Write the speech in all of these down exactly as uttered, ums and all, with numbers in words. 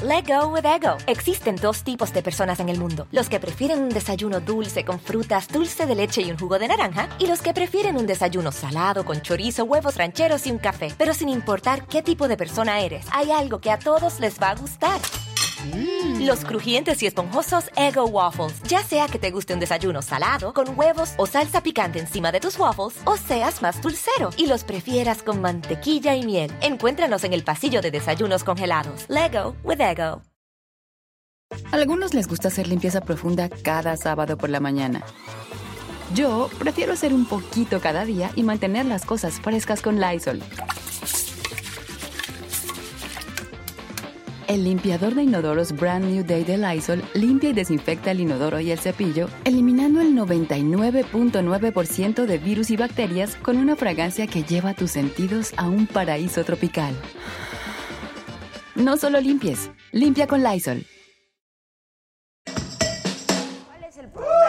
Let go with Ego. Existen dos tipos de personas en el mundo. Los que prefieren un desayuno dulce con frutas, dulce de leche y un jugo de naranja. Y los que prefieren un desayuno salado con chorizo, huevos rancheros y un café. Pero sin importar qué tipo de persona eres, hay algo que a todos les va a gustar. Mm. Los crujientes y esponjosos Eggo Waffles. Ya sea que te guste un desayuno salado, con huevos o salsa picante encima de tus waffles, o seas más dulcero y los prefieras con mantequilla y miel. Encuéntranos en el pasillo de desayunos congelados. Lego with Eggo. A algunos les gusta hacer limpieza profunda cada sábado por la mañana. Yo prefiero hacer un poquito cada día y mantener las cosas frescas con Lysol. El limpiador de inodoros Brand New Day de Lysol limpia y desinfecta el inodoro y el cepillo, eliminando el noventa y nueve punto nueve por ciento de virus y bacterias con una fragancia que lleva tus sentidos a un paraíso tropical. No solo limpies, limpia con Lysol. ¿Cuál es el problema?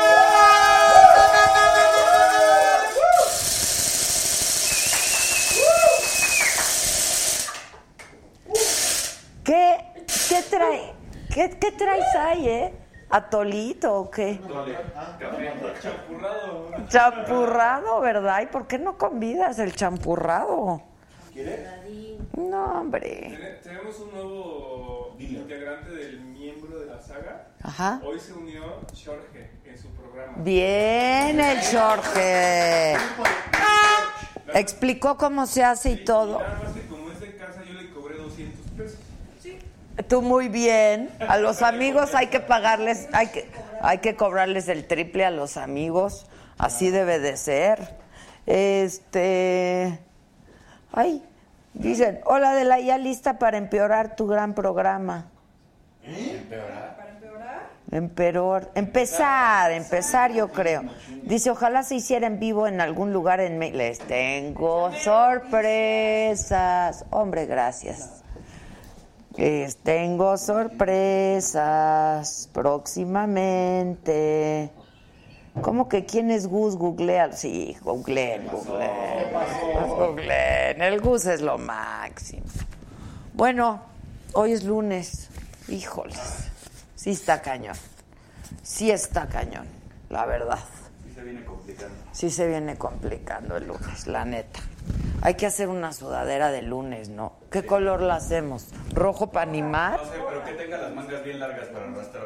¿Qué, qué trae? ¿Qué, qué traes ahí, eh? ¿Atolito o qué? Champurrado. Champurrado, ¿verdad? ¿Y por qué no convidas el champurrado? ¿Quieres? No, hombre. Tenemos un nuevo integrante del miembro de la saga. Ajá. Hoy se unió Jorge en su programa. Bien, el Jorge. Explicó cómo se hace y todo. Nada más que como es de casa, yo le cobré doscientos pesos. Sí. Tú muy bien. A los amigos hay que pagarles, hay que, hay que cobrarles el triple a los amigos. Así debe de ser. Este, ay, dicen, hola Adela, ya lista para empeorar tu gran programa. ¿Eh? ¿Empeorar? ¿Para empeorar? Empeorar, empezar, empezar yo creo. Dice, ojalá se hiciera en vivo en algún lugar en México. Les tengo sorpresas. Hombre, gracias. Les tengo sorpresas próximamente. ¿Cómo que quién es Gus? Googlealo. Sí, googleen, googleen. Googleen. El Gus es lo máximo. Bueno, hoy es lunes. Híjoles. Sí está cañón. Sí está cañón, la verdad. Sí se viene complicando. Sí se viene complicando el lunes, la neta. Hay que hacer una sudadera de lunes, ¿no? ¿Qué sí. color la hacemos? ¿Rojo para animar? No sé, pero que tenga las mangas bien largas para arrastrar.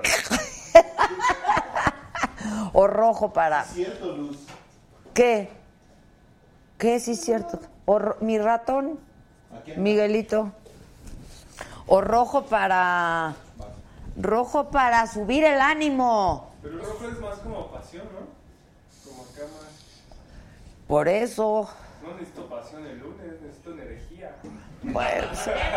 O rojo para... Es cierto, Luz. ¿Qué? ¿Qué sí es cierto? O ro... mi ratón, Miguelito. O rojo para... Rojo para subir el ánimo. Pero el rojo es más como pasión, ¿no? Como acá más... Por eso... No necesito pasión el lunes, necesito energía. Bueno.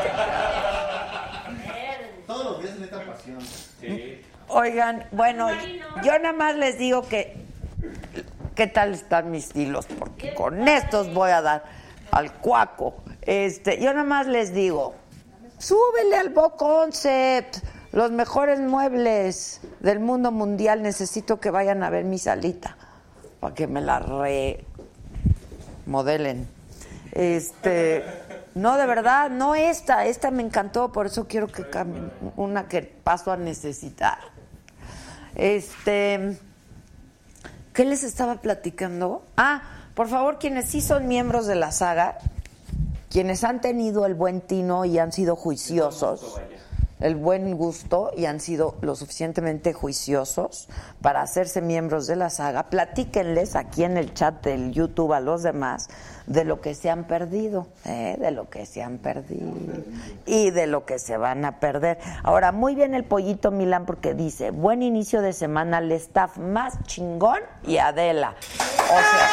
Todos los días necesitan pasión. Sí. Oigan, bueno, yo nada más les digo que qué tal están mis hilos, porque con estos voy a dar al cuaco. Este, yo nada más les digo, súbele al Bo Concept, los mejores muebles del mundo mundial. Necesito que vayan a ver mi salita para que me la remodelen. Este, no, de verdad, no esta, esta me encantó, por eso quiero que cambien, una que paso a necesitar. Este, ¿qué les estaba platicando? Ah, por favor, quienes sí son miembros de la saga, quienes han tenido el buen tino y han sido juiciosos, el buen gusto y han sido lo suficientemente juiciosos para hacerse miembros de la saga, platíquenles aquí en el chat del YouTube a los demás de lo que se han perdido, ¿eh? de lo que se han perdido y de lo que se van a perder. Ahora, muy bien el Pollito Milán, porque dice, buen inicio de semana al staff más chingón y Adela. O sea,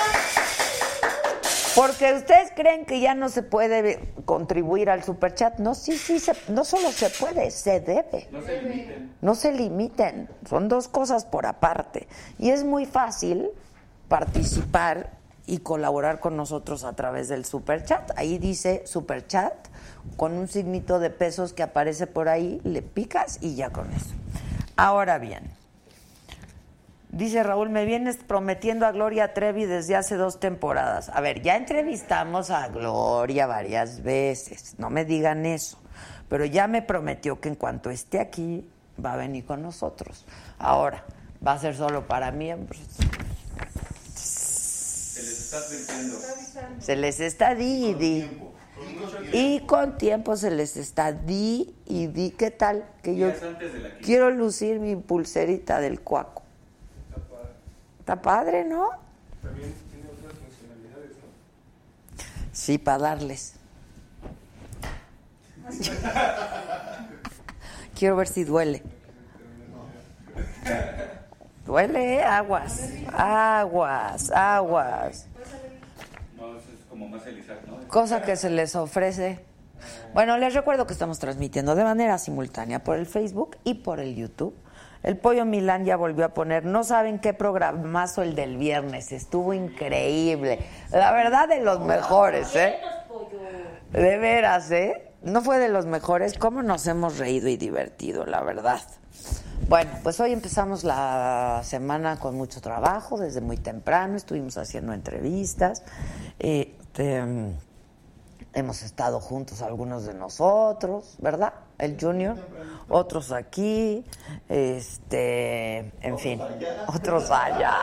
porque ustedes creen que ya no se puede contribuir al superchat. No, sí, sí, se, no solo se puede, se debe. No se limiten. No se limiten, son dos cosas por aparte. Y es muy fácil participar y colaborar con nosotros a través del superchat. Ahí dice superchat, con un signito de pesos que aparece por ahí, le picas y ya con eso. Ahora bien, dice Raúl, me vienes prometiendo a Gloria Trevi desde hace dos temporadas. A ver, ya entrevistamos a Gloria varias veces, no me digan eso. pero ya me prometió que en cuanto esté aquí va a venir con nosotros. Ahora, va a ser solo para miembros. Se les está advirtiendo. Se les está di y di. Y con tiempo se les está di y di. ¿Qué tal? Que yo quiero lucir mi pulserita del Cuaco. Está padre. Está padre, ¿no? También tiene otras funcionalidades, ¿no? Sí, para darles. Quiero ver si duele. Duele, ¿eh? Aguas. Aguas, aguas. No, es como más elizar, ¿no? Cosa que se les ofrece. Bueno, les recuerdo que estamos transmitiendo de manera simultánea por el Facebook y por el YouTube. El Pollo Milán ya volvió a poner, no saben qué programazo el del viernes, estuvo increíble. La verdad, de los mejores, ¿eh? De veras, ¿eh? No fue de los mejores, cómo nos hemos reído y divertido, la verdad. Bueno, pues hoy empezamos la semana con mucho trabajo, desde muy temprano, estuvimos haciendo entrevistas, este, hemos estado juntos algunos de nosotros, ¿verdad? El Junior, otros aquí, este, en fin, otros allá,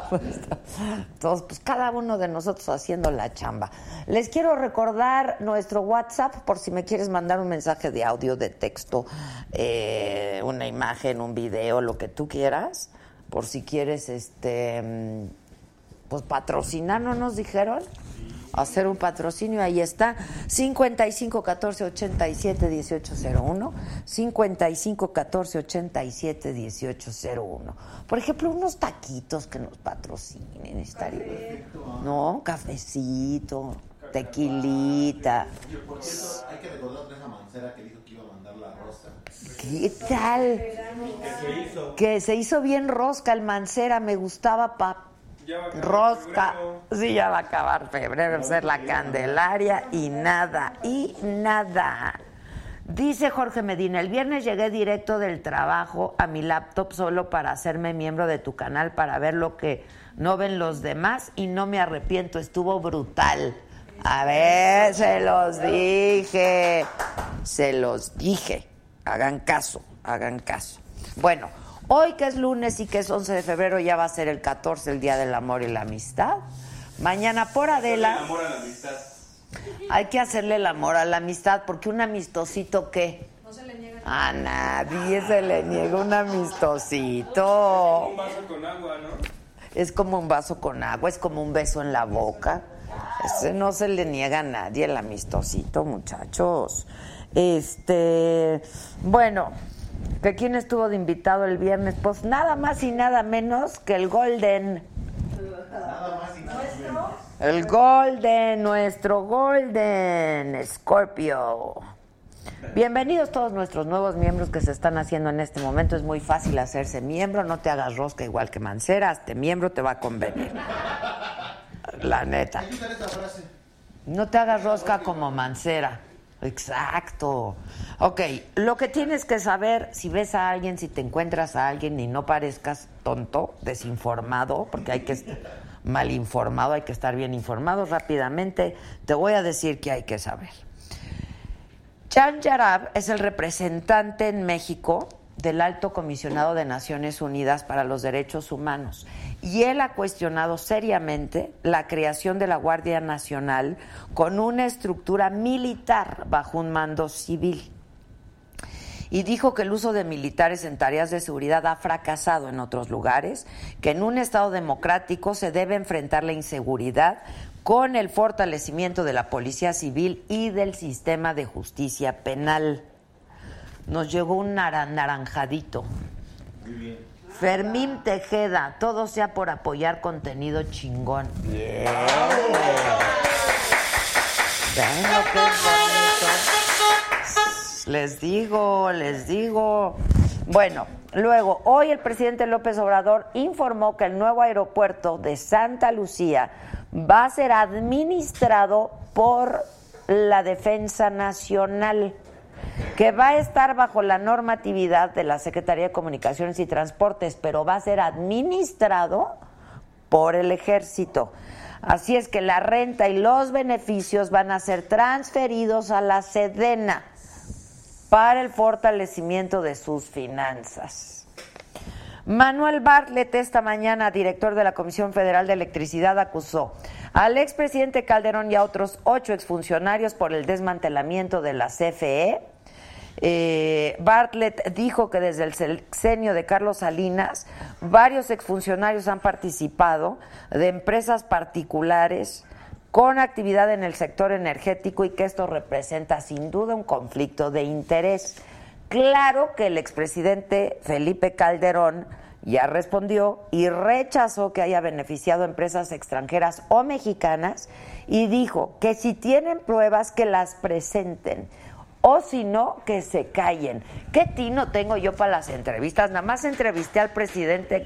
todos, pues cada uno de nosotros haciendo la chamba. Les quiero recordar nuestro WhatsApp por si me quieres mandar un mensaje de audio, de texto, eh, una imagen, un video, lo que tú quieras, por si quieres, este, pues patrocinar, ¿no nos dijeron? Hacer un patrocinio, ahí está, cincuenta y cinco catorce ochenta y siete dieciocho cero uno, cincuenta y cinco catorce ochenta y siete dieciocho cero uno. Por ejemplo, unos taquitos que nos patrocinen, estaría bien. No, cafecito, tequilita. Por cierto, hay que recordar a Teresa Mancera que dijo que iba a mandar la rosca. ¿Qué tal? Que se hizo. Que se hizo bien rosca el Mancera, me gustaba pa rosca, sí, ya va a acabar febrero, ser la Candelaria y nada, y nada. Dice Jorge Medina, el viernes llegué directo del trabajo a mi laptop solo para hacerme miembro de tu canal, para ver lo que no ven los demás y no me arrepiento, estuvo brutal. A ver, se los dije, se los dije, hagan caso, hagan caso. Bueno, hoy que es lunes y que es once de febrero ya va a ser el catorce, el Día del Amor y la Amistad. Mañana por Adela. El amor a la amistad. Hay que hacerle el amor a la amistad, porque un amistosito, ¿qué? No se le niega. A nadie se le niega un amistosito. Un vaso con agua, ¿no? Es como un vaso con agua, es como un beso en la boca. Ese no se le niega a nadie, el amistosito, muchachos. Este, bueno, ¿que quién estuvo de invitado el viernes? Pues nada más y nada menos que el Golden. Nada más y nada menos. El Golden, nuestro Golden Scorpio. Bienvenidos todos nuestros nuevos miembros que se están haciendo en este momento. Es muy fácil hacerse miembro, no te hagas rosca igual que Mancera, hazte miembro, te va a convenir. La neta. No te hagas rosca como Mancera. Exacto. Ok, lo que tienes que saber, si ves a alguien, si te encuentras a alguien y no parezcas tonto, desinformado, porque hay que estar mal informado, hay que estar bien informado rápidamente, te voy a decir que hay que saber. Jan Yarab es el representante en México del Alto Comisionado de Naciones Unidas para los Derechos Humanos y él ha cuestionado seriamente la creación de la Guardia Nacional con una estructura militar bajo un mando civil y dijo que el uso de militares en tareas de seguridad ha fracasado en otros lugares, que en un Estado democrático se debe enfrentar la inseguridad con el fortalecimiento de la policía civil y del sistema de justicia penal. Nos llegó un naranjadito. Muy bien. Fermín Tejeda, todo sea por apoyar contenido chingón. Yeah. Bueno, qué bonito. Les digo, les digo. Bueno, luego, hoy el presidente López Obrador informó que el nuevo aeropuerto de Santa Lucía va a ser administrado por la Defensa Nacional, que va a estar bajo la normatividad de la Secretaría de Comunicaciones y Transportes, pero va a ser administrado por el Ejército. Así es que la renta y los beneficios van a ser transferidos a la Sedena. para el fortalecimiento de sus finanzas. Manuel Bartlett, esta mañana, director de la Comisión Federal de Electricidad, acusó al expresidente Calderón y a otros ocho exfuncionarios por el desmantelamiento de la C F E. Eh, Bartlett dijo que desde el sexenio de Carlos Salinas varios exfuncionarios han participado de empresas particulares con actividad en el sector energético y que esto representa sin duda un conflicto de interés. Claro que el expresidente Felipe Calderón ya respondió y rechazó que haya beneficiado a empresas extranjeras o mexicanas y dijo que si tienen pruebas que las presenten o si no, que se callen. ¿Qué tino tengo yo para las entrevistas? Nada más entrevisté al presidente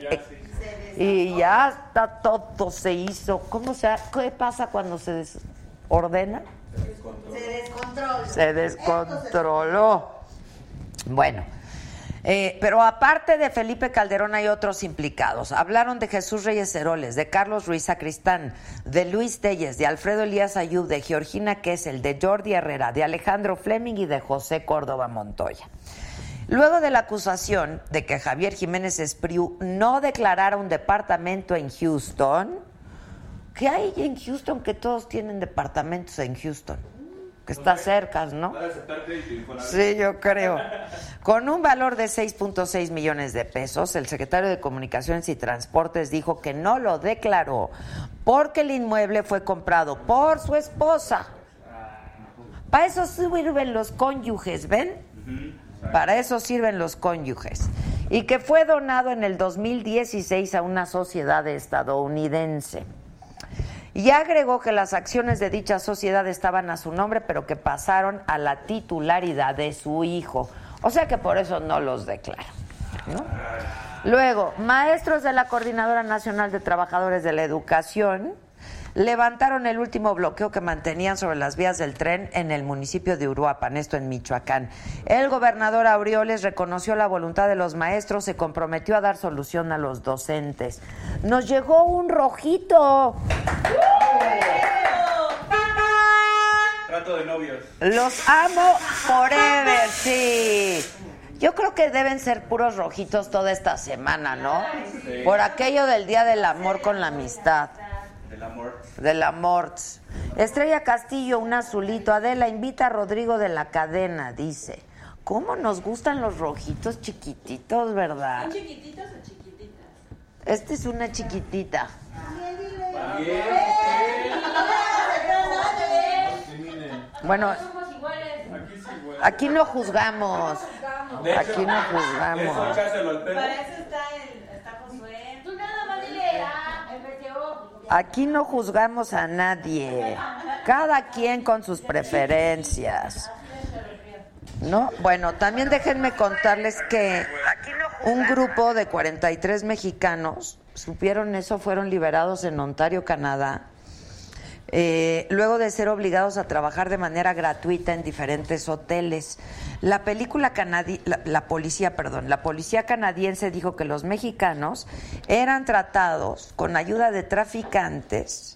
y ya está todo se hizo. ¿Cómo se ¿Qué pasa cuando se desordena? Se descontrola. Se descontroló. Bueno, eh, pero aparte de Felipe Calderón hay otros implicados. Hablaron de Jesús Reyes Heroles, de Carlos Ruiz Sacristán, de Luis Telles, de Alfredo Elías Ayub, de Georgina Kessel, de Jordi Herrera, de Alejandro Fleming y de José Córdoba Montoya. Luego de la acusación de que Javier Jiménez Espriu no declarara un departamento en Houston, ¿qué hay en Houston? Que todos tienen departamentos en Houston. Que está cerca, ¿no? Sí, yo creo. Con un valor de seis punto seis millones de pesos, el secretario de Comunicaciones y Transportes dijo que no lo declaró porque el inmueble fue comprado por su esposa. Para eso sirven los cónyuges, ¿ven? Para eso sirven los cónyuges. Y que fue donado en el dos mil dieciséis a una sociedad estadounidense. Y agregó que las acciones de dicha sociedad estaban a su nombre, pero que pasaron a la titularidad de su hijo. O sea que por eso no los declara, ¿no? Luego, maestros de la Coordinadora Nacional de Trabajadores de la Educación levantaron el último bloqueo que mantenían sobre las vías del tren en el municipio de Uruapan, esto en Michoacán. El gobernador Aureoles reconoció la voluntad de los maestros, se comprometió a dar solución a los docentes. Nos llegó un rojito. Trato de novios. Los amo forever, sí. Yo creo que deben ser puros rojitos toda esta semana, ¿no? Sí. Por aquello del Día del Amor con la Amistad. Del amor. Del amor. Estrella Castillo, un azulito. Adela, invita a Rodrigo de la Cadena, dice. ¿Cómo nos gustan los rojitos chiquititos, verdad? ¿Son chiquititos o chiquititas? Esta es una chiquitita. Bien. Bueno, Somos iguales. Aquí sí, güey. aquí no juzgamos. De hecho, Aquí no juzgamos. Eso echárselo al pelo. Para eso está el, está Josué. Tú nada más dile a el R T O. Aquí no juzgamos a nadie. Cada quien con sus preferencias. ¿No? Bueno, también déjenme contarles que un grupo de cuarenta y tres mexicanos, ¿supieron eso? Fueron liberados en Ontario, Canadá, eh, luego de ser obligados a trabajar de manera gratuita en diferentes hoteles. La película canadi la, la policía, perdón, la policía canadiense dijo que los mexicanos eran tratados con ayuda de traficantes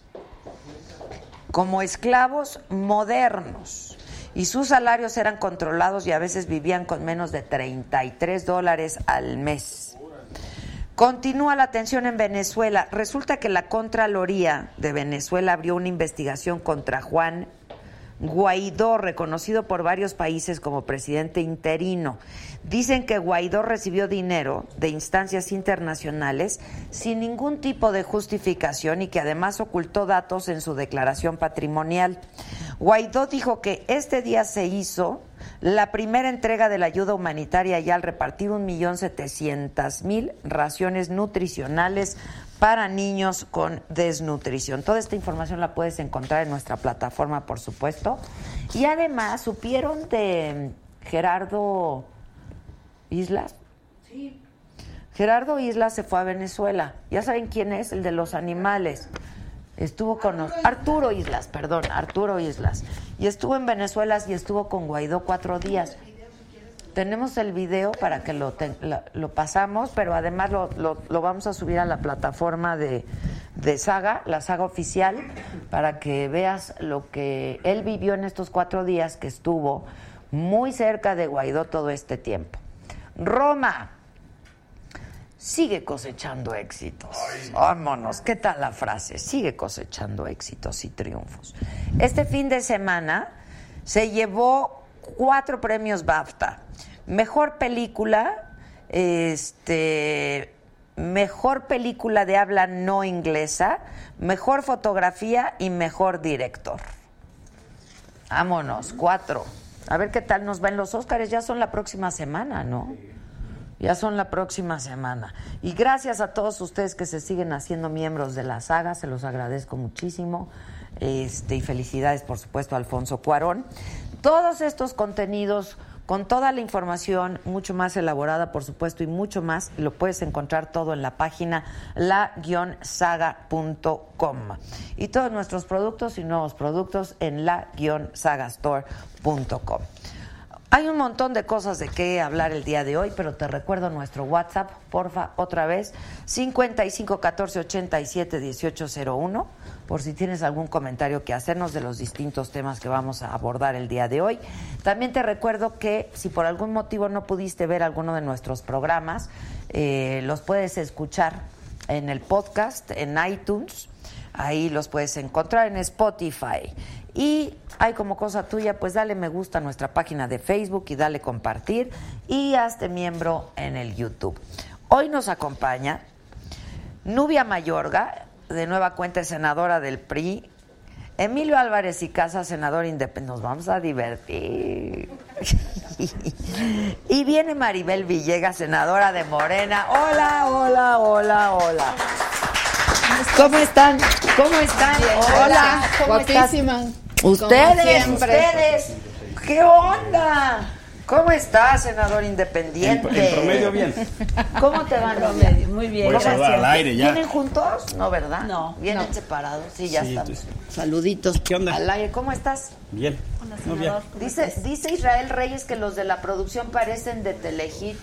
como esclavos modernos. Y sus salarios eran controlados y a veces vivían con menos de treinta y tres dólares al mes. Continúa la tensión en Venezuela. Resulta que la Contraloría de Venezuela abrió una investigación contra Juan Guaidó, reconocido por varios países como presidente interino. Dicen que Guaidó recibió dinero de instancias internacionales sin ningún tipo de justificación y que además ocultó datos en su declaración patrimonial. Guaidó dijo que este día se hizo la primera entrega de la ayuda humanitaria y al repartir un millón setecientas mil raciones nutricionales para niños con desnutrición. Toda esta información la puedes encontrar en nuestra plataforma, por supuesto. Y además, ¿supieron de Gerardo Islas? Sí. Gerardo Islas se fue a Venezuela. ¿Ya saben quién es? El de los animales. Estuvo con Arturo, Arturo Islas, perdón, Arturo Islas. Y estuvo en Venezuela y estuvo con Guaidó cuatro días. Tenemos el video para que lo, te, lo, lo pasamos, pero además lo, lo, lo vamos a subir a la plataforma de, de Saga, la Saga oficial, para que veas lo que él vivió en estos cuatro días que estuvo muy cerca de Guaidó todo este tiempo. Roma sigue cosechando éxitos. Vámonos, ¿qué tal la frase? Sigue cosechando éxitos y triunfos. Este fin de semana se llevó cuatro premios BAFTA. Mejor película, este, mejor película de habla no inglesa, mejor fotografía y mejor director. Vámonos, cuatro. A ver qué tal nos va en los Óscares. Ya son la próxima semana, ¿no? Ya son la próxima semana. Y gracias a todos ustedes que se siguen haciendo miembros de la saga, se los agradezco muchísimo. Este, y felicidades, por supuesto, a Alfonso Cuarón. Todos estos contenidos, con toda la información, mucho más elaborada, por supuesto, y mucho más, lo puedes encontrar todo en la página la guion saga punto com. Y todos nuestros productos y nuevos productos en la guion saga store punto com. Hay un montón de cosas de qué hablar el día de hoy, pero te recuerdo nuestro WhatsApp, porfa, otra vez, cincuenta y cinco catorce ochenta y siete dieciocho cero uno, por si tienes algún comentario que hacernos de los distintos temas que vamos a abordar el día de hoy. También te recuerdo que si por algún motivo no pudiste ver alguno de nuestros programas, eh, los puedes escuchar en el podcast, en iTunes, ahí los puedes encontrar en Spotify. Y hay como cosa tuya, pues dale me gusta a nuestra página de Facebook y dale compartir y hazte miembro en el YouTube. Hoy nos acompaña Nubia Mayorga, de nueva cuenta senadora del P R I, Emilio Álvarez y Casa, senador independiente. Nos vamos a divertir. Y viene Maribel Villegas, senadora de Morena. Hola, hola, hola, hola. ¿Cómo están? ¿Cómo están? Bien, hola, ¿cómo guapísima. están? Ustedes, siempre. ustedes. ¿Qué onda? ¿Cómo estás, senador independiente? En, en promedio bien. ¿Cómo te van? Promedio, muy bien. Voy a saludar al aire ya. ¿Vienen juntos? No, ¿verdad? No. ¿Vienen no. separados? Sí, ya Sí, estamos. entonces- Saluditos. ¿Qué onda? Al aire. ¿Cómo estás? Bien. Hola, Muy senador. bien. ¿Cómo Dice, estás? dice Israel Reyes que los de la producción parecen de Telehit.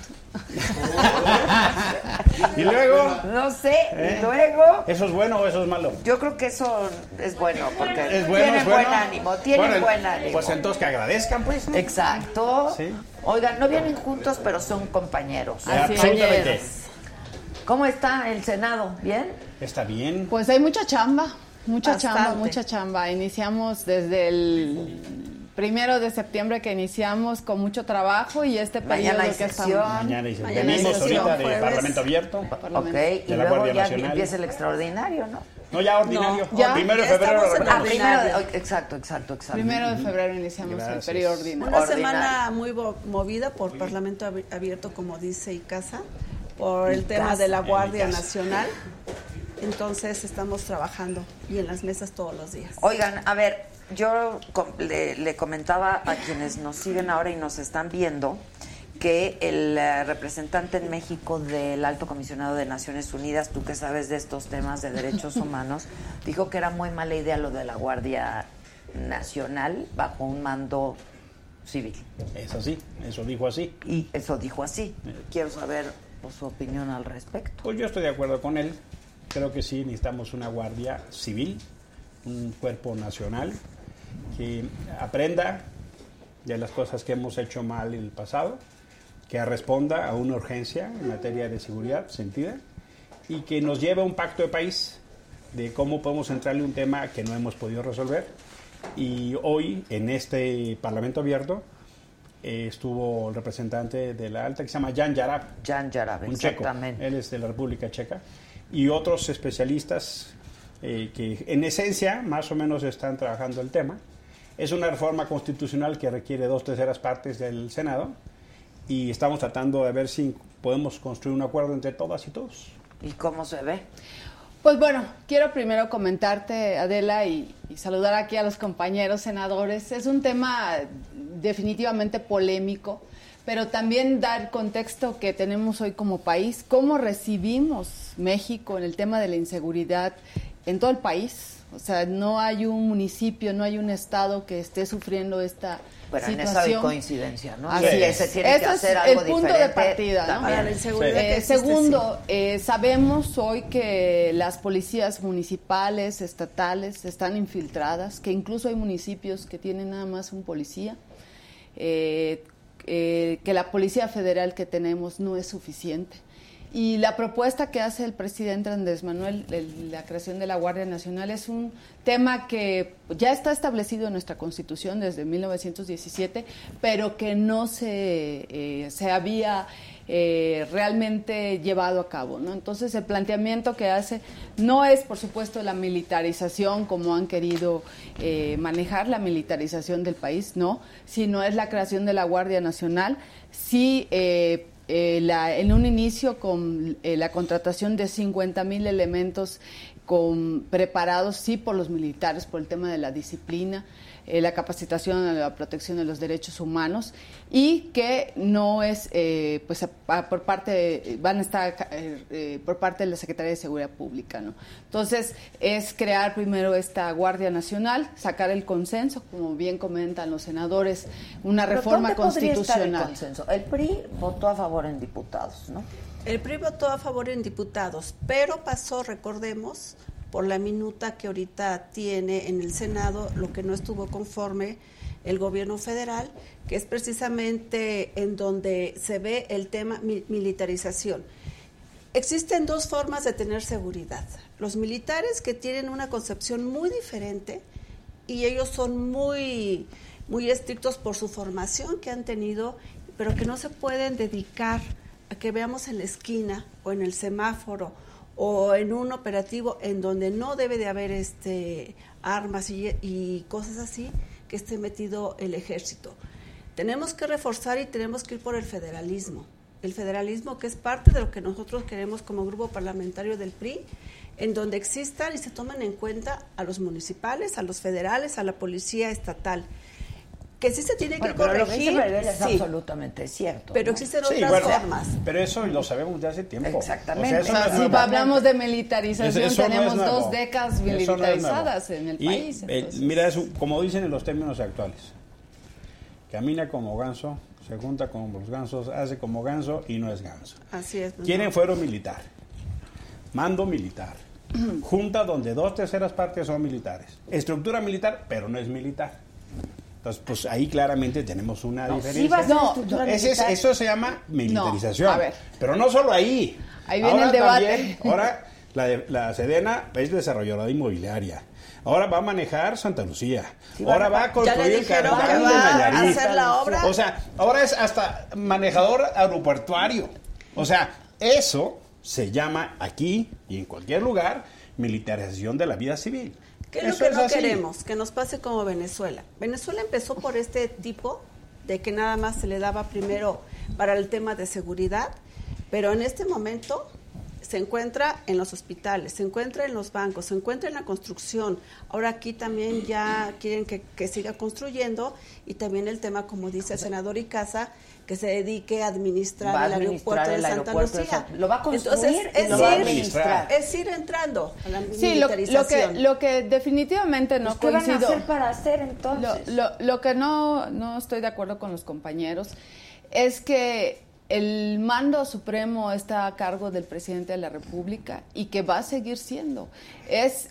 Y luego, No sé. ¿Eh? Y luego... ¿eso es bueno o eso es malo? Yo creo que eso es bueno, porque ¿Es bueno? tienen ¿Es bueno? buen ánimo, tienen Bueno, buen ánimo. Pues entonces que agradezcan, pues. ¿no? Exacto. Sí. Oigan, no vienen juntos, pero son compañeros. Eh, Así absolutamente. es. ¿Cómo está el Senado? ¿Bien? Está bien. Pues hay mucha chamba, mucha Bastante. chamba, mucha chamba. Iniciamos desde el primero de septiembre que iniciamos con mucho trabajo y este periodo Mañana hay que sesión. estamos... Mañana dice, Mañana venimos hay sesión, ahorita de jueves. Parlamento Abierto. Ok, y De la luego Guardia ya Nacional. empieza el extraordinario, ¿no? No, ya ordinario. No, ya. Primero de Ya febrero. estamos en Ah, ordinario. primero de, Ordinario. exacto, exacto, exacto. Primero de febrero iniciamos Gracias. el periodo ordinario. Una Ordinario. semana muy bo- movida por Parlamento abi- Abierto, como dice Icasa, por el tema Icasa. de la Guardia En Icasa. Nacional. Entonces estamos trabajando y en las mesas todos los días. Oigan, a ver, yo com- le, le comentaba a quienes nos siguen ahora y nos están viendo que el eh, representante en México del Alto Comisionado de Naciones Unidas, tú que sabes de estos temas de derechos humanos, dijo que era muy mala idea lo de la Guardia Nacional bajo un mando civil. Es así, eso dijo así. Y eso dijo así. Quiero saber pues, su opinión al respecto. Pues yo estoy de acuerdo con él. Creo que sí necesitamos una guardia civil, un cuerpo nacional que aprenda de las cosas que hemos hecho mal en el pasado, que responda a una urgencia en materia de seguridad sentida y que nos lleve a un pacto de país de cómo podemos entrarle a un tema que no hemos podido resolver. Y hoy, en este Parlamento Abierto, eh, estuvo el representante de la Alta, que se llama Jan Jarab, Jan Jarab, un checo, exactamente. él es de la República Checa, y otros especialistas eh, que en esencia más o menos están trabajando el tema. Es una reforma constitucional que requiere dos terceras partes del Senado y estamos tratando de ver si podemos construir un acuerdo entre todas y todos. ¿Y cómo se ve? Pues bueno, quiero primero comentarte, Adela, y, y saludar aquí a los compañeros senadores. Es un tema definitivamente polémico, pero también dar contexto que tenemos hoy como país, cómo recibimos México en el tema de la inseguridad en todo el país. O sea, no hay un municipio, no hay un estado que esté sufriendo esta Bueno, en situación. eso hay coincidencia, ¿no? Así Sí, es. se tiene que Ese hacer es algo el punto diferente de partida, ¿no? también. Para la inseguridad Eh, que existe, segundo, eh, sabemos hoy que las policías municipales, estatales, están infiltradas, que incluso hay municipios que tienen nada más un policía. eh, eh, que la Policía Federal que tenemos no es suficiente. Y la propuesta que hace el presidente Andrés Manuel, el, la creación de la Guardia Nacional, es un tema que ya está establecido en nuestra Constitución desde mil novecientos diecisiete, pero que no se, eh, se había eh, realmente llevado a cabo, ¿no? Entonces, el planteamiento que hace no es, por supuesto, la militarización, como han querido eh, manejar la militarización del país, no, sino es la creación de la Guardia Nacional, sí, eh, Eh, la, en un inicio con eh, la contratación de cincuenta mil elementos con, preparados, sí, por los militares, por el tema de la disciplina, eh, la capacitación a la protección de los derechos humanos, y que no es, eh, pues, a, a, por parte, van a estar eh, eh, por parte de la Secretaría de Seguridad Pública, ¿no? Entonces, es crear primero esta Guardia Nacional, sacar el consenso, como bien comentan los senadores, una ¿Pero reforma dónde podría constitucional. estar el consenso? El P R I votó a favor en diputados, ¿no? El P R I votó a favor en diputados, pero pasó, recordemos, por la minuta que ahorita tiene en el Senado, lo que no estuvo conforme el gobierno federal, que es precisamente en donde se ve el tema mi- militarización. Existen dos formas de tener seguridad. Los militares, que tienen una concepción muy diferente, y ellos son muy, muy estrictos por su formación que han tenido, pero que no se pueden dedicar a que veamos en la esquina o en el semáforo o en un operativo en donde no debe de haber este armas y, y cosas así, que esté metido el ejército. Tenemos que reforzar y tenemos que ir por el federalismo. El federalismo, que es parte de lo que nosotros queremos como grupo parlamentario del P R I, en donde existan y se tomen en cuenta a los municipales, a los federales, a la policía estatal. Que sí se tiene Bueno, que pero corregir. lo que dice Miguel es sí, absolutamente cierto. pero ¿no? existen Sí, otras bueno, formas. pero eso lo sabemos de hace tiempo. Exactamente. O sea, eso O sea, no es si nuevo. hablamos de militarización, Eso- eso no tenemos es nuevo. dos décadas Eso no es nuevo. militarizadas en el Y, país. eh, entonces. mira, eso, como dicen en los términos actuales, camina como ganso, se junta con los gansos, hace como ganso y no es ganso. Así es. Quieren ¿no? fuero militar, mando militar, junta donde dos terceras partes son militares, estructura militar, pero no es militar. Entonces, pues ahí claramente tenemos una No, sí diferencia. va a ser No, estructura Ese es- militar. eso se llama militarización. No, a ver. Pero no solo ahí. Ahí viene Ahora el debate. también, ahora la, de- la Sedena es desarrolladora inmobiliaria. Ahora va a manejar Santa Lucía. Sí, ahora va- va a Ya construir le el dijeron canal que de va a Nayarit. hacer la obra. O sea, ahora es hasta manejador aeroportuario. O sea, eso se llama aquí y en cualquier lugar militarización de la vida civil. ¿Qué es lo Eso que es no así. queremos? Que nos pase como Venezuela. Venezuela empezó por este tipo de que nada más se le daba primero para el tema de seguridad, pero en este momento se encuentra en los hospitales, se encuentra en los bancos, se encuentra en la construcción. Ahora aquí también ya quieren que, que siga construyendo, y también el tema, como dice el senador Icaza, que se dedique a administrar, Va a el administrar aeropuerto de el Santa aeropuerto de Lucía. San- lo va a construir Entonces, y es lo va a ir- administrar. es ir entrando a la Sí, lo, lo que, militarización. lo que definitivamente no Pues, ¿qué van a coincido. hacer para hacer Lo, entonces? lo, lo que no, no estoy de acuerdo con los compañeros es que el mando supremo está a cargo del presidente de la República y que va a seguir siendo. Es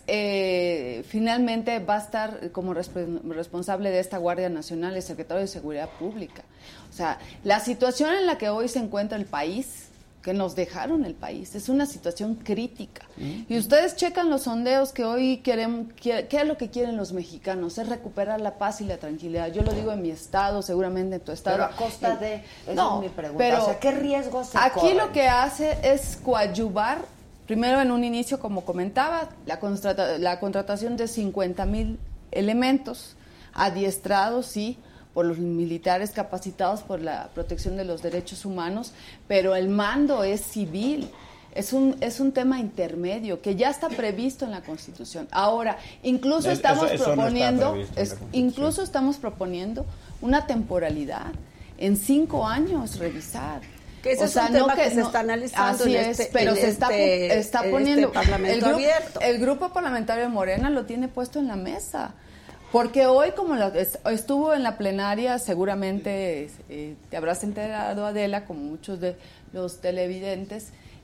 eh, finalmente va a estar como resp- responsable de esta Guardia Nacional el secretario de Seguridad Pública. O sea, la situación en la que hoy se encuentra el país, que nos dejaron el país, es una situación crítica. Y ustedes checan los sondeos que hoy queremos, ¿qué, qué es lo que quieren los mexicanos? Es recuperar la paz y la tranquilidad. Yo lo digo en mi estado, seguramente en tu estado. Pero a costa En- de... Esa No, es mi pregunta. pero o sea, ¿qué riesgos se aquí corren? lo que hace es coadyuvar, primero en un inicio, como comentaba, la, contrata- la contratación de cincuenta mil elementos adiestrados, sí, por los militares capacitados por la protección de los derechos humanos, pero el mando es civil. Es un, es un tema intermedio que ya está previsto en la Constitución. Ahora, incluso Es- estamos eso- eso no está proponiendo, previsto en es- la Constitución. incluso estamos proponiendo una temporalidad en cinco años revisar. Que ese es un tema que se está analizando así en es, este- pero en se está, este- está en este poniendo Parlamento el grupo, abierto. el grupo parlamentario de Morena lo tiene puesto en la mesa. Porque hoy, como la- es- estuvo en la plenaria, seguramente eh, te habrás enterado, Adela, como muchos de los televidentes,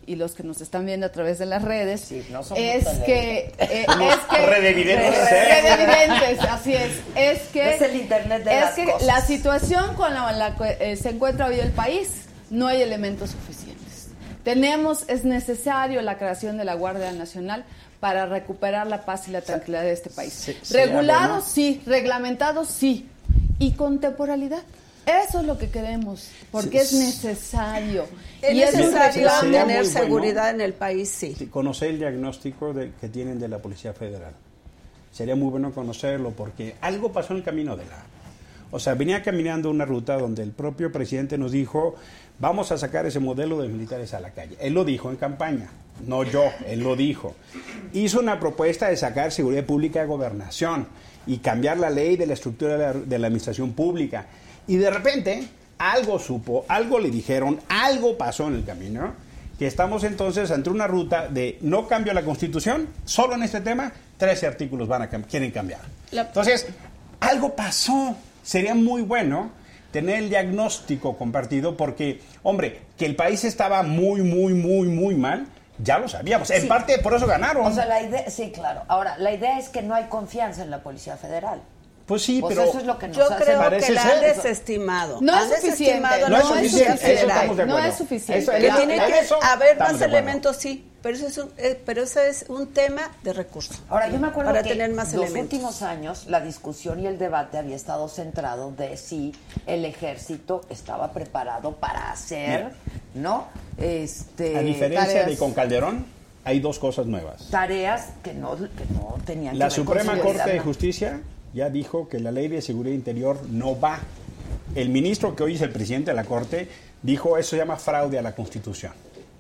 y los que nos están viendo a través de las redes, sí, no somos es que, eh, es que redevidentes, redevidentes, así es, es que es el internet de es las que cosas. La situación con la, la que eh, se encuentra hoy el país, no hay elementos suficientes. Tenemos, es necesario la creación de la Guardia Nacional para recuperar la paz y la tranquilidad de este país. Sí, Regulado, bueno. sí, reglamentado, sí, y con temporalidad. Eso es lo que queremos, porque sí, es necesario. Es y necesario es Sería tener muy bueno seguridad en el país, sí. conocer el diagnóstico de, que tienen de la Policía Federal. Sería muy bueno conocerlo porque algo pasó en el camino de la... O sea, venía caminando una ruta donde el propio presidente nos dijo, vamos a sacar ese modelo de militares a la calle. Él lo dijo en campaña, no yo, él lo dijo. Hizo una propuesta de sacar seguridad pública de gobernación y cambiar la ley de la estructura de la, de la administración pública. Y de repente, algo supo, algo le dijeron, algo pasó en el camino, que estamos entonces ante una ruta de no cambio la Constitución, solo en este tema, trece artículos van a cam- quieren cambiar. La... Entonces, algo pasó. Sería muy bueno tener el diagnóstico compartido porque, hombre, que el país estaba muy, muy, muy, muy mal, ya lo sabíamos. En sí. parte, por eso ganaron. O sea, la idea, sí, claro. Ahora, la idea es que no hay confianza en la Policía Federal. Pues sí, pues pero eso es lo que nos yo hace creo parece que la ser. han desestimado. No Han es suficiente. desestimado a no la es Policía suficiente, eso Federal. estamos de No acuerdo. es suficiente. Eso- Que en- tiene en que eso haber estamos más de acuerdo. elementos, sí, pero eso es un, eh, pero eso es un tema de recursos. Ahora, yo me acuerdo para que tener más los elementos. últimos años la discusión y el debate había estado centrado de si el ejército estaba preparado para hacer, ¿no? Este, A diferencia tareas, de con Calderón, hay dos cosas nuevas. tareas que no, que no tenían La que ver con Suprema seguridad, Corte de ¿no? Justicia ya dijo que la Ley de Seguridad Interior no va. El ministro que hoy es el presidente de la Corte dijo eso se llama fraude a la Constitución.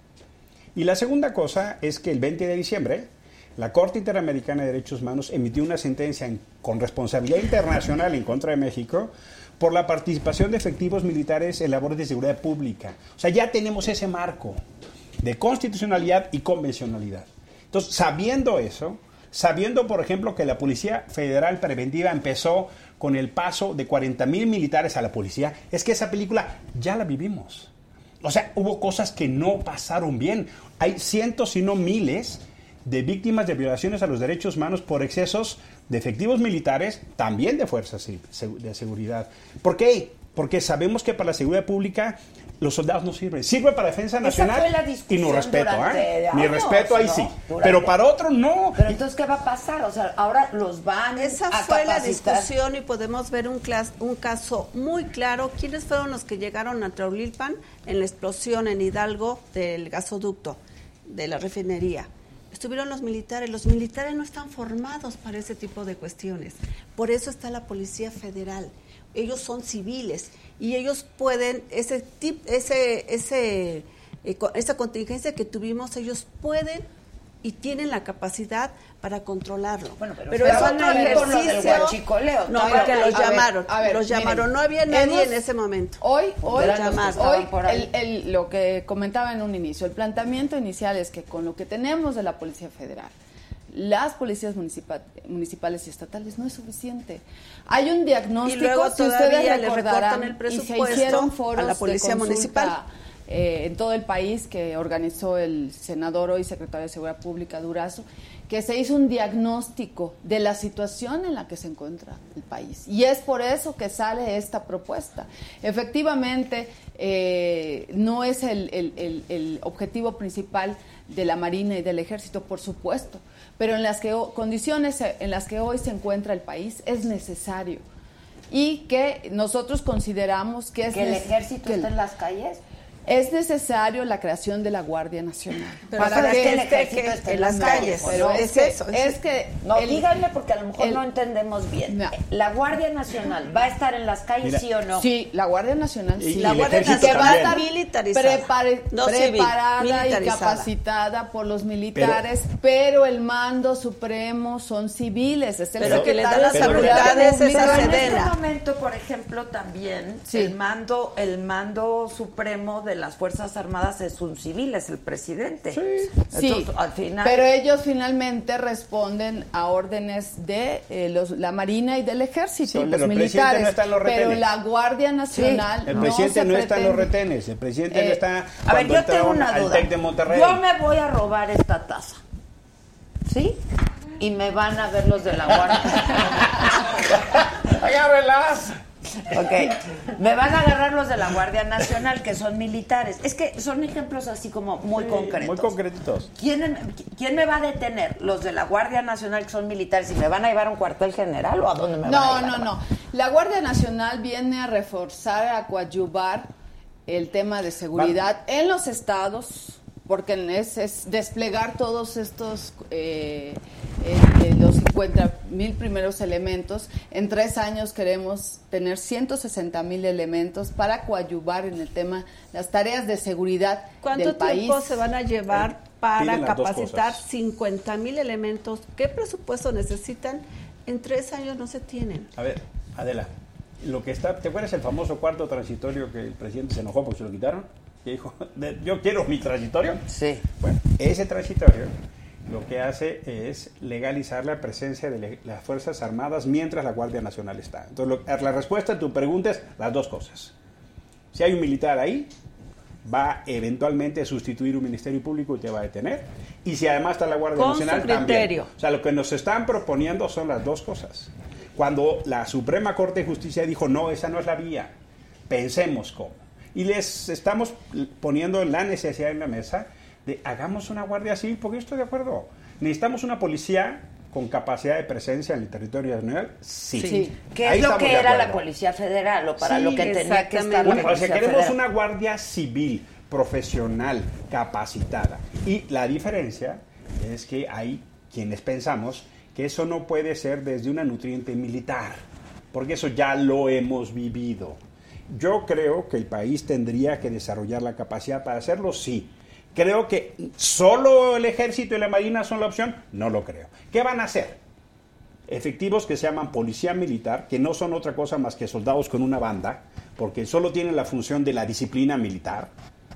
Y la segunda cosa es que el veinte de diciembre la Corte Interamericana de Derechos Humanos emitió una sentencia en, con responsabilidad internacional en contra de México por la participación de efectivos militares en labores de seguridad pública. O sea, ya tenemos ese marco de constitucionalidad y convencionalidad. Entonces, sabiendo eso, sabiendo, por ejemplo, que la Policía Federal Preventiva empezó con el paso de cuarenta mil militares a la policía, es que esa película ya la vivimos. O sea, hubo cosas que no pasaron bien. Hay cientos, si no miles, de víctimas de violaciones a los derechos humanos por excesos de efectivos militares, también de fuerzas de seguridad. ¿Por qué? Porque sabemos que para la seguridad pública los soldados no sirven. Sirve para defensa nacional Esa fue la y no respeto, durante ¿eh? años, Mi respeto ahí ¿no? sí. Durante... Pero para otros no. Pero entonces, ¿qué va a pasar? O sea, ahora los van Esa a fue la capacitar. discusión y podemos ver un, clas- un caso muy claro. ¿Quiénes fueron los que llegaron a Tlaulilpan en la explosión en Hidalgo del gasoducto de la refinería? Estuvieron los militares. Los militares no están formados para ese tipo de cuestiones. Por eso está la Policía Federal. Ellos son civiles y ellos pueden, ese tip, ese, ese, eh, esa contingencia que tuvimos, ellos pueden y tienen la capacidad para controlarlo. Bueno, pero, pero estaban es otro ahí por lo del ejercicio. huachicoleo. No, Pero, porque a los ver, llamaron, a ver, los miren, llamaron. No había nadie hemos- en ese momento. Hoy, hoy, Eran los que llamaron. estaban hoy por ahí. el, el- lo que comentaba en un inicio, el planteamiento inicial es que con lo que tenemos de la Policía Federal, las policías municipal, municipales y estatales no es suficiente. Hay un diagnóstico, Y luego si ustedes todavía le recordarán, recortan el y se presupuesto hicieron foros a la policía de consulta, municipal. eh, en todo el país que organizó el senador hoy secretario de Seguridad Pública Durazo, que se hizo un diagnóstico de la situación en la que se encuentra el país. Y es por eso que sale esta propuesta. Efectivamente, eh, no es el, el, el, el objetivo principal de la Marina y del Ejército, por supuesto, pero en las que, condiciones en las que hoy se encuentra el país es necesario. Y que nosotros consideramos que es que el neces- ejército que el- está en las calles. es necesario la creación de la Guardia Nacional. Pero Para para que que el esté ejército que- esté en las calles. Pero ¿no? es, es que, eso. es que No, el- díganme porque a lo mejor el- no entendemos bien. No. ¿La Guardia Nacional va a estar en las calles, Mira, sí o no? Sí, la Guardia Nacional Y- sí. y La el Guardia ejército Nacional va a también. estar militarizada. prepare- No civil, preparada y militarizada. capacitada por los militares, pero, el mando supremo son civiles. Es el Pero que le da secretario las de Seguridad facultades Pública. esa Pero en Sedena. este momento, por ejemplo, también Sí. el mando, el mando supremo de las Fuerzas Armadas es un civil, es el presidente. Sí. Entonces, Sí, al final... pero ellos finalmente responden a órdenes de eh, los, la Marina y del Ejército, Sí, los pero el presidente militares. no está en los pero retenes. la Guardia Nacional El no presidente se no, está en los pretende- retenes, el presidente Eh, no está A ver, cuando yo tengo entraron una al duda. TEC de Monterrey. Yo me voy a robar esta taza. ¿Sí? Y me van a ver los de la Guardia. ¡Agárrelas! Ok, me van a agarrar los de la Guardia Nacional, que son militares. Es que son ejemplos así como muy Sí, concretos. Muy concretitos. ¿Quién, ¿Quién me va a detener? ¿Los de la Guardia Nacional, que son militares, y me van a llevar a un cuartel general o a dónde me van a No, llevar? no, no. La Guardia Nacional viene a reforzar, a coadyuvar el tema de seguridad en los estados, porque es, es desplegar todos estos, eh, eh, los cincuenta mil primeros elementos. En tres años queremos tener ciento sesenta mil elementos para coadyuvar en el tema, las tareas de seguridad ¿Cuánto del país. tiempo se van a llevar para Piden las dos capacitar cosas. cincuenta mil elementos? ¿Qué presupuesto necesitan? En tres años no se tienen. A ver, Adela, lo que está, ¿te acuerdas el famoso cuarto transitorio que el presidente se enojó porque se lo quitaron? Que dijo, de- yo quiero mi transitorio. Sí. Bueno, ese transitorio lo que hace es legalizar la presencia de le- las Fuerzas Armadas mientras la Guardia Nacional está. Entonces, lo- la respuesta a tu pregunta es las dos cosas. Si hay un militar ahí, va eventualmente a sustituir un ministerio público y te va a detener. Y si además está la Guardia Con su Nacional, criterio. también. O sea, lo que nos están proponiendo son las dos cosas. Cuando la Suprema Corte de Justicia dijo, no, esa no es la vía, pensemos cómo. Y les estamos poniendo la necesidad en la mesa de hagamos una Guardia Civil, porque yo estoy de acuerdo. ¿Necesitamos una policía con capacidad de presencia en el territorio nacional? Sí. Sí. ¿Qué Ahí es lo estamos que de era la acuerdo. Policía Federal o para Sí, lo que tenía que estar exactamente. la Bueno, o Policía sea, queremos Federal? una Guardia Civil profesional, capacitada. Y la diferencia es que hay quienes pensamos que eso no puede ser desde una nutriente militar, porque eso ya lo hemos vivido. Yo creo que el país tendría que desarrollar la capacidad para hacerlo, sí. Creo que solo el Ejército y la Marina son la opción, no lo creo. ¿Qué van a hacer? Efectivos que se llaman policía militar, que no son otra cosa más que soldados con una banda, porque solo tienen la función de la disciplina militar,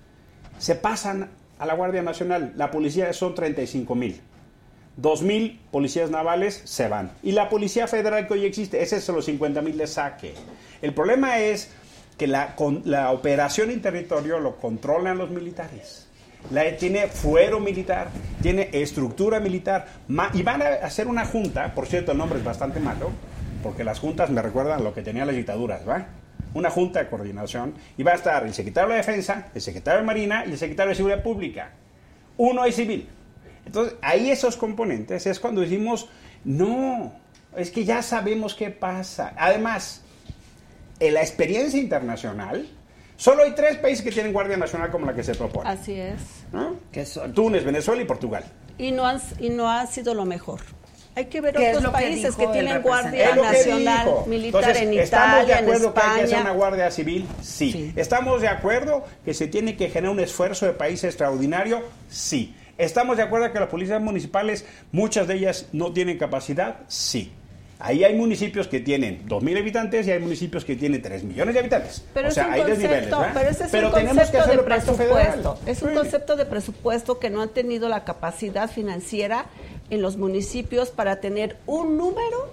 se pasan a la Guardia Nacional. La policía son treinta y cinco mil. dos mil policías navales se van. Y la Policía Federal que hoy existe, ese es los cincuenta mil de saque. El problema es que la, con, la operación en territorio lo controlan los militares. La, tiene fuero militar, tiene estructura militar, ma, y van a hacer una junta, por cierto el nombre es bastante malo, porque las juntas me recuerdan a lo que tenían las dictaduras, ¿va? Una junta de coordinación, y va a estar el secretario de la Defensa, el secretario de Marina y el secretario de Seguridad Pública. Uno es civil. Entonces, ahí esos componentes es cuando decimos, no, es que ya sabemos qué pasa. Además, en la experiencia internacional, solo hay tres países que tienen Guardia Nacional como la que se propone. Así es. ¿No? ¿Qué son? Túnez, Venezuela y Portugal. Y no, han, y no ha sido lo mejor. Hay que ver ¿Qué es otros lo que países dijo que el tienen representante? Guardia Es lo que Nacional dijo. militar Entonces, en ¿estamos de Italia, en acuerdo que hay que hacer una España. Guardia Civil? Sí. Sí. ¿Estamos de acuerdo que se tiene que generar un esfuerzo de país extraordinario? Sí. ¿Estamos de acuerdo que las policías municipales, muchas de ellas no tienen capacidad? Sí. Ahí hay municipios que tienen dos mil habitantes y hay municipios que tienen tres millones de habitantes. Pero o es sea, un hay concepto, desniveles, ¿verdad? pero ese es Pero un tenemos que concepto de hacerlo pacto federal. presupuesto. Es un Sí. concepto de presupuesto que no han tenido la capacidad financiera en los municipios para tener un número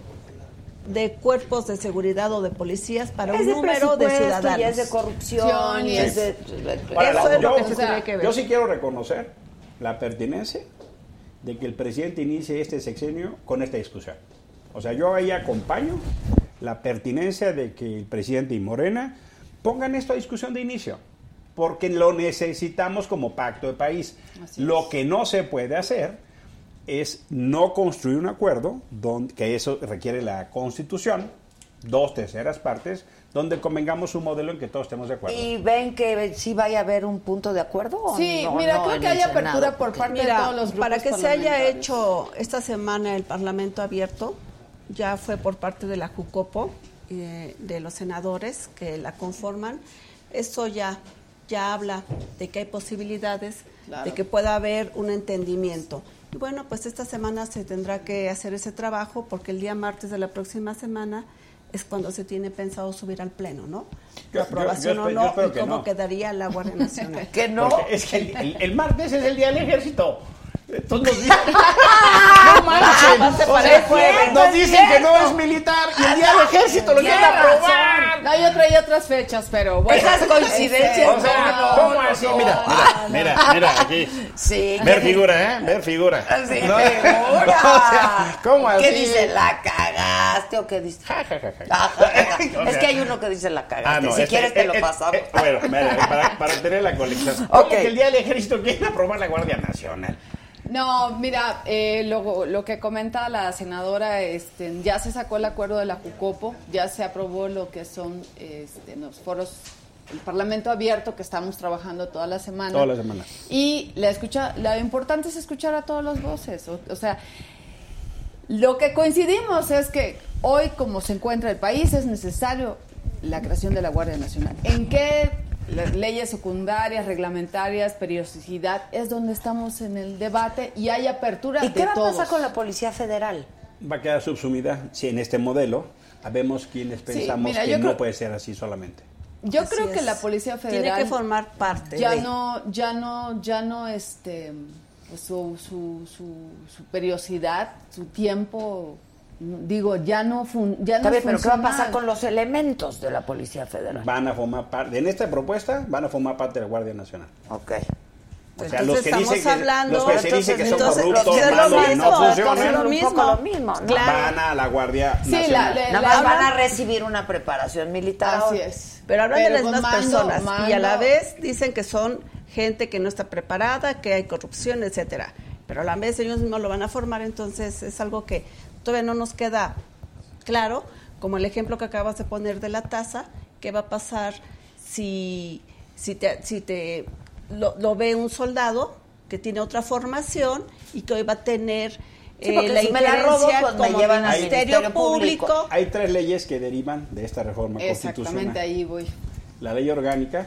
de cuerpos de seguridad o de policías para Es un de número de presupuesto ciudadanos. y es de corrupción y Sí. es de... Ahora, Eso es lo yo- que se o sea, tiene que ver. Yo sí quiero reconocer la pertinencia de que el presidente inicie este sexenio con esta discusión. O sea, yo ahí acompaño la pertinencia de que el presidente y Morena pongan esto a discusión de inicio, porque lo necesitamos como pacto de país. Así Lo es. que no se puede hacer es no construir un acuerdo, donde, que eso requiere la Constitución, dos terceras partes, donde convengamos un modelo en que todos estemos de acuerdo. ¿Y ven que sí vaya a haber un punto de acuerdo? o Sí, no, mira, no creo en que el hay Senado? apertura por Porque- parte de Mira, todos los grupos para que se haya parlamentarios. hecho esta semana el Parlamento abierto, ya fue por parte de la Jucopo, eh, de los senadores que la conforman. Eso ya, ya habla de que hay posibilidades Claro. de que pueda haber un entendimiento. Y bueno, pues esta semana se tendrá que hacer ese trabajo porque el día martes de la próxima semana es cuando se tiene pensado subir al Pleno, ¿no? Yo- La aprobación yo- yo o espe- yo no, espero y que cómo no. quedaría la Guardia Nacional. Que no. Porque es que el, el- el martes es el día del ejército. Entonces nos dicen, no manchen, o sea, nos dicen que no es militar y el día del ejército lo quieren aprobar. No, yo traía otras fechas, pero bueno. Esas coincidencias. O sea, no, ¿cómo no, así? no, Mira, no, mira, no. mira, mira, aquí. Sí. Ver figura, ¿eh? Ver figura. Sí, No, figura. o sea, ¿cómo así? ¿Qué dice? ¿La cagaste o qué dice? Ja, ja, ja, ja. Ah, ja, ja, ja. O Es sea, que hay uno que dice la cagaste. Ah, no, si este, quieres te eh, lo eh, pasamos. eh, bueno, mira, para, para tener la colección. ¿Cómo Ok. que el día del ejército quieren aprobar la Guardia Nacional? No, mira, eh, lo, lo que comenta la senadora, este, ya se sacó el acuerdo de la Jucopo, ya se aprobó lo que son este, los foros, el Parlamento abierto que estamos trabajando toda la semana. Toda la semana. Y la escucha, lo importante es escuchar a todas las voces, o, o sea, lo que coincidimos es que hoy, como se encuentra el país, es necesario la creación de la Guardia Nacional. ¿En qué las leyes secundarias, reglamentarias, periodicidad, es donde estamos en el debate y hay apertura ¿Y de qué va a todos? pasar con la Policía Federal? Va a quedar subsumida. Si en este modelo habemos quienes pensamos mira, que yo no creo- puede ser así solamente. Yo Así creo que es. la Policía Federal Tiene que formar parte ya de... no, ya no, ya no, este, pues, su, su, su, su periodicidad, su tiempo, digo, ya no, fun, ya Está no bien, es pero ¿qué va a funcional. pasar con los elementos de la Policía Federal? Van a formar parte, en esta propuesta, van a formar parte de la Guardia Nacional. Ok. O sea, Entonces los que estamos dicen que, hablando- los que se dicen que son entonces, corruptos, es lo malos y mismo, no entonces funcionan, lo un mismo. poco lo mismo, ¿no? Claro. van a la Guardia Sí, Nacional. la- Nada le- más le van a hablan- recibir una preparación militar. Así es. Pero hablan de las con mismas mando- personas y a la mando- vez dicen que son gente que no está preparada, que hay corrupción, etcétera. Pero a la vez ellos mismos lo van a formar, entonces es algo que todavía no nos queda claro, como el ejemplo que acabas de poner de la tasa, qué va a pasar si, si te, si te lo, lo ve un soldado que tiene otra formación y que hoy va a tener Sí, eh, porque la si me la robo, injerencia pues me como llevan al Ministerio Ministerio Público. Público. Hay tres leyes que derivan de esta reforma Exactamente, constitucional. ahí voy. La ley orgánica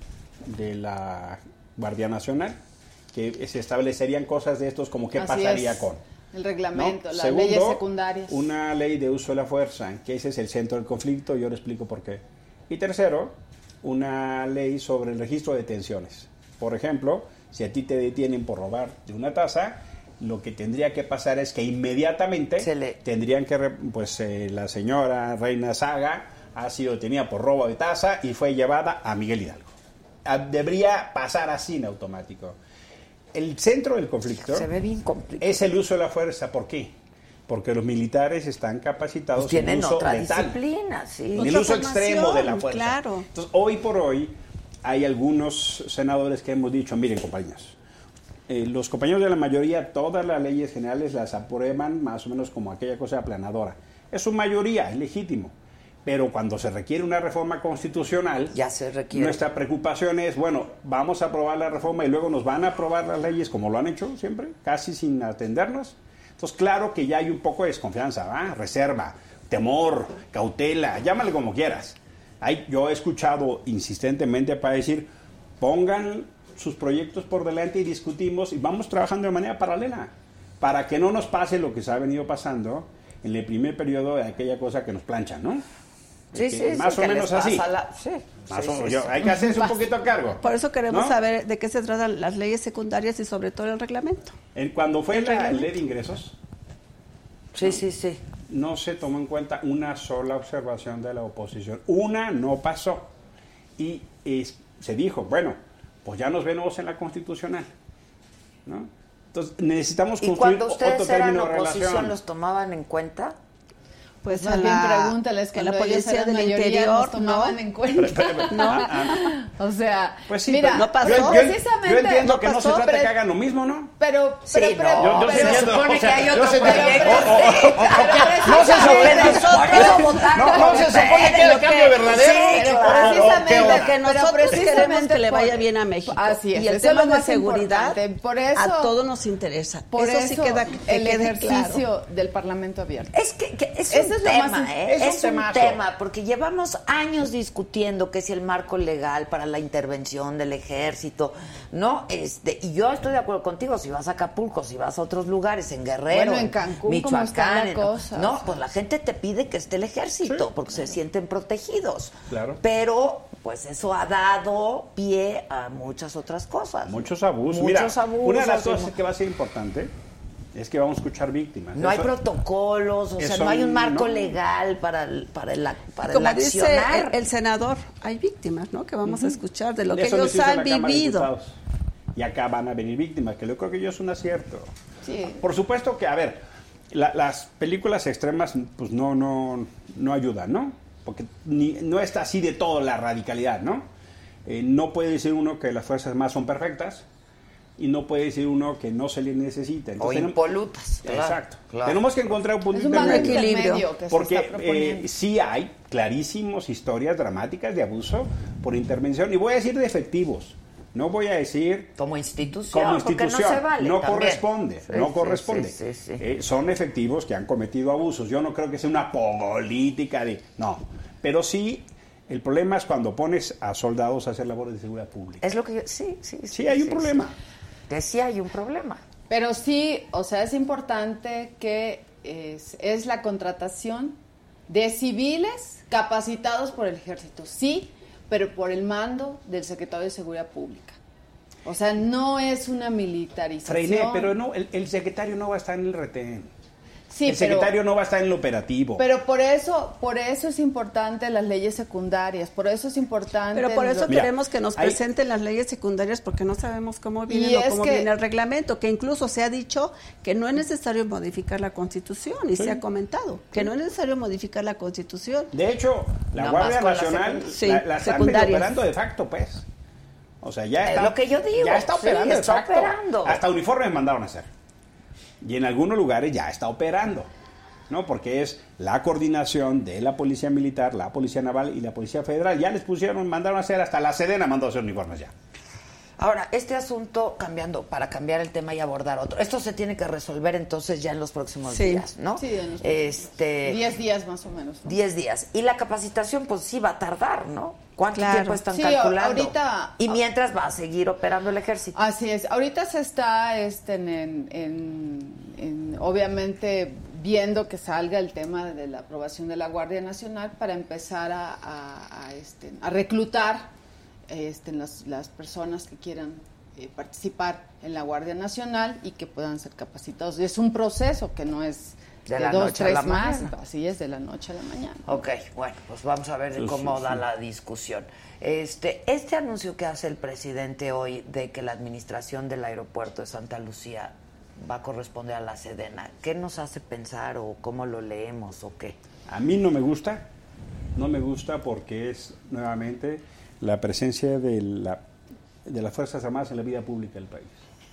de la Guardia Nacional, que se establecerían cosas de estos como qué Así pasaría es. con. El reglamento, ¿no? las Segundo, leyes secundarias. una ley de uso de la fuerza, que ese es el centro del conflicto, yo le explico por qué. Y tercero, una ley sobre el registro de detenciones. Por ejemplo, si a ti te detienen por robar de una tasa, lo que tendría que pasar es que inmediatamente Se le- tendrían que, re- pues eh, la señora Reina Saga ha sido detenida por robo de tasa y fue llevada a Miguel Hidalgo. Ah, Debería pasar así en automático. El centro del conflicto Se ve bien complicado. es el uso de la fuerza. ¿Por qué? Porque los militares están capacitados Pues tienen en el uso otra letal, disciplina, sí. en el Otra uso extremo formación, de la fuerza. claro. Entonces, hoy por hoy, hay algunos senadores que hemos dicho, miren, compañeros, eh, los compañeros de la mayoría, todas las leyes generales las aprueban más o menos como aquella cosa aplanadora. Es su mayoría, es legítimo. Pero cuando se requiere una reforma constitucional, Ya se requiere. nuestra preocupación es, bueno, vamos a aprobar la reforma y luego nos van a aprobar las leyes como lo han hecho siempre, casi sin atendernos. Entonces, claro que ya hay un poco de desconfianza, ¿va? Reserva, temor, cautela, llámale como quieras. Hay, yo he escuchado insistentemente para decir, pongan sus proyectos por delante y discutimos y vamos trabajando de manera paralela, para que no nos pase lo que se ha venido pasando en el primer periodo de aquella cosa que nos planchan, ¿no? Sí, Que sí, más sí, o que menos les así. pasa la- sí, Más sí, o- sí, yo- sí. hay que hacerse un poquito a cargo. Por eso queremos ¿no? saber de qué se tratan las leyes secundarias y sobre todo el reglamento. En- Cuando fue el la reglamento. ley de ingresos, Sí, sí, sí. no se tomó en cuenta una sola observación de la oposición. Una no pasó. Y es- se dijo, bueno, pues ya nos vemos en la constitucional, ¿no? Entonces necesitamos ¿Y construir cuando otro ustedes eran término de oposición relación. los tomaban en cuenta? Pues Más en bien la- pregúntales en la cuando ellos policía eran del mayoría interior, nos tomaban ¿no? en cuenta. No. Ah, ah. O sea, Pues sí, mira, pero no pasó. Yo, yo- precisamente yo entiendo no que no se pasó, trata de pero- que hagan lo mismo, ¿no? Pero, Sí, pero, no, pero- Yo- yo pero- sí se entiendo, supone o sea, que hay yo otro sí entiendo. proyecto. O- o- o- o- No se supone Por eso votaron No, no con se supone ustedes, que era lo cambio verdadero. Sí, Pero claro. precisamente, ¿qué onda? Lo que pero nosotros precisamente queremos que le por- vaya bien a México. Así es, y el eso es tema lo de más seguridad importante. Por eso- a todos nos interesa. Por eso, eso, sí queda, que el quede ejercicio claro. del Parlamento abierto. Es que, que es, Es Eso un es lo tema, más- ¿eh? es un Es un temazo. tema, porque llevamos años discutiendo que si el marco legal para la intervención del ejército, ¿no? Este, y yo estoy de acuerdo contigo, si vas a Acapulco, si vas a otros lugares, en Guerrero, Bueno, en Cancún, ¿cómo está Michoacán, la en- cosa? no, O sea. pues la gente te pide que esté el ejército, Sí. porque se sienten protegidos. Claro. Pero, pues eso ha dado pie a muchas otras cosas. Muchos abusos. Muchos Mira, abusos. una de las y cosas mu- que va a ser importante es que vamos a escuchar víctimas. No hay Eso- protocolos, o sea, eso no hay un marco no. legal para el, para el, para Como el dice accionar. el, el senador, hay víctimas, ¿no? Que vamos a escuchar de lo que Eso ellos necesita han la Cámara de vivido. Diputados. Y acá van a venir víctimas, que yo creo que yo es un acierto. Sí. Por supuesto que, a ver, la- las películas extremas pues no, no, no ayudan, ¿no? Porque ni, no está así de todo la radicalidad, ¿no? Eh, no puede decir uno que las Fuerzas Armadas son perfectas y no puede decir uno que no se les necesita. O Entonces, tenemos- impolutas. claro, Exacto. claro. Tenemos que encontrar un punto Es un valor intermedio. intermedio que se Porque está proponiendo. eh, sí hay clarísimos historias dramáticas de abuso por intervención. Y voy a decir de efectivos. No voy a decir Como institución, como porque institución. no se vale también. corresponde. Sí, no sí, corresponde. sí, sí, sí. Eh, son efectivos que han cometido abusos. Yo no creo que sea una política de... No. Pero sí, el problema es cuando pones a soldados a hacer labores de seguridad pública. Es lo que yo... Sí, sí, sí. Sí, hay un sí, problema. sí. Que sí hay un problema. Pero sí, o sea, es importante que es, es la contratación de civiles capacitados por el ejército, sí, pero por el mando del secretario de Seguridad Pública. O sea, no es una militarización. Freiné, pero no, el, el secretario no va a estar en el retén. Sí, el pero- secretario no va a estar en el operativo. Pero por eso, por eso es importante las leyes secundarias, por eso es importante... Pero por eso los- Mira, queremos que nos hay- presenten las leyes secundarias porque no sabemos cómo Y vienen o es cómo que- viene el reglamento, que incluso se ha dicho que no es necesario modificar la Constitución y se ha comentado que no es necesario modificar la Constitución. De hecho, la Nada Guardia más con la Nacional secund- sí, la, la están medio secundarias. operando de facto, pues. O sea, ya Es está, lo que yo digo, ya está sí, operando de está facto. operando. Hasta uniformes mandaron a hacer. Y en algunos lugares ya está operando. ¿No? Porque es la coordinación de la Policía Militar, la Policía Naval y la Policía Federal. Ya les pusieron, mandaron a hacer, hasta la Sedena mandó a hacer uniformes ya. Ahora, este asunto, cambiando, para cambiar el tema y abordar otro, esto se tiene que resolver entonces ya en los próximos Sí. días, ¿no? Sí, en los este, Diez días más o menos, ¿no? diez días. Y la capacitación, pues sí va a tardar, ¿no? ¿Cuánto Claro. tiempo están Sí, calculando? ahorita- Y mientras va a seguir operando el ejército. Así es. Ahorita se está, este, en, en- en- en, obviamente, viendo que salga el tema de la aprobación de la Guardia Nacional para empezar a, a- a, este, a reclutar este, las, las personas que quieran eh, participar en la Guardia Nacional y que puedan ser capacitados. Es un proceso que no es De de, la dos, noche a tres la más. mañana. Así es, de la noche a la mañana. Ok, bueno, pues vamos a ver Sí, cómo sí, da sí. la discusión. Este, este anuncio que hace el presidente hoy de que la administración del aeropuerto de Santa Lucía va a corresponder a la Sedena, ¿qué nos hace pensar o cómo lo leemos o qué? A mí no me gusta, no me gusta porque es nuevamente la presencia de, la, de las Fuerzas Armadas en la vida pública del país.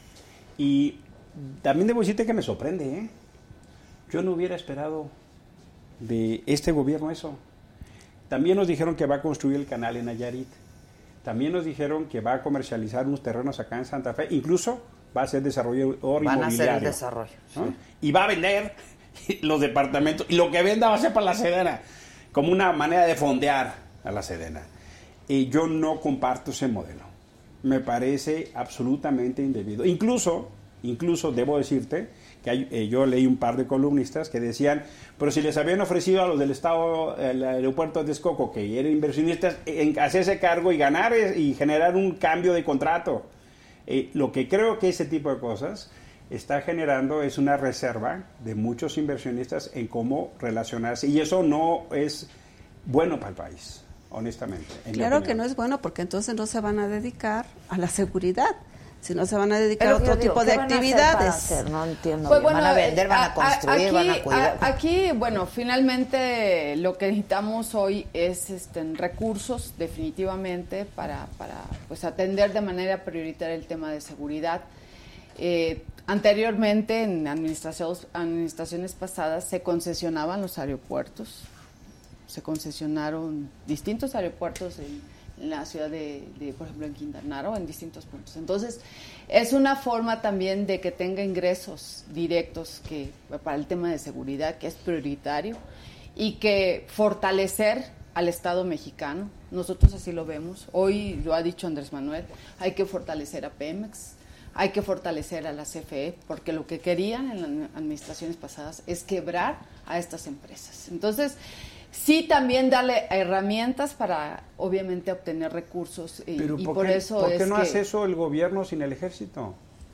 Y también debo decirte que me sorprende, ¿eh? Yo no hubiera esperado de este gobierno eso. También nos dijeron que va a construir el canal en Nayarit. También nos dijeron que va a comercializar unos terrenos acá en Santa Fe. Incluso va a hacer desarrollo Van a hacer el inmobiliario. desarrollo. ¿no? sí. Y va a vender los departamentos. Y lo que venda va a ser para la Sedena. Como una manera de fondear a la Sedena. Y yo no comparto ese modelo. Me parece absolutamente indebido. Incluso, incluso debo decirte que hay, eh, yo leí un par de columnistas que decían, pero si les habían ofrecido a los del Estado, el aeropuerto de Texcoco, que eran inversionistas, en hacerse cargo y ganar eh, y generar un cambio de contrato. Eh, lo que creo que ese tipo de cosas está generando es una reserva de muchos inversionistas en cómo relacionarse. Y eso no es bueno para el país, honestamente. en mi Claro opinión. que no es bueno porque entonces no se van a dedicar a la seguridad, sino se van a dedicar Es a lo que otro yo digo, tipo ¿qué de van a hacer actividades. para hacer? No entiendo Pues bien. bueno, van a vender, van a a- construir, aquí, van a cuidar. a- aquí, bueno, finalmente lo que necesitamos hoy es este, recursos definitivamente para, para pues, atender de manera prioritaria el tema de seguridad. Eh, anteriormente, en administraciones, administraciones pasadas, se concesionaban los aeropuertos, se concesionaron distintos aeropuertos en, en la ciudad de, de, por ejemplo, en Quintana Roo, en distintos puntos. Entonces, es una forma también de que tenga ingresos directos que para el tema de seguridad, que es prioritario, y que fortalecer al Estado mexicano. Nosotros así lo vemos. Hoy lo ha dicho Andrés Manuel, hay que fortalecer a Pemex, hay que fortalecer a la C F E, porque lo que querían en las administraciones pasadas es quebrar a estas empresas. Entonces, sí también darle herramientas para, obviamente, obtener recursos. Y, Pero y ¿por, por qué, eso ¿por qué es no que... hace eso el gobierno sin el ejército?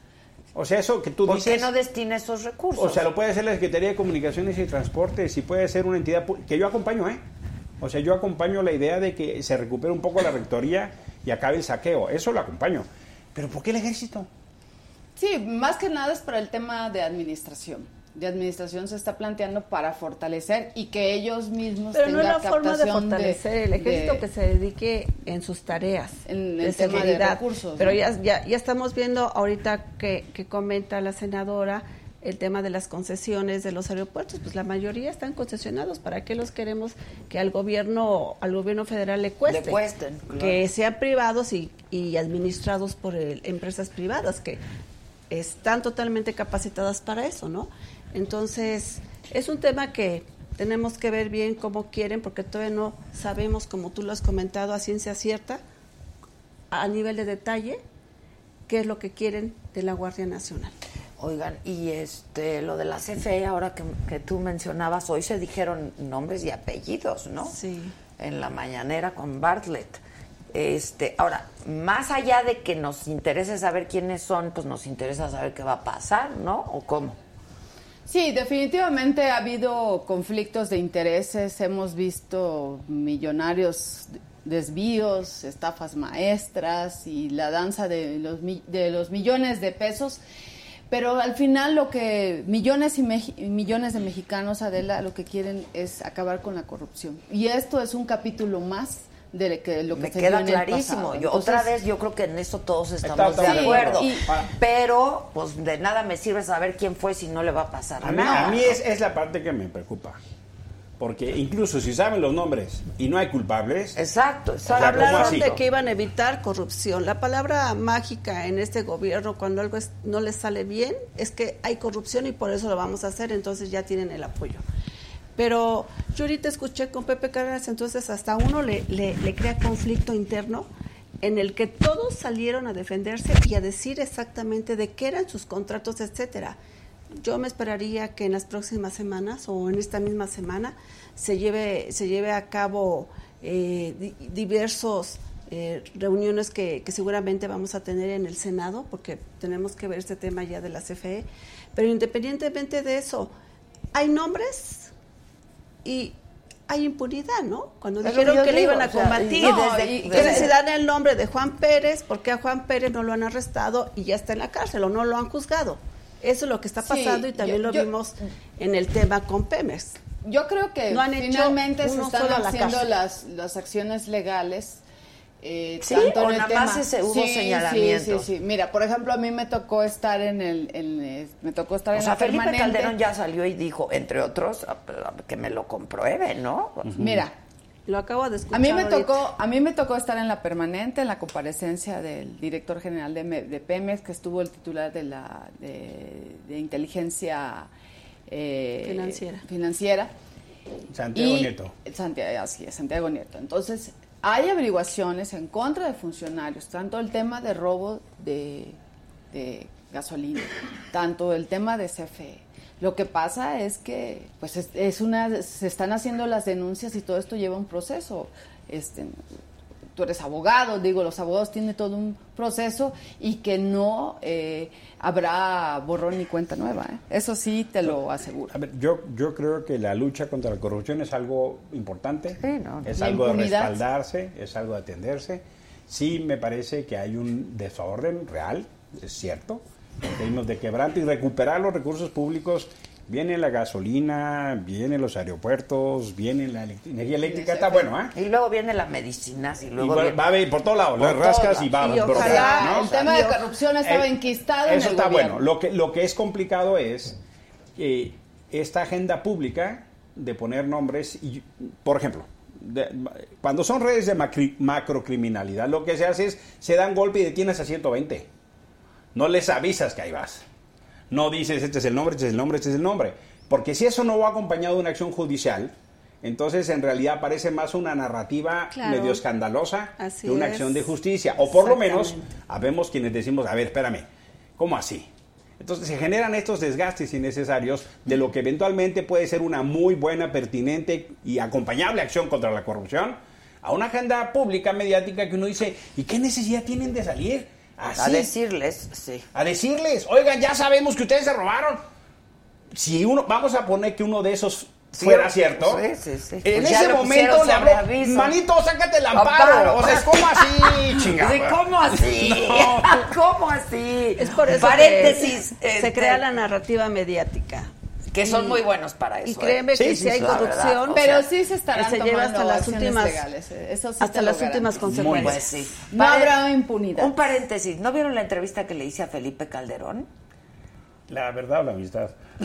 O sea, eso que tú ¿Por dices... qué no destina esos recursos? O sea, lo puede hacer la Secretaría de Comunicaciones y Transportes, y puede ser una entidad pu- que yo acompaño, ¿eh? O sea, yo acompaño la idea de que se recupere un poco la rectoría y acabe el saqueo. Eso lo acompaño. Pero ¿por qué el ejército? Sí, más que nada es para el tema de administración. De administración se está planteando para fortalecer y que ellos mismos Pero no tengan es la forma de captación fortalecer de, el ejército de, que se dedique en sus tareas en de el tema de seguridad. recursos, Pero ¿no? ya, ya, ya estamos viendo ahorita que, que comenta la senadora el tema de las concesiones de los aeropuertos, pues la mayoría están concesionados. ¿Para qué los queremos que al gobierno al gobierno federal le cueste? Le cuesten, claro. Que sean privados y, y administrados por el, empresas privadas que están totalmente capacitadas para eso, ¿no? Entonces, es un tema que tenemos que ver bien cómo quieren, porque todavía no sabemos, como tú lo has comentado, a ciencia cierta, a nivel de detalle, qué es lo que quieren de la Guardia Nacional. Oigan, y este lo de la C F E, ahora que, que tú mencionabas, hoy se dijeron nombres y apellidos, ¿no? Sí. En la mañanera con Bartlett. Este, ahora, más allá de que nos interese saber quiénes son, pues nos interesa saber qué va a pasar, ¿no? ¿O cómo? Sí, definitivamente ha habido conflictos de intereses, hemos visto millonarios desvíos, estafas maestras y la danza de los, de los millones de pesos, pero al final lo que millones y me, millones de mexicanos, Adela, lo que quieren es acabar con la corrupción. Y esto es un capítulo más de que lo que Me se queda vio en el clarísimo. pasado. Yo, Entonces, otra vez, yo creo que en eso todos estamos Está- de está- acuerdo. Sí, y- Pero, pues, de nada me sirve saber quién fue si no le va a pasar A mí, nada. a mí es, es la parte que me preocupa. Porque incluso si saben los nombres y no hay culpables... Exacto, O sea, exacto. ¿cómo Hablaron así? de que iban a evitar corrupción. La palabra mágica en este gobierno, cuando algo es- no les sale bien, es que hay corrupción y por eso lo vamos a hacer, entonces ya tienen el apoyo. Pero yo ahorita escuché con Pepe Cárdenas, entonces hasta uno le, le, le crea conflicto interno en el que todos salieron a defenderse y a decir exactamente de qué eran sus contratos, etcétera. Yo me esperaría que en las próximas semanas o en esta misma semana se lleve se lleve a cabo eh, di- diversos eh, reuniones que, que seguramente vamos a tener en el Senado, porque tenemos que ver este tema ya de la C F E. Pero independientemente de eso, hay nombres y hay impunidad, ¿no? Cuando Es lo dijeron que yo que le digo, iban a o sea, combatir, y no, desde- y desde- que se dan el nombre de Juan Pérez, porque a Juan Pérez no lo han arrestado y ya está en la cárcel o no lo han juzgado. Eso es lo que está Sí, pasando y también yo- lo yo- vimos en el tema con Pemex. Yo creo que No han hecho finalmente se uno están solo a la haciendo cárcel. las, las acciones legales. Eh, ¿Sí? tanto ¿O en el nada tema. más ese hubo Sí, señalamientos? Sí, sí, sí. Mira, por ejemplo, a mí me tocó estar en el, en, eh, me tocó estar O en sea, la Felipe permanente. Calderón ya salió y dijo, entre otros, a- a- que me lo compruebe, ¿no? Mira, Lo acabo de escuchar a mí me ahorita. tocó, a mí me tocó estar en la permanente, en la comparecencia del director general de, Me- de Pemex, que estuvo el titular de la de, de inteligencia eh, Financiera. financiera. Santiago Y- Nieto. Santiago, así es, Santiago Nieto. Entonces, hay averiguaciones en contra de funcionarios, tanto el tema de robo de, de gasolina, tanto el tema de C F E. Lo que pasa es que pues es, es una se están haciendo las denuncias y todo esto lleva un proceso. Este, tú eres abogado, digo, los abogados tienen todo un proceso y que no eh, habrá borrón ni cuenta nueva. ¿eh? Eso sí te lo aseguro. A ver, yo, yo creo que la lucha contra la corrupción es algo importante, Sí, no, no. es La algo de impunidad. respaldarse, es algo de atenderse. Sí me parece que hay un desorden real, es cierto, en términos de quebranto y recuperar los recursos públicos. Viene la gasolina, vienen los aeropuertos, viene la elect- energía eléctrica, está bueno, ¿eh? Y luego viene la medicina, y Y luego va, viene- va a haber por todos lados, Por las rascas todos y va lados. Y a brotar, ojalá ¿no? el O sea, tema de yo- corrupción estaba Eh, enquistado en Eso el está gobierno. bueno. Lo que, lo que es complicado es eh, esta agenda pública de poner nombres, y, por ejemplo, de- cuando son redes de macri- macrocriminalidad, lo que se hace es, se dan golpe y detienes a ciento veinte. No les avisas que ahí vas. No dices, este es el nombre, este es el nombre, este es el nombre. Porque si eso no va acompañado de una acción judicial, Entonces, en realidad parece más una narrativa Claro. medio escandalosa Así que una es. acción de justicia. O por lo menos, Exactamente. habemos quienes decimos, a ver, espérame, ¿cómo así? Entonces se generan estos desgastes innecesarios de lo que eventualmente puede ser una muy buena, pertinente y acompañable acción contra la corrupción a una agenda pública, mediática, que uno dice, ¿y qué necesidad tienen de salir así? A decirles, sí. A decirles, oigan, ya sabemos que ustedes se robaron. Si uno, vamos a poner que uno de esos fuera Sí, cierto, sí, sí, sí. en Pues ya ese lo momento pusieron le sobre hablo, aviso. manito, sácate el amparo. Amparo. O sea, ¿cómo así, chingada? Sí, ¿cómo así? No. ¿Cómo así? Es por eso Paréntesis. que este, se crea la narrativa mediática. que son muy buenos para eso. Y créeme ¿eh? que Sí, si hay sí, la corrupción, verdad, o Pero sea, sí se estarán se lleva tomando hasta las acciones últimas- legales. eh, Eso sí hasta te lo las últimas garantizo. consecuencias. Pues sí. No Pare- habrá impunidad. Un paréntesis. ¿No vieron la entrevista que le hice a Felipe Calderón? La verdad o la amistad.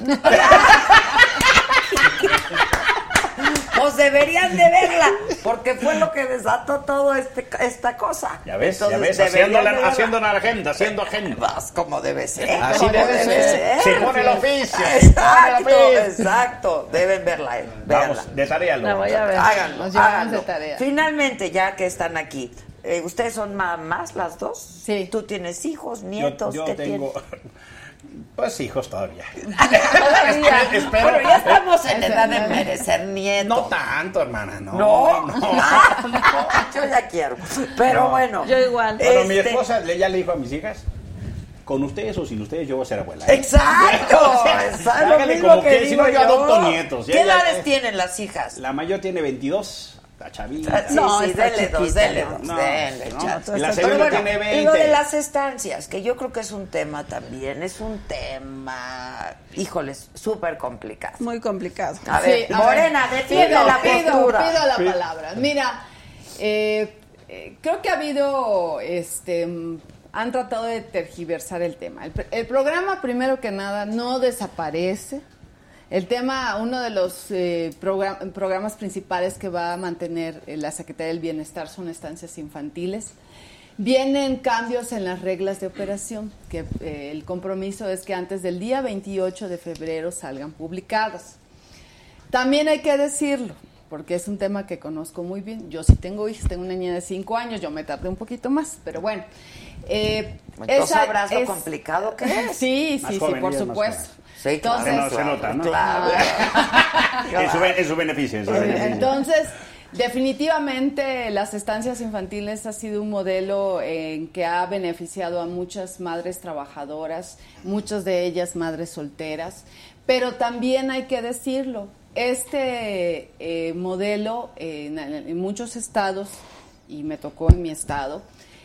Pues deberían de verla, porque fue lo que desató todo este, esta cosa. Ya ves, ya Entonces, ves, deberían haciendo de la, verla. haciendo la agenda, haciendo agenda. Vas como debe ser. Así como debe ser. Se pone el oficio, se Exacto, pone el oficio. exacto. Deben verla, eh, véanla. Vamos, de tarea. La voy a ver. Háganlo, Nos llevamos háganlo. de tarea. Finalmente, ya que están aquí, eh, ¿ustedes son mamás las dos? Sí. ¿Tú tienes hijos, Yo, nietos? yo ¿Qué tengo, tienes? pues hijos todavía. Todavía. Espero- Bueno, ya estamos en Ese edad de no. merecer nietos. No tanto, hermana, no. No, no. Ah, no, yo ya quiero. Pero No. bueno. Yo igual. Bueno, mi este, esposa le- ya le dijo a mis hijas, con ustedes o sin ustedes yo voy a ser abuela. Exacto, O sea, exacto, lo hágale mismo como que que si digo no, yo yo. adopto nietos. Ya, ¿Qué ya, edades ya. tienen las hijas? La mayor tiene veintidós, la chavita. Sí, No, sí, está denle dos, chiquita, denle no. dos, No, denle, no. chato. Y la Pero segunda bueno, tiene y lo de veinte. las estancias, que yo creo que es un tema también, es un tema, híjoles, súper complicado. Muy complicado. A ver, Sí, a Morena, ver. defiende Pido, la pido, postura. pido la Pido. palabra. Mira, eh, eh, creo que ha habido, este, mm, han tratado de tergiversar el tema. El, pr- el programa, primero que nada, no desaparece. El tema, uno de los eh, program- programas principales que va a mantener eh, la Secretaría del Bienestar son estancias infantiles. Vienen cambios en las reglas de operación, que eh, el compromiso es que antes del día veintiocho de febrero salgan publicadas. También hay que decirlo, porque es un tema que conozco muy bien. Yo sí tengo hijas, tengo una niña de cinco años, yo me tardé un poquito más, pero bueno. Eh, Entonces esa sabrás lo es- complicado que es. Sí, Más sí, joven, sí, por ella es más supuesto. Sí, claro, Se no- se nota, ¿no? Claro. En su, be- en su beneficio. En su beneficio. Entonces, definitivamente las estancias infantiles ha sido un modelo en que ha beneficiado a muchas madres trabajadoras, muchas de ellas madres solteras, pero también hay que decirlo, este eh, modelo eh, en, en muchos estados, y me tocó en mi estado,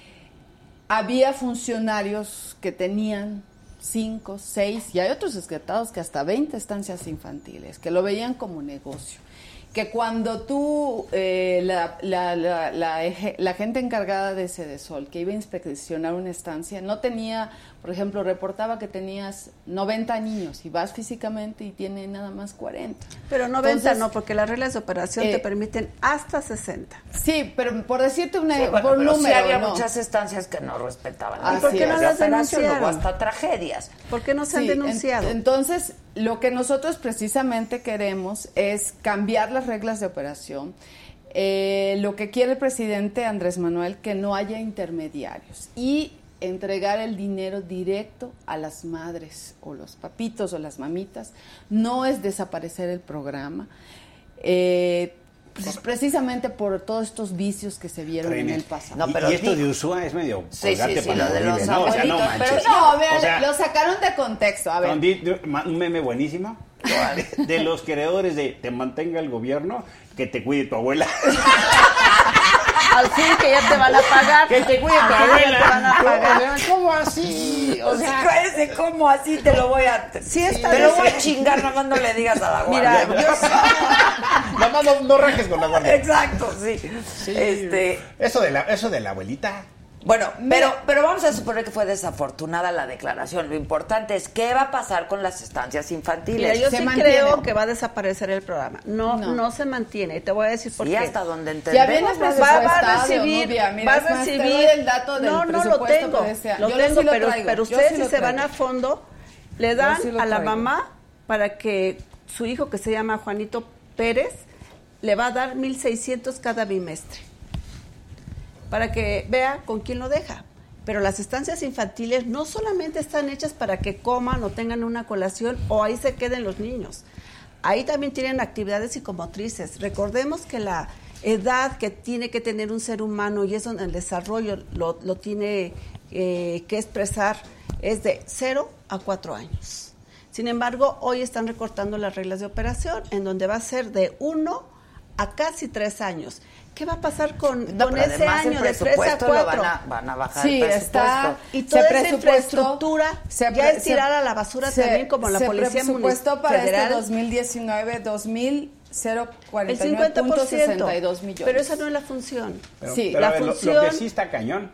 había funcionarios que tenían cinco, seis, y hay otros estados que hasta veinte estancias infantiles, que lo veían como negocio. Que cuando tú, eh, la, la, la, la, eje- la gente encargada de Sedesol, que iba a inspeccionar una estancia, no tenía, por ejemplo, reportaba que tenías noventa niños y vas físicamente y tiene nada más cuarenta. Pero noventa Entonces, no, porque las reglas de operación eh, te permiten hasta sesenta. Sí, pero por decirte una, Sí, bueno, por un pero número, sí había no. muchas estancias que no respetaban ¿Y las por qué reglas no de las operación, denunciaron? hubo hasta tragedias. ¿Por qué no se han Sí, denunciado? en- entonces, lo que nosotros precisamente queremos es cambiar las reglas de operación. Eh, lo que quiere el presidente Andrés Manuel, que no haya intermediarios y entregar el dinero directo a las madres o los papitos o las mamitas. No es desaparecer el programa. Eh, pues, precisamente por todos estos vicios que se vieron en el pasado. No, Y- pero y esto digo- de Usúa es medio Sí, colgate sí, sí, para lo de morir, los ¿no? O sea, no abuelitos, pero manches. No, vean, O sea, lo sacaron de contexto. A ver, Con di- de- ma- un meme buenísimo de, de los creadores de Te mantenga el gobierno, que te cuide tu abuela. Al fin que ya te van a pagar. Que te cuide tu Al fin abuela. ya te van a pagar. O sea, ¿cómo así? O sea, Ese, ¿cómo así te lo voy a... Sí, está te lo bien. voy a chingar, nomás no le digas a la guardia. Mira, yo nada más no, no rajes con la guardia. Exacto, sí. Sí. Este, Eso de la, eso de la abuelita. bueno, pero, pero vamos a suponer que fue desafortunada la declaración. Lo importante es qué va a pasar con las estancias infantiles. Mira, yo Se sí mantiene. creo que va a desaparecer el programa. No, No. no, se mantiene. Y te voy a decir por Sí, qué. hasta donde ya entendemos. viene va a presupuestado, ser- va, va a recibir, Nubia. Mira, va a es más, te recibir. doy el dato del no, no lo presupuesto tengo. que desea. Lo Yo tengo, sí lo pero, traigo, pero yo sí ustedes lo si se van a traigo. fondo, le dan sí lo a la traigo. mamá para que su hijo, que se llama Juanito Pérez, le va a dar mil seiscientos cada bimestre, para que vea con quién lo deja. Pero las estancias infantiles no solamente están hechas para que coman o tengan una colación o ahí se queden los niños. Ahí también tienen actividades psicomotrices. Recordemos que la edad que tiene que tener un ser humano, y es donde el desarrollo lo, lo tiene eh, que expresar, es de cero a cuatro años. Sin embargo, hoy están recortando las reglas de operación, en donde va a ser de uno a casi tres años. ¿Qué va a pasar con, no, con ese año de tres a cuatro? Van a, van a bajar sí, el presupuesto. Está, y toda esa infraestructura se, ya es tirar a la basura se, también, como la se Policía presupuestó para Federal. este dos mil diecinueve, dos mil cuarenta y nueve el cincuenta por punto ciento, sesenta y dos millones. Pero esa no es la función. Pero, sí, pero la a ver, función... lo, lo que sí está cañón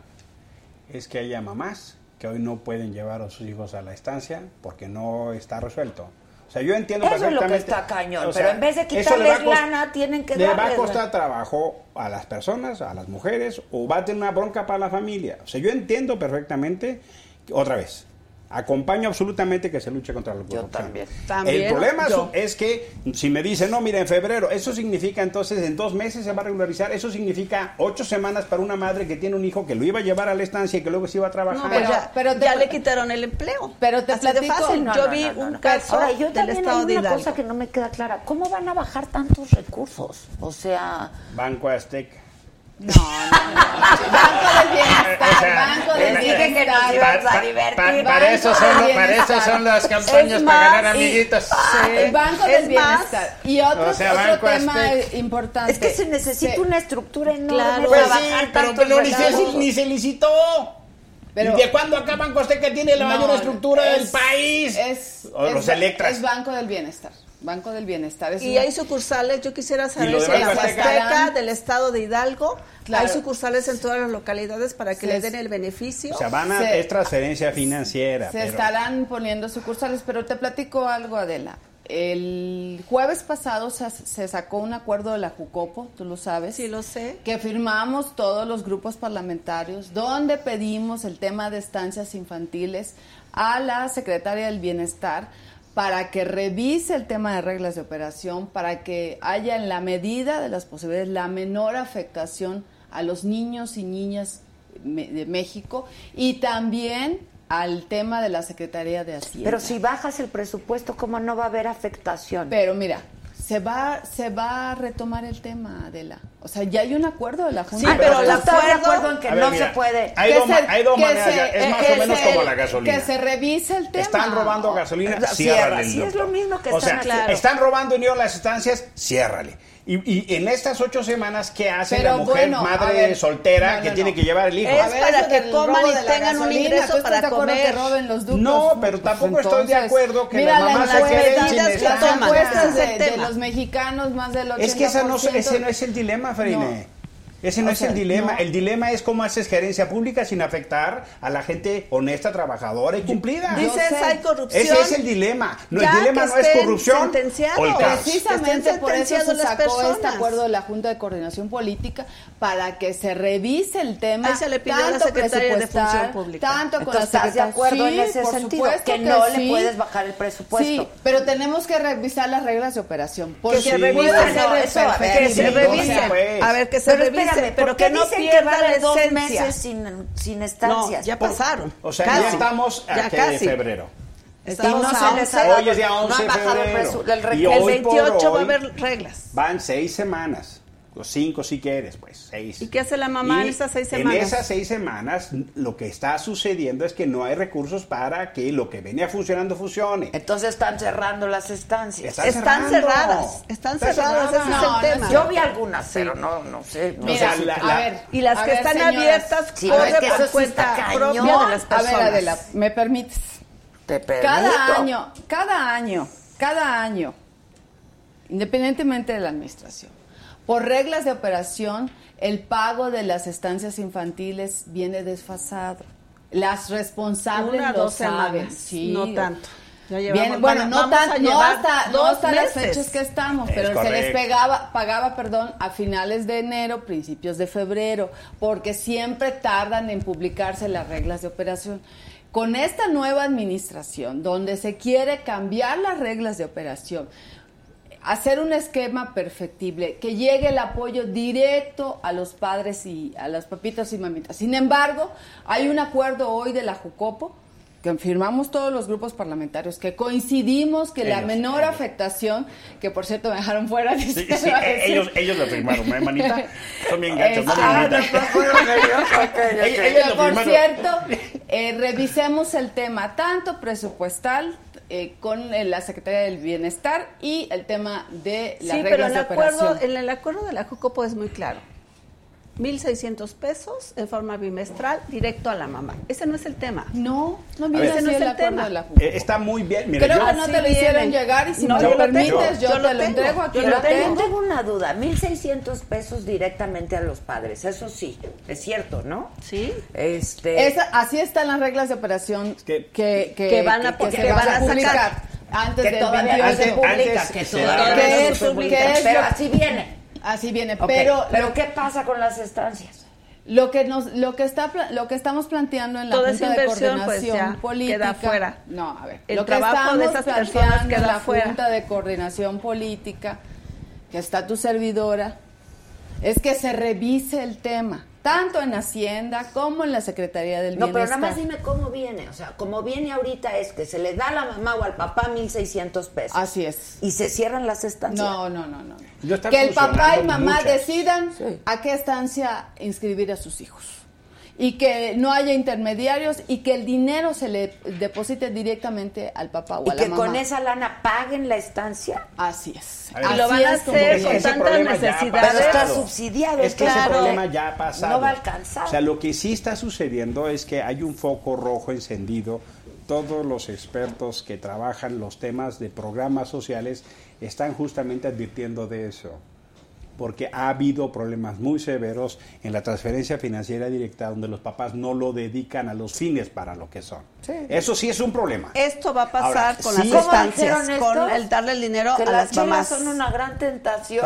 es que haya mamás que hoy no pueden llevar a sus hijos a la estancia porque no está resuelto. O sea, yo entiendo eso perfectamente. Eso es lo que está cañón, o sea, pero en vez de quitarles lana, tienen que le darles. Le va a costar trabajo a las personas, a las mujeres, o va a tener una bronca para la familia. O sea, yo entiendo perfectamente, otra vez, acompaño absolutamente que se luche contra la corrupción. Yo también. también El problema yo. es que si me dicen, no, mira, en febrero, eso significa entonces en dos meses se va a regularizar, eso significa ocho semanas para una madre que tiene un hijo que lo iba a llevar a la estancia y que luego se iba a trabajar. No, pero, ya, pero te, ya le quitaron el empleo. Pero te Así platico, de fácil. No, yo no, vi no, no, un no. caso Ahora, yo del estado hay de una Hidalgo. cosa que no me queda clara. ¿Cómo van a bajar tantos recursos? O sea... Banco Azteca. No, no, no. Banco del Bienestar, O sea, Banco del les dije que Bienestar. nos íbamos a divertir. Pa, para, eso son, lo- para eso son las campañas Es para más, ganar amiguitos. Sí, el Banco Es del más, Bienestar. Y otro, o sea, otro Banco tema Azteca. importante. Es que se necesita Sí. una estructura enorme Claro. para Pues sí, bajar pero, tantos pero ni, se, recursos. ni se licitó. Pero- ¿Y de cuándo acá Banco Azteca tiene la No, mayor estructura es- del país? Es, O es- los Electras. Es Banco del Bienestar. Banco del Bienestar. Es Y una- hay sucursales, yo quisiera ¿Y saber lo de si en la Banco Azteca? Huasteca del estado de Hidalgo Claro. hay sucursales en todas las localidades para que Sí, le es- den el beneficio. O sea, van a, Se- es transferencia financiera. Se pero- estarán poniendo sucursales, pero te platico algo, Adela. El jueves pasado se, se sacó un acuerdo de la Jucopo, tú lo sabes. Sí, lo sé. Que firmamos todos los grupos parlamentarios, donde pedimos el tema de estancias infantiles a la Secretaria del Bienestar para que revise el tema de reglas de operación, para que haya en la medida de las posibilidades la menor afectación a los niños y niñas me- de México y también al tema de la Secretaría de Hacienda. Pero si bajas el presupuesto, ¿cómo no va a haber afectación? Pero mira, se va se va a retomar el tema, Adela. O sea, ya hay un acuerdo de la Junta. Sí, pero ¿tú el estás de acuerdo- acuerdo en que A ver, no mira, se puede? Hay Que dos, se- ma- hay dos que maneras, se- ya, es más que o menos se- como la gasolina. Que se revise el tema. Están robando gasolina, Cierra, ciérrale. sí, es lo mismo que o están sea, haciendo. están robando dinero las estancias, ciérrale. Y, y en estas ocho semanas, ¿qué hace Pero la mujer bueno, a madre ver, soltera no, que no, tiene no. que llevar el hijo? Es A ver, para eso que del coman robo y de la tengan un gasolina, ingreso ¿tú estás para de acuerdo comer? que roben los ductos? No, pero Pues tampoco estoy de entonces, acuerdo que mira, las mamás las se queden sin encuestas, que las estancia. toman. encuestas Ese es de, el de tema. los mexicanos, más del ochenta por ciento. Es que esa no, ese no es el dilema, Farine. No. Ese no O es sea, el dilema. no. El dilema es cómo haces gerencia pública sin afectar a la gente honesta, trabajadora y cumplida. Yo Dices, sé. hay corrupción. Ese es el dilema. No, Ya el dilema que no es estén corrupción sentenciados. o el caos. Precisamente Estén por eso se sentenciados las sacó este personas. acuerdo de la Junta de Coordinación Política para que se revise el tema. Ahí se le pidió a la tanto Secretaria de presupuestal, Función Pública. Tanto con Entonces, la ¿estás de acuerdo Secretaría? en Sí, ese por sentido? supuesto Que no sí. le puedes bajar el presupuesto. Sí, pero tenemos que revisar las reglas de operación. Porque se puede revise, ser no, de eso, a ver, Que se Sí, revise. o sea, pues. A ver, que se Pero revise, espérame, pero ¿por que qué no dicen que pierda va la de dos esencia. meses sin, sin No, estancias? ya Por- pasaron. O sea, Casi. ya estamos Ya aquí casi. de febrero. Y Estamos no a se les ha once. dado- Hoy es día no once han de bajado el febrero. presu- el re- Y El hoy por veintiocho va a hoy haber reglas. Van seis semanas. O cinco si quieres, pues, seis. ¿Y qué hace la mamá Y en esas seis semanas? En esas seis semanas, lo que está sucediendo es que no hay recursos para que lo que venía funcionando funcione. Entonces están cerrando las estancias. Está Están cerrando. cerradas, están Está cerradas, ese cerrada. es No, el no tema. es Yo vi algunas, pero no, no sé. No Mira, sé si- la- a la- ver. Y las a que ver, están señoras. abiertas Sí, corren es que eso por sí cuenta está cañón. propia de las A personas. ver, Adela, ¿me permites? Te permito. Cada año, cada año, cada año, independientemente de la administración, por reglas de operación, el pago de las estancias infantiles viene desfasado. Las responsables Una, lo dos saben. semanas, Sí. no tanto. Ya llevamos- Bien, bueno, van- no, vamos tan, a no llevar hasta, no dos hasta las meses. fechas que estamos, Es pero se les correcto. pegaba, pagaba, perdón, a finales de enero, principios de febrero, porque siempre tardan en publicarse las reglas de operación. Con esta nueva administración, donde se quiere cambiar las reglas de operación, hacer un esquema perfectible, que llegue el apoyo directo a los padres y a los papitos y mamitas. Sin embargo, hay un acuerdo hoy de la Jucopo, que firmamos todos los grupos parlamentarios, que coincidimos que ellos, la menor ellos. afectación, que por cierto me dejaron fuera. Sí, sí, sí, ellos, ellos lo firmaron, ¿eh, manita? Son bien gachos, ¿no, manita? Que por cierto, eh, revisemos el tema tanto presupuestal, Eh, con eh, la Secretaría del Bienestar y el tema de las sí, reglas pero el de acuerdo, operación. en el acuerdo de la Jucopo es muy claro. mil seiscientos pesos en forma bimestral directo a la mamá. Ese no es el tema. No, no viene así no es el, el acuerdo tema. de la Jucopo. Eh, está muy bien. Mira, Creo yo, que no te lo hicieron llegar y si no, me yo lo lo permites, tengo, yo, yo te lo lo tengo, entrego aquí. Yo lo tengo, tengo. tengo una duda, mil seiscientos pesos directamente a los padres, eso sí, es cierto, ¿no? Sí. Este... Esa, así están las reglas de operación que, que, que, que van a, que, que que se van van a publicar sacar. antes que del todavía no veintiocho. se publica, antes que se todavía da- no ¿Qué se es- publica, qué es pero lo- así viene. Así viene, Ok, pero pero ¿qué pasa con las estancias? Lo que nos, lo que está, pla- lo que estamos planteando en la Toda Junta esa de inversión, pues, Coordinación ya Política, queda fuera. no, a ver, El lo que trabajo de estamos esas personas planteando queda en la fuera. Junta de Coordinación Política, que está tu servidora, es que se revise el tema, tanto en Hacienda como en la Secretaría del No, pero Bienestar. nada más dime cómo viene, o sea, como viene ahorita es que se le da a la mamá o al papá mil seiscientos pesos. Así es. Y se cierran las estancias. No, no, no, no. Ya están Que el papá y funcionando mamá muchas. decidan Sí. a qué estancia inscribir a sus hijos. Y que no haya intermediarios y que el dinero se le deposite directamente al papá o Y a la que mamá. con esa lana paguen la estancia. Así es. A ver, Y lo van a es como hacer que- con ese tantas problema ya ha necesidades. Pero está pasado. subsidiado, Es que claro. ese problema ya ha pasado. No va a alcanzar. O sea, lo que sí está sucediendo es que hay un foco rojo encendido. Todos los expertos que trabajan los temas de programas sociales están justamente advirtiendo de eso. Porque ha habido problemas muy severos en la transferencia financiera directa donde los papás no lo dedican a los fines para lo que son. Sí. Eso sí es un problema. Esto va a pasar Ahora, con sí. las ¿Cómo estancias, dijeron con estos? el darle el dinero Que a las las mamás. chelas son una gran tentación.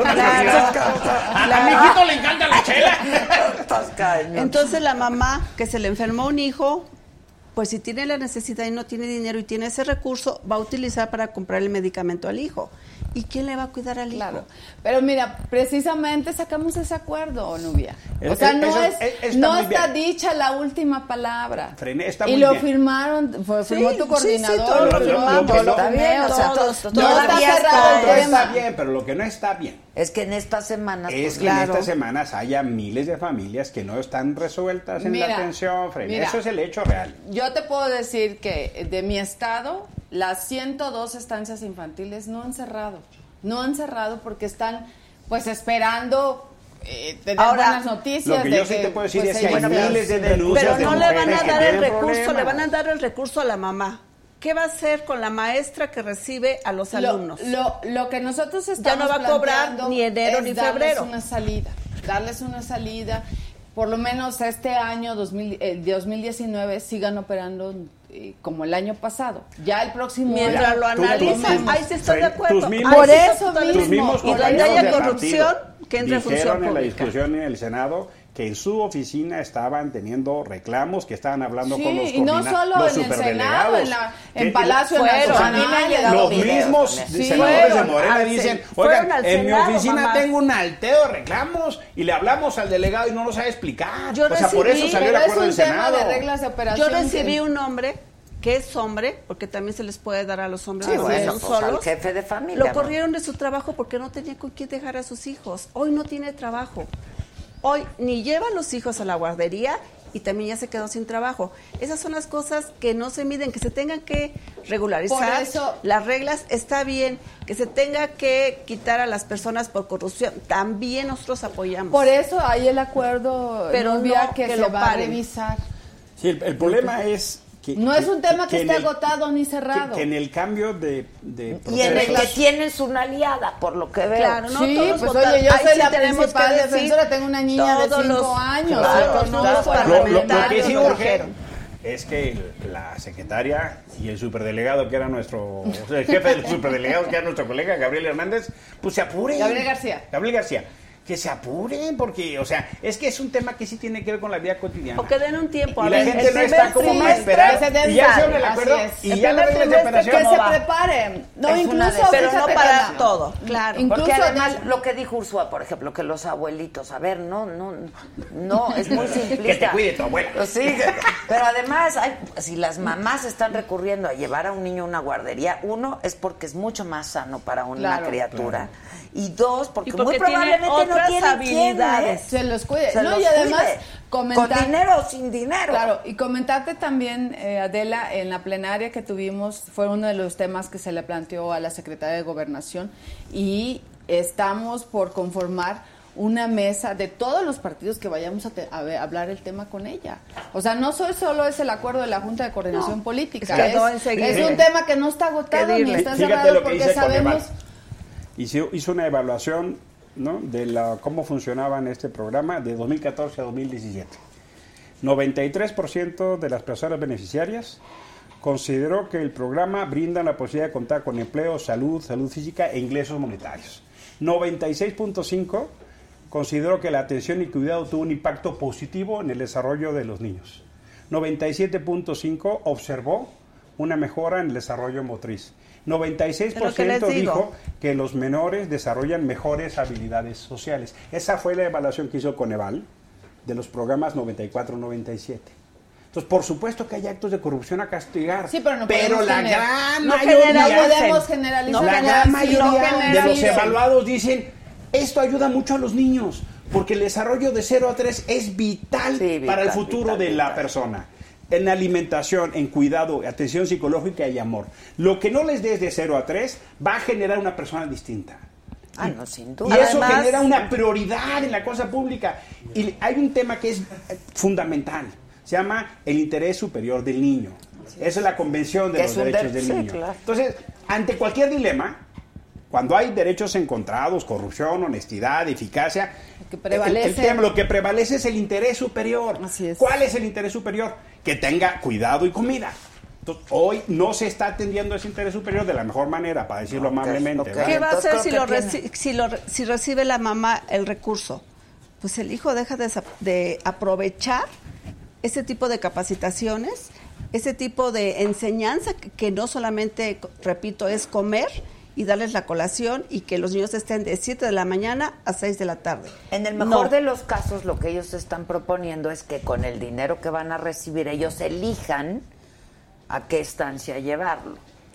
A mi hijito le encanta la chela. Estás cañón. Entonces la mamá que se le enfermó un hijo, pues si tiene la necesidad y no tiene dinero y tiene ese recurso, va a utilizar para comprar el medicamento al hijo. ¿Y quién le va a cuidar al hijo? Claro. Pero mira, precisamente sacamos ese acuerdo, Nubia. O Es- sea, es- no eso- es, es- está no muy está bien. dicha la última palabra. Frené, está y muy lo bien. firmaron, fue- Sí, firmó tu sí, sí, coordinador, todo lo lo- firmó lo- lo que no- Está bien, o sea, Todos, to- no todavía está cerrado está- el No tema. está bien, pero lo que no está bien Es que en estas semanas... es pues, que claro. en estas semanas haya miles de familias que no están resueltas en Mira, la atención, Frené. mira. Eso es el hecho real. Yo te puedo decir que de mi estado, las ciento dos estancias infantiles no han cerrado. No han cerrado porque están, pues, esperando eh, tener Ahora, buenas noticias. Lo que de yo sí te puedo decir pues, es que hay ellos- miles de denuncias Pero de no le van mujeres a que dar el tienen recurso, problemas. le van a dar el recurso a la mamá. ¿Qué va a hacer con la maestra que recibe a los Lo, alumnos? lo, lo que nosotros estamos Ya no va a cobrar planteando ni enero es ni darles febrero. una salida, darles una salida, por lo menos este año dos mil, eh, dos mil diecinueve sigan operando eh, como el año pasado. Ya el próximo Mientras año lo tú- tú- analizan, tú- ahí sí estoy de Fred, acuerdo. tus mismos- Ahí Por sí eso estoy totalmente- Tus mismos Y donde compañeros haya de corrupción, partido que entre en función dijeron en la pública. discusión en el Senado que en su oficina estaban teniendo reclamos, que estaban hablando Sí, con los y no coordina- solo los en el superdelegados. Senado, en, la, en Que- Palacio fueron, Nacional. a mí me han llegado Los videos mismos también. Sí, senadores de fueron Morena al dicen, Sen- fueron oigan, al en mi Senado, oficina mamá. tengo un alteo de reclamos y le hablamos al delegado y no lo sabe explicar. Yo o sea, por recibí- eso salió el Pero es acuerdo un del tema Senado. de reglas de operación. Yo recibí que- un hombre que es hombre, porque también se les puede dar a los hombres Sí, que bueno, son pues, al solos. jefe de familia, Lo ¿no? corrieron de su trabajo porque no tenía con quién dejar a sus hijos. Hoy no tiene trabajo. Hoy ni lleva a los hijos a la guardería y también ya se quedó sin trabajo. Esas son las cosas que no se miden, que se tengan que regularizar. Por eso- las reglas está bien, que se tenga que quitar a las personas por corrupción. También nosotros apoyamos. Por eso hay el acuerdo, Pero Nubia, no que, que se lo va a paren. revisar. Sí, el, el problema es que... No es un tema que, en esté el- agotado ni que, cerrado. que en el cambio de, de Y en el que procesos- tienes una aliada, por lo que veo. Claro, no Sí, todos pues votaron. oye, yo Ahí soy sí la tenemos principal que decir, defensora, tengo una niña de todos cinco los- años. Claro, otros no, no los los Lo, lo- lo que parlamentarios sí lo urge dijeron. es que el- la secretaria y el superdelegado, que era nuestro, o sea, el jefe del superdelegado, que era nuestro colega Gabriel Hernández, pues se apuren. Gabriel García. Gabriel García. que se apuren, porque, o sea, es que es un tema que sí tiene que ver con la vida cotidiana. O que den un tiempo. Y a la ver, gente el no primer está como para trimestre esperar. que se Y ya hicieron el así acuerdo es. y El ya la primer regla de trimestre operación. que no se va. preparen. No, Es una incluso, de- Pero no fíjate, para Ana, todo, claro. Incluso Porque además des- lo que dijo Ursúa, por ejemplo, que los abuelitos, a ver, no, no, no, es muy simplista. Que te cuide tu abuela. Pues sí, pero además, hay, si las mamás están recurriendo a llevar a un niño a una guardería, uno es porque es mucho más sano para una Claro, criatura. Y dos, porque, Y porque muy probablemente tiene no otras tiene habilidades. quién, se los cuide. Se no, los y además, cuide. comentar. Con dinero o sin dinero. Claro, y comentarte también, eh, Adela, en la plenaria que tuvimos, fue uno de los temas que se le planteó a la Secretaria de Gobernación y estamos por conformar una mesa de todos los partidos que vayamos a, te- a ver- hablar el tema con ella. O sea, no soy, solo es el acuerdo de la Junta de Coordinación No, Política, es que es, no enseguida. es un tema que no está agotado ni está Fíjate cerrado lo que porque dice sabemos... Coneval. Hizo, hizo una evaluación, ¿no?, de la, cómo funcionaba en este programa de dos mil catorce a dos mil diecisiete. noventa y tres por ciento de las personas beneficiarias consideró que el programa brinda la posibilidad de contar con empleo, salud, salud física e ingresos monetarios. noventa y seis punto cinco por ciento consideró que la atención y cuidado tuvo un impacto positivo en el desarrollo de los niños. noventa y siete punto cinco por ciento observó una mejora en el desarrollo motriz. noventa y seis por ciento Es lo que les digo. dijo que los menores desarrollan mejores habilidades sociales. Esa fue la evaluación que hizo Coneval de los programas noventa y cuatro noventa y siete. Entonces, por supuesto que hay actos de corrupción a castigar, Sí, pero no pero podemos la generar- gran no mayoría, genera- no podemos generalizar. la No gran genera- mayoría no de los generalicen. evaluados dicen, esto ayuda mucho a los niños, porque el desarrollo de cero a tres es vital, Sí, vital, para el futuro vital, de la vital. persona. En alimentación, en cuidado, atención psicológica y amor. Lo que no les des de cero a tres va a generar una persona distinta. Ah, no, sin Y duda. eso Además- genera una prioridad en la cosa pública. Y hay un tema que es eh, fundamental. Se llama el interés superior del niño. Esa es la convención de Que los es un derechos de- del sí, niño. claro. Entonces, ante cualquier dilema, cuando hay derechos encontrados, corrupción, honestidad, eficacia, que el- prevalece. el tema, lo que prevalece es el interés superior. Así es. ¿Cuál es el interés superior? Que tenga cuidado y comida. Entonces, hoy no se está atendiendo ese interés superior de la mejor manera, para decirlo Ok, amablemente. ok. ¿verdad? ¿Qué va a Entonces, hacer si creo lo, que tiene- reci- si, lo re- si recibe la mamá el recurso? Pues el hijo deja de, sa- de aprovechar ese tipo de capacitaciones, ese tipo de enseñanza que, que no solamente, repito, es comer y darles la colación y que los niños estén de siete de la mañana a seis de la tarde. En el mejor No. de los casos, lo que ellos están proponiendo es que con el dinero que van a recibir, ellos elijan a qué estancia llevarlo.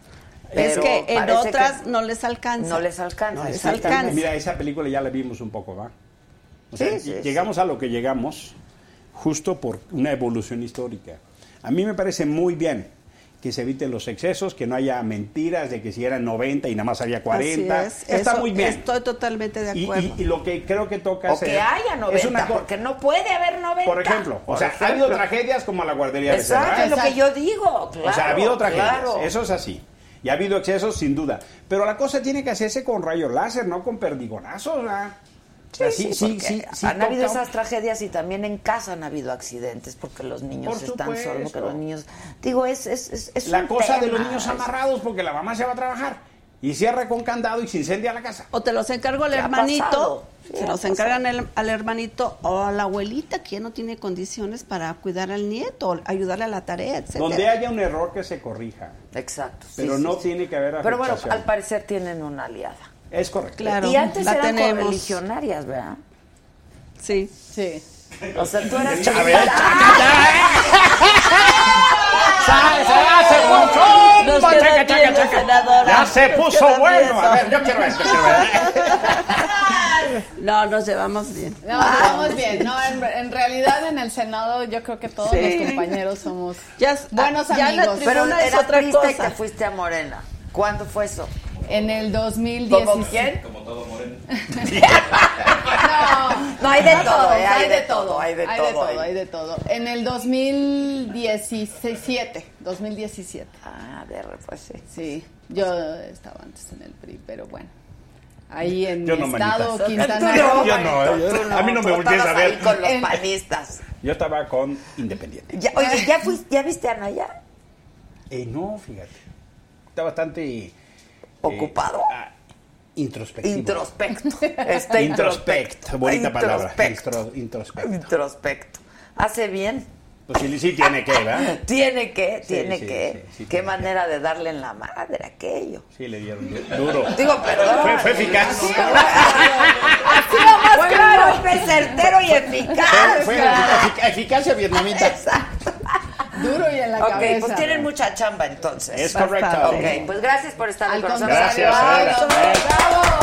Es Pero que en parece otras que no les alcanza. no les alcanza. No les Sí, alcanza. Mira, esa película ya la vimos un poco, ¿va? O Sí, sea, sí, llegamos a lo que llegamos justo por una evolución histórica. A mí me parece muy bien que se eviten los excesos, que no haya mentiras de que si eran noventa y nada más había cuarenta. Así es. Está Eso muy bien. Estoy totalmente de Y, acuerdo. y- y lo que creo que toca O hacer que haya es noventa, una co- porque no puede haber noventa. Por ejemplo, o Por sea, ejemplo. ha habido tragedias como la guardería Exacto, de Serrat. es lo que yo digo, claro. O sea, ha habido tragedias, claro. eso es así. Y ha habido excesos, sin duda. Pero la cosa tiene que hacerse con rayos láser, no con perdigonazos, ¿verdad? O sea, Sí, sí, porque sí han habido toca- esas tragedias y también en casa han habido accidentes porque los niños Por están supuesto. solos, porque los niños... Digo, es, es, es, es La un cosa de tema, los niños es- amarrados porque la mamá se va a trabajar y cierra con candado y se incendia la casa. O te los encargo al ¿Qué ha hermanito, pasado? Sí, se ha los pasado. encargan el- al hermanito o a la abuelita que ya no tiene condiciones para cuidar al nieto, ayudarle a la tarea, etcétera. Donde haya un error que se corrija. Exacto. sí, Pero sí, no sí. tiene que haber Pero bueno, afectación. al parecer tienen una aliada. Es correcto. Claro, y antes la eran tenemos. correligionarias, ¿verdad? Sí. Sí. O sea, tú eras... A ver, Nos ¡Chaca, quedó chaca, viendo, chaca! senadora. Ya se Nos puso quedó bueno. viendo. A ver, yo quiero ver, yo quiero ver. No, nos llevamos bien. No, estamos bien. No, en, en realidad en el Senado yo creo que todos Sí. los compañeros somos Ya- buenos ya en la amigos. tribuna Pero es era otra triste cosa. que fuiste a Morena. ¿Cuándo fue eso? En el dos mil ¿Como diecisiete. quién? No, No, hay de no todo, todos, eh, hay de todo, hay de hay todo de todo, ahí. hay de todo. En el dos mil diecisiete, dos mil diecisiete. Ah, de re, pues sí. Sí, yo estaba antes en el P R I, pero bueno. Ahí en Yo mi no, estado, manita. Quintana Tú Roo. Yo no, manito, yo- tú a mí no me tú voltees a estabas ahí ver. con los En- panistas. Yo estaba con Independiente. Ya, oye, ¿ya, fuiste, ¿ya viste a Naya? Eh, no, fíjate. Está bastante... eh, ¿Ocupado? ah, Introspectivo. Introspecto. Está Introspecto, bonita palabra. Introspecto. Instro- introspecto. Introspecto. ¿Hace bien? Pues sí, sí tiene que, ¿verdad? Tiene que, Sí, tiene sí, que. sí, sí, Qué tiene manera de darle en la madre aquello. Sí, le dieron du- duro. Digo, perdón. Fue, fue eficaz. Así va más fue claro. Un golpe certero y eficaz. Fue, fue efic- eficacia vietnamita. Exacto. Duro y en la Ok, cabeza. pues tienen mucha chamba entonces. Es correcto. Ok, pues gracias por estar Al con nosotros. Gracias, Aplausos. Adela.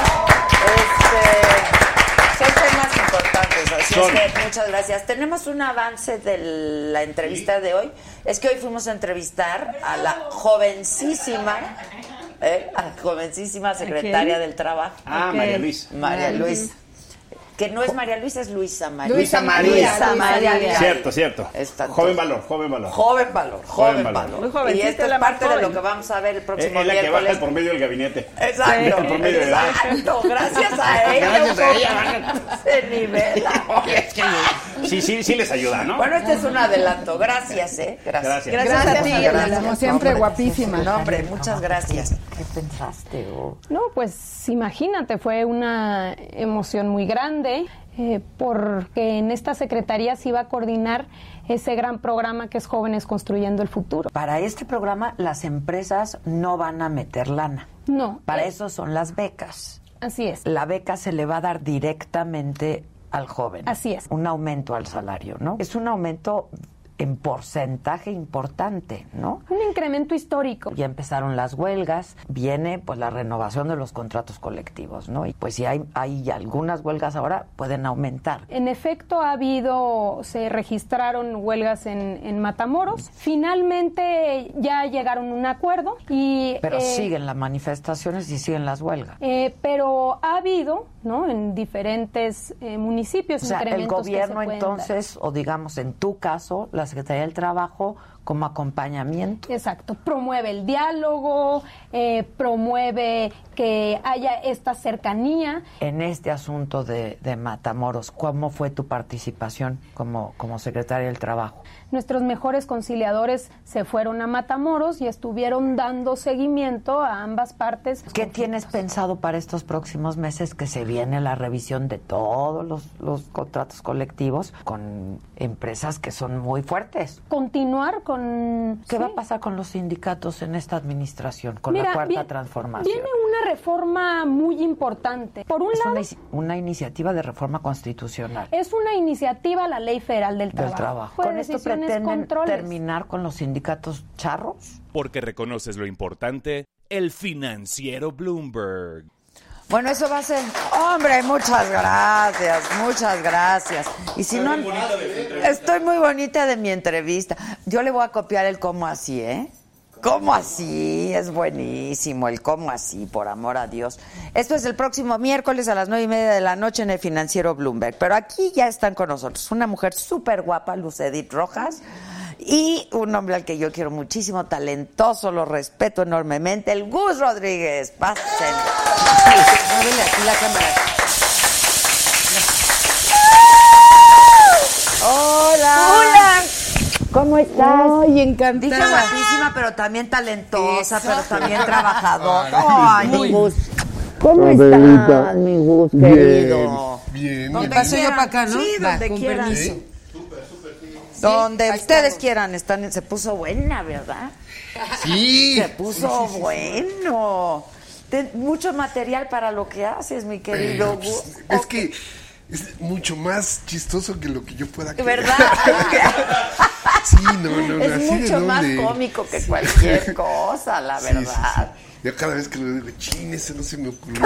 Este, son temas importantes, así Son. es que muchas gracias. Tenemos un avance de la entrevista de hoy. Es que hoy fuimos a entrevistar a la jovencísima, ¿eh? a la jovencísima secretaria del Trabajo. Ah, Ok. María Luisa. María Luisa. Que no es María Luisa, es Luisa María. Luisa María. Luisa María. María. Cierto, cierto. Está Joven todo. valor, joven valor. Joven valor, joven, Joven valor. valor. Muy jovencita, Y esto es la más parte de lo joven. que vamos a ver el Es, próximo es la que baja miércoles. el promedio del gabinete. Exacto, El promedio de edad. exacto, gracias a ella. Gracias a un ella. poco Se nivela. Es que sí, sí, sí les ayuda, ¿no? Bueno, este es un adelanto. Gracias, ¿eh? Gracias. Gracias. Gracias a ti, Gracias. Adela, como siempre, Hombre. guapísima. No, hombre, muchas gracias. ¿Qué pensaste? Oh? No, pues imagínate, fue una emoción muy grande eh, porque en esta secretaría se iba a coordinar ese gran programa que es Jóvenes Construyendo el Futuro. Para este programa las empresas no van a meter lana. No. Para eh, eso son las becas. Así es. La beca se le va a dar directamente al joven. Así es. Un aumento al salario, ¿no? Es un aumento en porcentaje importante, ¿no? Un incremento histórico. Ya empezaron las huelgas, viene pues la renovación de los contratos colectivos, ¿no? Y pues si hay, hay algunas huelgas ahora, pueden aumentar. En efecto, ha habido, se registraron huelgas en, en Matamoros. Finalmente ya llegaron a un acuerdo y... Pero eh, siguen las manifestaciones y siguen las huelgas. eh, pero ha habido, ¿no? En diferentes eh, municipios O sea, el incrementos que se gobierno pueden entonces, o digamos en tu caso, la Secretaría del Trabajo, como acompañamiento. dar. Exacto, promueve el diálogo, eh, promueve que haya esta cercanía. En este asunto de, de Matamoros, ¿cómo fue tu participación como, como Secretaria del Trabajo? Nuestros mejores conciliadores se fueron a Matamoros y estuvieron dando seguimiento a ambas partes. ¿Qué tienes pensado para estos próximos meses que se viene la revisión de todos los, los contratos colectivos con empresas que son muy fuertes? Continuar con... ¿Qué sí. va a pasar con los sindicatos en esta administración, con Mira, la cuarta bien- transformación? Viene una reforma muy importante. Por un Es lado, una, una iniciativa de reforma constitucional es una iniciativa a la Ley Federal del Trabajo. del trabajo. Fue ¿Con esto decisiones, pretenden controles. terminar con los sindicatos charros? Porque reconoces lo importante, el financiero Bloomberg. Bueno, eso va a ser... Hombre, muchas gracias, muchas gracias. Y si no... Estoy muy bonita de mi entrevista. Yo le voy a copiar el cómo así, ¿eh? ¿Cómo así? Es buenísimo el cómo así, por amor a Dios. Esto es el próximo miércoles a las nueve y media de la noche en el Financiero Bloomberg. Pero aquí ya están con nosotros una mujer súper guapa, Luz Edith Rojas, y un hombre al que yo quiero muchísimo, talentoso, lo respeto enormemente, el Gus Rodríguez. Pasen. Muévele aquí la cámara. Hola. Hola. ¿Cómo estás? Ay, encantada. Dije guapísima, pero también talentosa, pero también trabajadora. Ay, mi Gus. ¿Cómo estás, mi Gus, querido? Bien. Donde paso yo quieran. para acá, ¿no? Sí, Va, donde con quieran. permiso. Donde ahí ustedes estamos. quieran. Están, se puso buena, ¿verdad? Sí. Se puso bueno. Ten mucho material para lo que haces, mi querido Pero, Gus. pues, es que es mucho más chistoso que lo que yo pueda creer. ¿Verdad? Sí, no, no, no. Es así de mucho más dónde. cómico que cualquier cosa, la Sí, sí, verdad. sí. Yo cada vez que lo digo, chin, ese no se me ocurrió.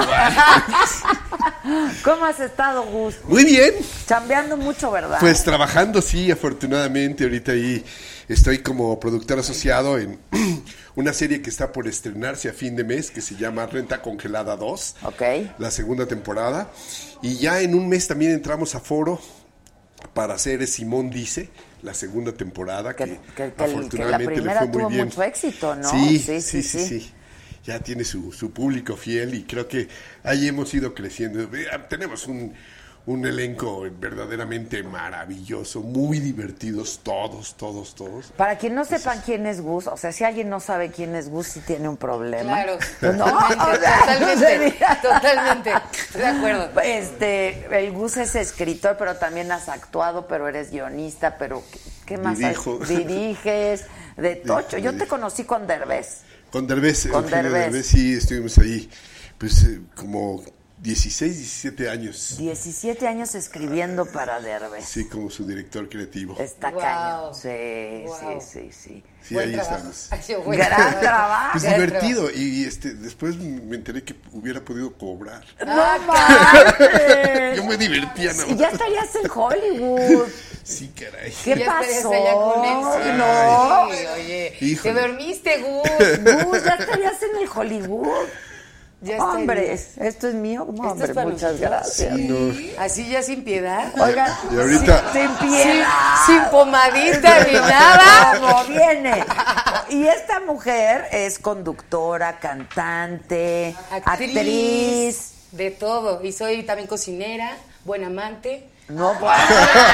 ¿Cómo has estado, Gus? Muy bien. Chambeando mucho, ¿verdad? Pues trabajando, sí, afortunadamente. Ahorita ahí estoy como productor asociado en una serie que está por estrenarse a fin de mes, que se llama Renta Congelada dos. Ok. La segunda temporada. Y ya en un mes también entramos a Foro para hacer Simón Dice, la segunda temporada, que, Que- que- que el- afortunadamente que la le primera fue muy tuvo bien. mucho éxito, ¿no? Sí, Sí, sí, sí, sí, sí. sí. Ya tiene su, su público fiel y creo que ahí hemos ido creciendo. Eh, Tenemos un, un elenco verdaderamente maravilloso, muy divertidos todos, todos, todos. Para quien no sepan quién es Gus, o sea, si alguien no sabe quién es Gus, sí tiene un problema. Claro, no, totalmente, o sea, totalmente, no totalmente, estoy de acuerdo. Este, el Gus es escritor, pero también has actuado, pero eres guionista, pero ¿qué, qué más Dirijo. has? Diriges, de tocho. Yo te Dirijo. conocí con Derbez. Con Derbez, Con Eugenio Derbez. Derbez, sí, estuvimos ahí, pues eh, como dieciséis, diecisiete años. diecisiete años escribiendo para Derbez. Sí, como su director creativo. Está Wow. cañón. Sí, Wow. sí, sí, sí. Sí, Buen ahí trabajo. estamos. Ay, yo, buen Gran trabajo. Pues Gran divertido, y este después me enteré que hubiera podido cobrar. ¡No mames! Yo me divertía nada Y más. ya estarías en Hollywood. Sí, caray. ¿Qué Ya estarías pasó? allá con él, sí. No. Sí, oye, Híjole. te dormiste, Gus. Gus, ya estarías en el Hollywood. Ya está Hombres, esto es mío. No, Esto hombre, es para muchas nosotros. gracias. Sí. Así ya sin piedad. Oigan, Y ahorita- sin, sin piedad. Sin pomadita ni nada. Como viene. Y esta mujer es conductora, cantante, Actriz, actriz. de todo. Y soy también cocinera, buen amante. No, bueno,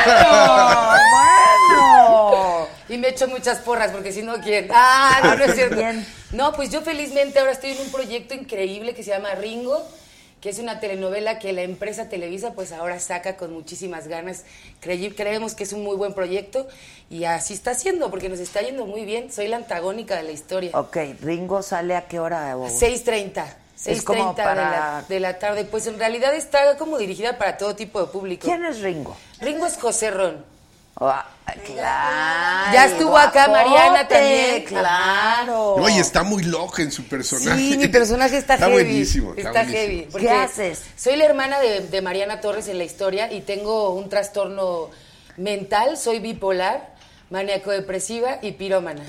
bueno. Y me echo muchas porras, porque si no, ¿quién? Ah, no, no es cierto. Bien. No, pues yo felizmente ahora estoy en un proyecto increíble que se llama Ringo, que es una telenovela que la empresa Televisa pues ahora saca con muchísimas ganas. Creí, creemos que es un muy buen proyecto y así está siendo, porque nos está yendo muy bien. Soy la antagónica de la historia. Ok, Ringo sale a qué hora? O- seis treinta. Es como seis treinta para- de, la, de la tarde. Pues en realidad está como dirigida para todo tipo de público. ¿Quién es Ringo? Ringo es José Ron. Ah, claro. Ya estuvo acá guapote, Mariana también. Claro. No, y está muy loca en su personaje. Sí, mi personaje está, Está heavy. buenísimo, está Está buenísimo. heavy. porque ¿Qué haces? Soy la hermana de, de Mariana Torres en la historia y tengo un trastorno mental. Soy bipolar, maníaco-depresiva y pirómana.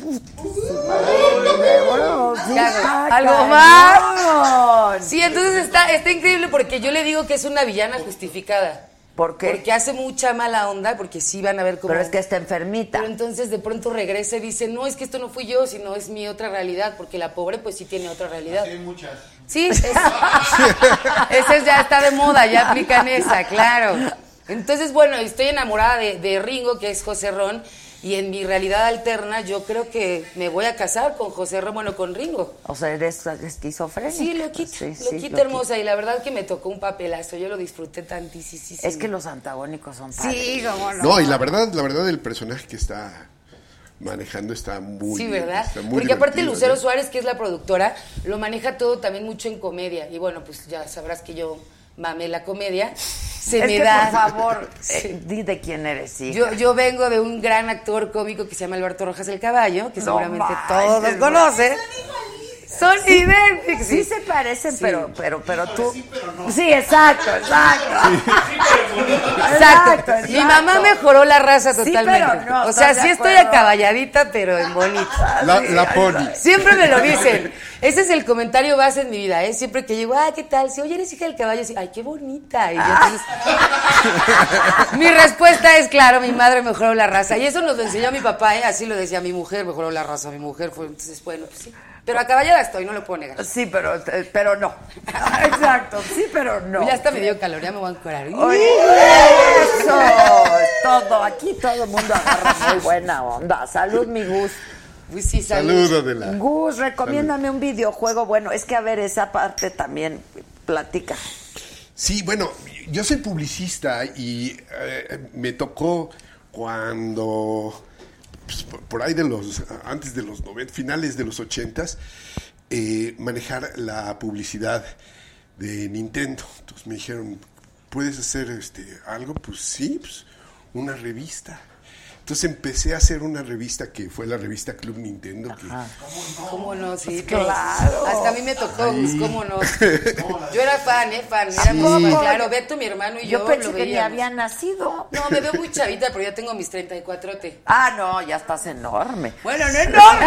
Bueno, sí, Claro. está ¿Algo cañón. más? Sí, entonces está, está increíble porque yo le digo que es una villana justificada. ¿Por qué? Porque hace mucha mala onda, porque sí van a ver cómo... Pero es que está enfermita. Pero entonces de pronto regresa y dice, no, es que esto no fui yo, sino es mi otra realidad, porque la pobre pues sí tiene otra realidad. Hay muchas. Sí, es, esa ya está de moda, ya aplican esa, claro. Entonces, bueno, estoy enamorada de, de Ringo, que es José Ron, y en mi realidad alterna yo creo que me voy a casar con José Ron, bueno, con Ringo. O sea, eres esquizofrénica. Sí, loquita, Sí, sí, loquita loquita. hermosa, y la verdad que me tocó un papelazo, yo lo disfruté tantísimo. Es que los antagónicos son padres. Sí, cómo no. No, y la verdad, la verdad, el personaje que está manejando está muy Sí, bien, ¿verdad? está muy Porque aparte divertido, Lucero ¿no? Suárez, que es la productora, lo maneja todo también mucho en comedia. Y bueno, pues ya sabrás que yo mamé la comedia. Se es me que, da. por favor, Sí. eh, di de quién eres, hija. Yo, yo vengo de un gran actor cómico que se llama Alberto Rojas el Caballo, que No seguramente manches, todos güey. conocen. Son idénticos. Sí se parecen, Sí. pero, pero, pero tú... Sí, exacto, exacto. Exacto. Mi mamá mejoró la raza Sí, totalmente. pero no, o sea, ¿estás de sí estoy acuerdo? acaballadita, pero en bonito. La, la pony. Siempre me lo dicen. Ese es el comentario base en mi vida, ¿eh? Siempre que llego, ah, ¿qué tal? Si, oye, eres hija del caballo, sí, ay, qué bonita. Y yo, entonces, mi respuesta es, claro, mi madre mejoró la raza. Y eso nos lo enseñó mi papá, ¿eh? Así lo decía, mi mujer mejoró la raza, mi mujer fue, entonces, bueno, pues sí. Pero acaballada estoy, no lo puedo negar. Sí, pero, eh, pero no. Exacto, sí, pero no. Ya hasta me dio calor, ya me voy a encorar. Oye, eso, todo, aquí todo el mundo agarra muy buena onda. Salud, mi Gus. Uy, sí, salud. Saludos de la. Gus, recomiéndame un videojuego bueno. Es que, a ver, esa parte también platica. Sí, bueno, yo soy publicista y eh, me tocó cuando, pues, por- por ahí de los, antes de los noventa, finales de los ochentas, eh, manejar la publicidad de Nintendo. Entonces me dijeron, ¿puedes hacer este algo? Pues sí, pues una revista. Entonces empecé a hacer una revista que fue la revista Club Nintendo. Que, ¿Cómo no? Sí, Pues claro. Hasta a mí me tocó, Ahí. Gus, ¿cómo no? Yo era fan, ¿eh? Fan. Era Sí. muy fan, claro. Beto, mi hermano y yo, Yo pensé lo que ni veíamos. había nacido. No, me veo muy chavita, pero ya tengo mis treinta y cuatro T. Ah, no, ya estás enorme. Bueno, no enorme.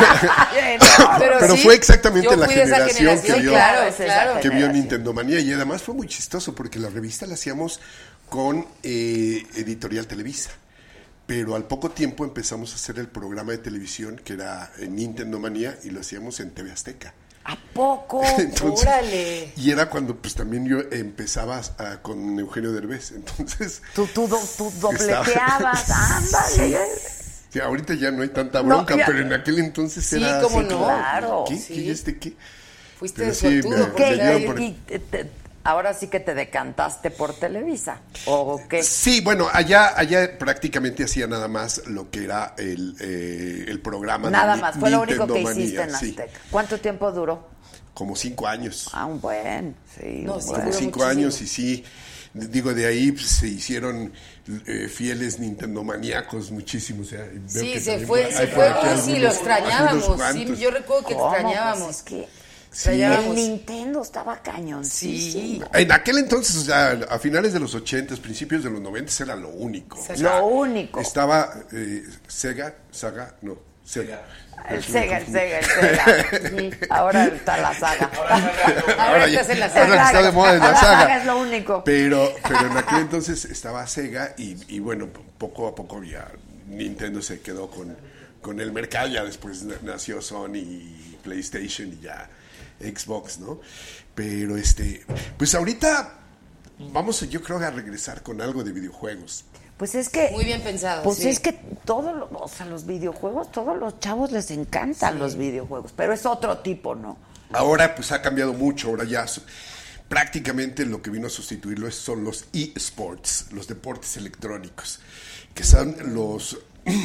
pero Pero sí, fue exactamente yo la fui de esa generación que vio- claro, Es esa claro. que vio generación. Nintendo Manía, y además fue muy chistoso porque la revista la hacíamos con eh, Editorial Televisa, pero al poco tiempo empezamos a hacer el programa de televisión que era eh, Nintendo Manía y lo hacíamos en T V Azteca. ¿A poco? Entonces, ¡Órale! y era cuando pues también yo empezaba a, con Eugenio Derbez, entonces... Tú, tú, do, tú dobleteabas, ándale. Sí, ahorita ya no hay tanta bronca, no, pero en aquel entonces sí, era cómo así, no, claro. ¿Qué? Sí. ¿Qué? ¿Este qué? Fuiste de suertudo. ¿Qué? Por... Y, te, te, ahora sí que te decantaste por Televisa, ¿o qué? Sí, bueno, allá allá prácticamente hacía nada más lo que era el, eh, el programa. Nada de más, fue Nintendo lo único que Manía, hiciste en Azteca. Sí. ¿Cuánto tiempo duró? Como cinco años. Ah, un buen, sí. No, un sí, buen. Como cinco muchísimo. años y sí, digo, de ahí pues, se hicieron eh, fieles nintendomaníacos muchísimos. O sea, veo Sí, que se también fue, hay se por fue, aquí uy, algunos- sí, lo extrañábamos. algunos Sí, cuantos. yo recuerdo que ¿Cómo? extrañábamos. Pues es que Sí. el Nintendo estaba cañón. Sí. En aquel entonces, o sea, a finales de los ochentas, principios de los noventas, era lo único. O sea, Lo único. Estaba eh, Sega, Saga, no, Sega. El Sega, el Sega, el Sega. Ahora está la saga. Ahora estás en la saga. Ahora está de moda en la saga. saga es lo único. Pero, pero en aquel entonces estaba Sega y, y bueno, poco a poco ya Nintendo se quedó con, con el mercado. Ya después nació Sony y PlayStation y ya Xbox, ¿no? Pero este, pues ahorita vamos, yo creo, a regresar con algo de videojuegos. Pues es que... Muy bien pensado, Pues sí. es que todos los, o sea, los videojuegos, todos los chavos les encantan Sí. los videojuegos, pero es otro tipo, ¿no? Ahora pues ha cambiado mucho, ahora ya so- prácticamente lo que vino a sustituirlo es- son los eSports, los deportes electrónicos, que son los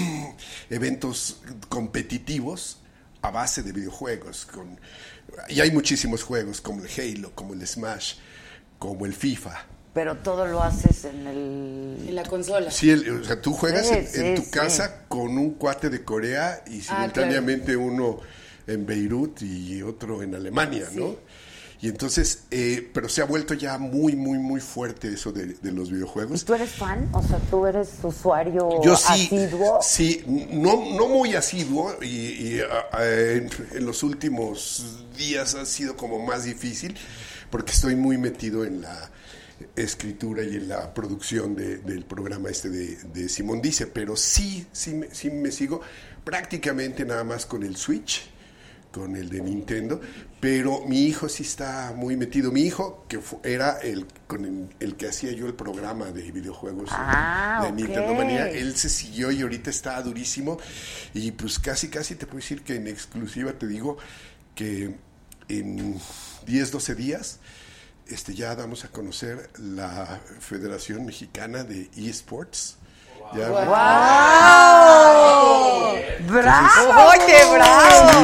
eventos competitivos a base de videojuegos. Con, y hay muchísimos juegos como el Halo, como el Smash, como el FIFA. Pero todo lo haces en el... En la consola. Sí, el- o sea, tú juegas Sí, en, en sí, tu sí. casa con un cuate de Corea y simultáneamente uno en Beirut y otro en Alemania, ¿no? Y entonces, eh, pero se ha vuelto ya muy, muy, muy fuerte eso de, de los videojuegos. ¿Y tú eres fan? O sea, ¿tú eres usuario Yo sí, asiduo? sí, no, no muy asiduo y, y, a- a- en, en los últimos días ha sido como más difícil porque estoy muy metido en la escritura y en la producción de, del programa este de, de Simón Dice, pero sí, sí, me- sí me sigo prácticamente nada más con el Switch, con el de Nintendo, pero mi hijo sí está muy metido. Mi hijo, que fu- era el con el, el que hacía yo el programa de videojuegos Ah, de ok. Nintendo Manía, él se siguió y ahorita está durísimo. Y pues casi, casi te puedo decir que en exclusiva te digo que en diez, doce días este, ya damos a conocer la Federación Mexicana de eSports. Ya, ¡Wow! ¡Bravo! ¡Oye, bravo!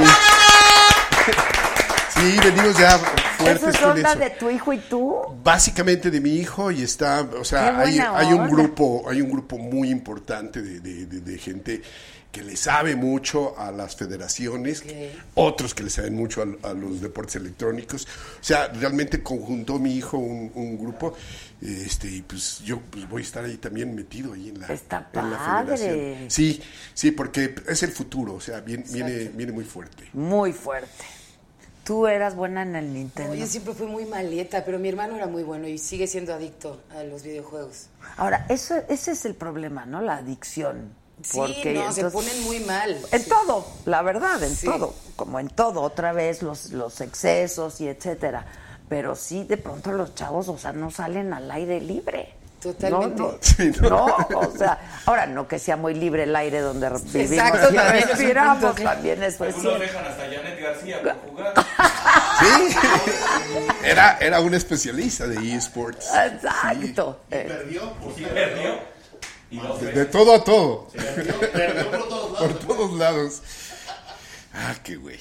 Sí, venimos ya ¿Eso fuertes es con onda eso. de tu hijo y tú? Básicamente de mi hijo y está, o Qué sea, hay, buena hay un onda. grupo, hay un grupo muy importante de, de- de- de gente que le sabe mucho a las federaciones, otros que le saben mucho a, a los deportes electrónicos. O sea, realmente conjuntó mi hijo un, un grupo, este, y pues yo pues voy a estar ahí también metido ahí en la, Está en la padre. federación. Sí, sí, porque es el futuro, o sea, viene, viene, viene muy fuerte. Muy fuerte. ¿Tú eras buena en el Nintendo? No, yo siempre fui muy maleta, pero mi hermano era muy bueno y sigue siendo adicto a los videojuegos. Ahora, eso, ese es el problema, ¿no? La adicción. Sí, Porque no, se entonces- ponen muy mal. En Sí. todo, la verdad, en Sí. todo. Como en todo, otra vez los, los excesos y etcétera. Pero sí, de pronto los chavos, o sea, no salen al aire libre. Totalmente. No, no, Sí, no. no, o sea, ahora no que sea muy libre el aire donde vivimos Exacto, y también es un respiramos, punto, sí. también eso es Algunos cierto. dejan hasta Janet García por jugar. Sí, era, era un especialista de eSports. Exacto. Eh, Perdió, por Sí, cierto. perdió. Y dos De, veces. de todo a todo. Perdió, perdió por todos lados. Por todos lados. Ah, qué güey.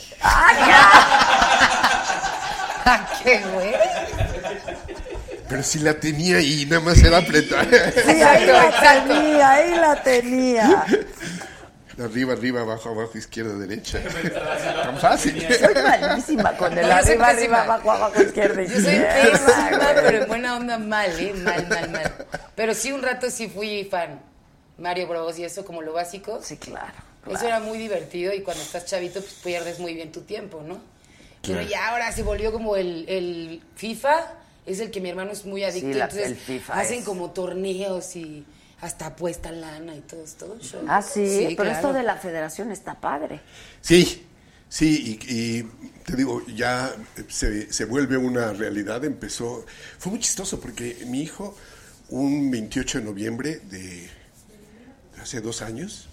¿Qué, güey? Pero si la tenía ahí, nada más era apretar. Sí, ahí la tenía, ahí la tenía. Arriba, arriba, abajo, abajo, izquierda, derecha. Tan fácil. Soy malísima con el No, yo soy arriba, arriba, pésima. abajo, abajo, izquierda, Yo soy izquierda. pésima, güey. pero en buena onda mal, ¿eh? Mal, mal, mal. Pero sí, un rato sí fui fan. Mario Bros. Y eso como lo básico. Sí, claro. Eso claro. era muy divertido y cuando estás chavito pues pierdes muy bien tu tiempo, ¿no? Pero ya ahora se volvió como el, el FIFA, es el que mi hermano es muy adicto, Sí, la- entonces el FIFA hacen es- como torneos y hasta apuestan lana y todo esto. show. Ah, sí, pero claro. esto de la federación está padre. Sí, sí, y, y te digo, ya se, se vuelve una realidad. Empezó, fue muy chistoso porque mi hijo, un veintiocho de noviembre de hace dos años,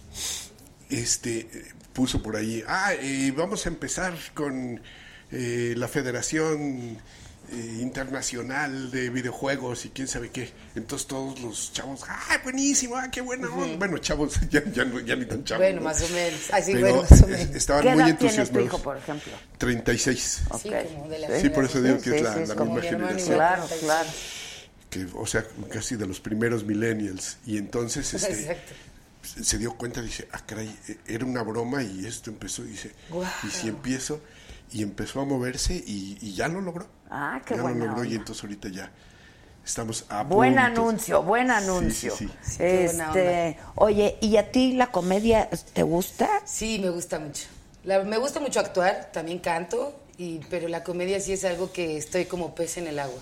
este, puso por ahí, ah, eh, vamos a empezar con eh, la Federación eh, Internacional de Videojuegos y quién sabe qué. Entonces todos los chavos, ah, buenísimo, ah, qué buena onda. Uh-huh. Bueno, chavos, ya, ya, no, ya ni tan chavos. Bueno, ¿no? más o menos. Así, pero bueno, más o menos. Estaban ¿Qué muy edad entusiasmados. tiene tu hijo, por ejemplo? treinta y seis. Okay. Sí, como de la Sí, por eso digo que sí, es la, sí, la es como misma generación. Claro, claro. Que, o sea, casi de los primeros millennials. Y entonces este, Exacto. se dio cuenta, dice, ah, caray, era una broma y esto empezó, dice, wow. y si empiezo, y empezó a moverse y, y ya lo logró. Ah, qué ya buena lo logró onda. y entonces ahorita ya estamos a Buen punto. anuncio, buen anuncio. Sí, sí, sí. Sí, qué buena Este, oye, ¿y a ti la comedia te gusta? Sí, me gusta mucho. La- me gusta mucho actuar, también canto, y, pero la comedia sí es algo que estoy como pez en el agua.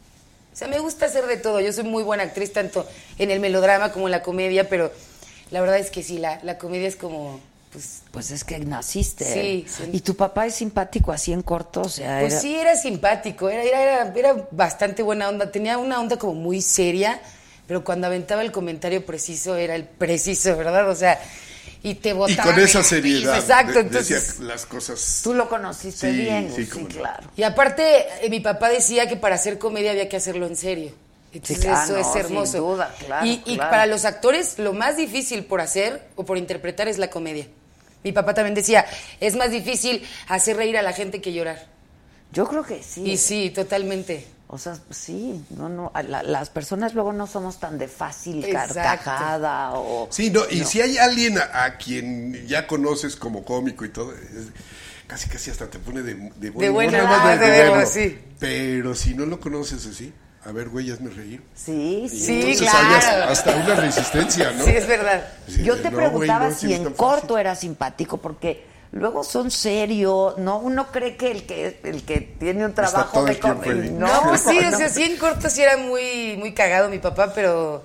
O sea, me gusta hacer de todo. Yo soy muy buena actriz tanto en el melodrama como en la comedia, pero la verdad es que sí, la, la comedia es como... Pues, Pues es que naciste. Sí, sí. ¿Y tu papá es simpático así en corto? O sea, pues era- sí, era simpático, era, era, era, era bastante buena onda. Tenía una onda como muy seria, pero cuando aventaba el comentario preciso, era el preciso, ¿verdad? O sea, y te Y botaba. con esa de- seriedad. Exacto, de- entonces... decía las cosas. Tú lo conociste Sí, bien, sí, sí, cómo no. claro. Y aparte, eh, mi papá decía que para hacer comedia había que hacerlo en serio. Entonces Sí, ah, eso no, es sin hermoso. duda, claro, y, y claro. para los actores, lo más difícil por hacer o por interpretar es la comedia. Mi papá también decía, es más difícil hacer reír a la gente que llorar. Yo creo que sí. Y sí, totalmente. O sea, sí, no, no, a la- las personas luego no somos tan de fácil Exacto. carcajada o... Sí, no, y no. si hay alguien a, a quien ya conoces como cómico y todo, es- casi casi hasta te pone de, de buen De humor, buena, nada más nada más de verlo, sí. Pero si no lo conoces así, a ver, güey, hazme reír. Sí, Y sí, entonces claro. hay hasta, hasta una resistencia, ¿no? Sí, es verdad. Sí, Yo de, te no, preguntaba güey, no, si no es en tan corto fácil. era simpático, porque luego son serios, ¿no? Uno cree que el que el que tiene un trabajo todo de el tiempo comedia. ahí. No, pues sí, no. o sea, sí en corto sí era muy, muy cagado mi papá, pero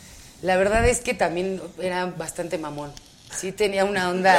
la verdad es que también era bastante mamón. Sí tenía una onda.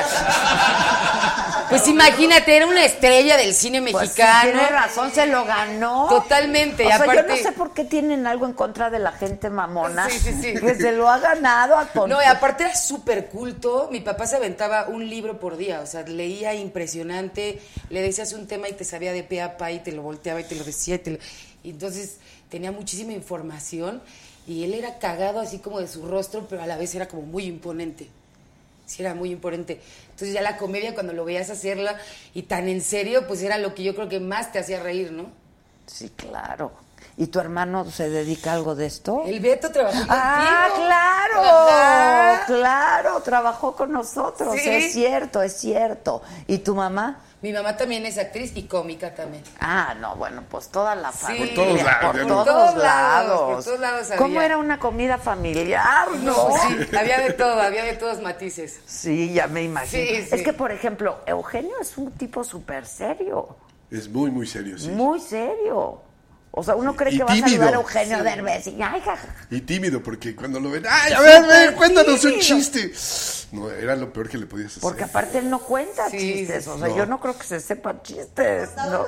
Pues imagínate, era una estrella del cine Pues sí, mexicano. tiene razón, se lo ganó. Totalmente, O y sea, aparte... yo no sé por qué tienen algo en contra de la gente mamona. Sí, sí, sí. Que se lo ha ganado a con... No, y aparte era súper culto. Mi papá se aventaba un libro por día, o sea, leía impresionante, le decías un tema y te sabía de pe a pa y te lo volteaba y te lo decía. Y, te lo... y entonces tenía muchísima información y él era cagado así como de su rostro, pero a la vez era como muy imponente. Sí, era muy imponente. Entonces ya la comedia, cuando lo veías hacerla y tan en serio, pues era lo que yo creo que más te hacía reír, ¿no? Sí, claro. ¿Y tu hermano se dedica a algo de esto? El Beto trabajó Ah, contigo. claro, Ajá. claro, trabajó con nosotros, Sí. es cierto, es cierto. ¿Y tu mamá? Mi mamá también es actriz y cómica también. Ah, no, bueno, pues toda la familia. Por todos lados, Por ya no- todos, Por todos lados. lados, por todos lados había. ¿Cómo era una comida familiar, no? Pues sí, había de todo, había de todos matices. Sí, ya me imagino. Sí, sí. Es que, por ejemplo, Eugenio es un tipo súper serio, Es muy, muy serio, sí. muy serio. O sea, uno cree Y que va a tímido. saludar a Eugenio Sí. Derbez y ay, jajaja. Y tímido, porque cuando lo ven, ¡ay, a ver, a ver, cuéntanos un tímido. chiste! No, era lo peor que le podías hacer. Porque aparte él no cuenta Sí, chistes, sí, o sea, no. yo no creo que se sepan chistes, ¿no?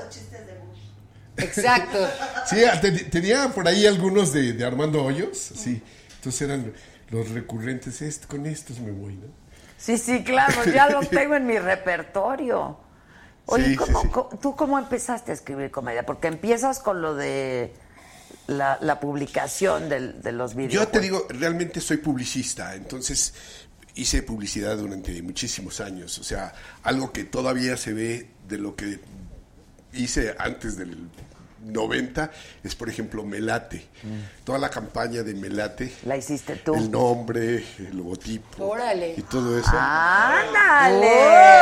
Exacto. Sí, te- tenía por ahí algunos de, de Armando Hoyos, sí. Entonces eran los recurrentes, "Est- con estos me voy, ¿no? Sí, sí, claro, ya los tengo en mi repertorio. Oye, Sí, ¿cómo- sí, sí. cómo- ¿tú cómo empezaste a escribir comedia? Porque empiezas con lo de la, la publicación del- de los videos. Yo te digo, realmente soy publicista, entonces hice publicidad durante muchísimos años, o sea, algo que todavía se ve de lo que hice antes del noventa es, por ejemplo, Melate. Toda la campaña de Melate. La hiciste tú. El nombre, el logotipo. Órale. Y todo eso. ¡Ándale!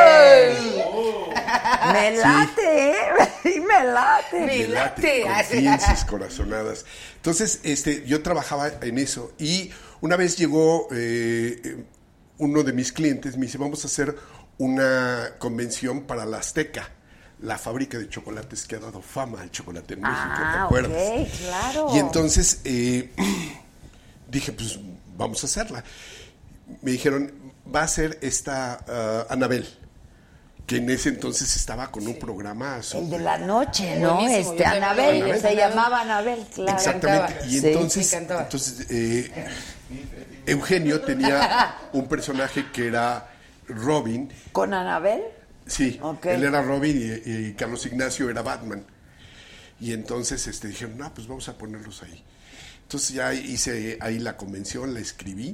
Me late, ¿eh? Sí, me late. Me late. Con pinzas corazonadas. Entonces, este, yo trabajaba en eso y una vez llegó eh, uno de mis clientes, me dice, vamos a hacer una convención para la Azteca, la fábrica de chocolates que ha dado fama al chocolate en México, ¿te Ah, acuerdas? ok, claro. Y entonces eh, dije, pues vamos a hacerla. Me dijeron, va a ser esta uh, Anabel. que en ese entonces estaba con un programa super... El de la noche, ¿no? Buenísimo, Este, yo Anabel, Anabel. se llamaba Anabel, claro. Exactamente. Y Sí. entonces, Me encantaba. entonces eh, Eugenio tenía un personaje que era Robin. ¿Con Anabel? Sí, Ok. él era Robin y, y Carlos Ignacio era Batman. Y entonces este, dijeron, no, pues vamos a ponerlos ahí. Entonces ya hice ahí la convención, la escribí.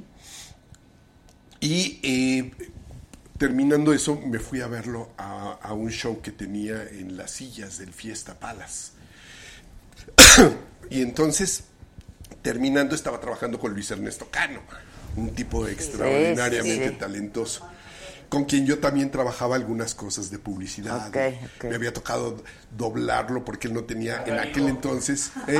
Y eh, terminando eso, me fui a verlo a, a un show que tenía en las sillas del Fiesta Palace. Y entonces, terminando, estaba trabajando con Luis Ernesto Cano, un tipo extraordinariamente sí, sí. talentoso, con quien yo también trabajaba algunas cosas de publicidad. Ok, ok. Me había tocado doblarlo porque él no tenía en aquel entonces... ¿eh?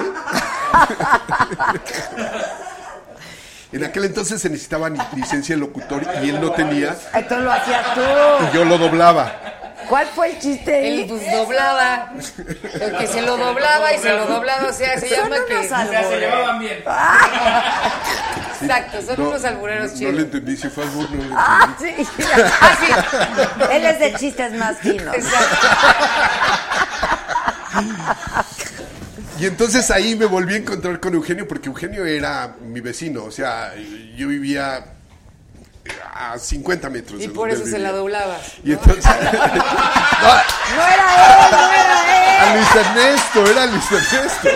En aquel entonces se necesitaba ni- licencia de locutor y él no tenía, Entonces lo hacías tú. y yo lo doblaba. ¿Cuál fue el chiste ahí? Él pues doblaba. El que se lo doblaba y se lo doblaba, o sea, se Son llama que. unos O sea, se albures. llevaban bien. Exacto, son No, unos albureros no, chidos. No le entendí, si fue albur, no le entendí. Ah, sí. Ah, sí. Él es de chistes más finos. Y entonces ahí me volví a encontrar con Eugenio, porque Eugenio era mi vecino, o sea, yo vivía a cincuenta metros. Y de por donde eso él se vivía. la doblabas. Y entonces... No, No era él, no era a él. Luis Ernesto, era Luis Ernesto.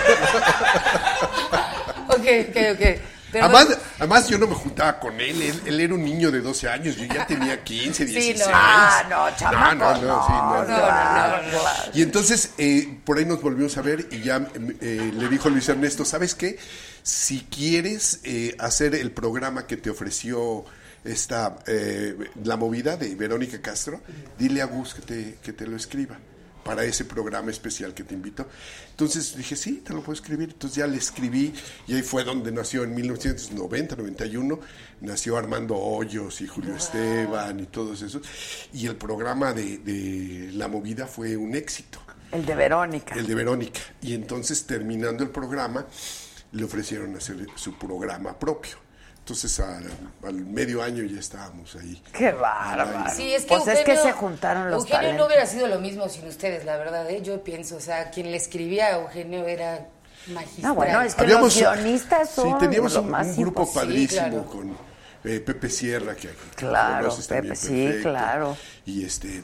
Ok, ok, ok. Perdón. Además, además yo no me juntaba con él. él, él era un niño de doce años, yo ya tenía quince, dieciséis. no. Ah, no, chamaco, No, no, no, sí, no, no, no, no, no. Y entonces, eh, por ahí nos volvimos a ver y ya eh, le dijo Luis Ernesto, ¿sabes qué? Si quieres eh, hacer el programa que te ofreció esta, eh, La Movida de Verónica Castro, dile a Gus que te, que te lo escriba para ese programa especial que te invitó. Entonces dije, sí, te lo puedo escribir. Entonces ya le escribí y ahí fue donde nació en mil novecientos noventa, noventa y uno, nació Armando Hoyos y Julio Esteban y todos esos. Y el programa de, de La Movida fue un éxito. El de Verónica. El de Verónica. Y entonces, terminando el programa, le ofrecieron hacer su programa propio. Entonces, al, al medio año ya estábamos ahí. Qué bárbaro. Sí, es que Pues es Eugenio- que se juntaron los Eugenio talentos. no hubiera sido lo mismo sin ustedes, la verdad, ¿eh? Yo pienso, o sea, quien le escribía a Eugenio era magistral. No, bueno, es que Habíamos- los guionistas son Sí, teníamos lo un, más un grupo imposible. padrísimo claro. con eh, Pepe Sierra, que, que Claro, conoces también Pepe, sí, perfecto. claro. Y este...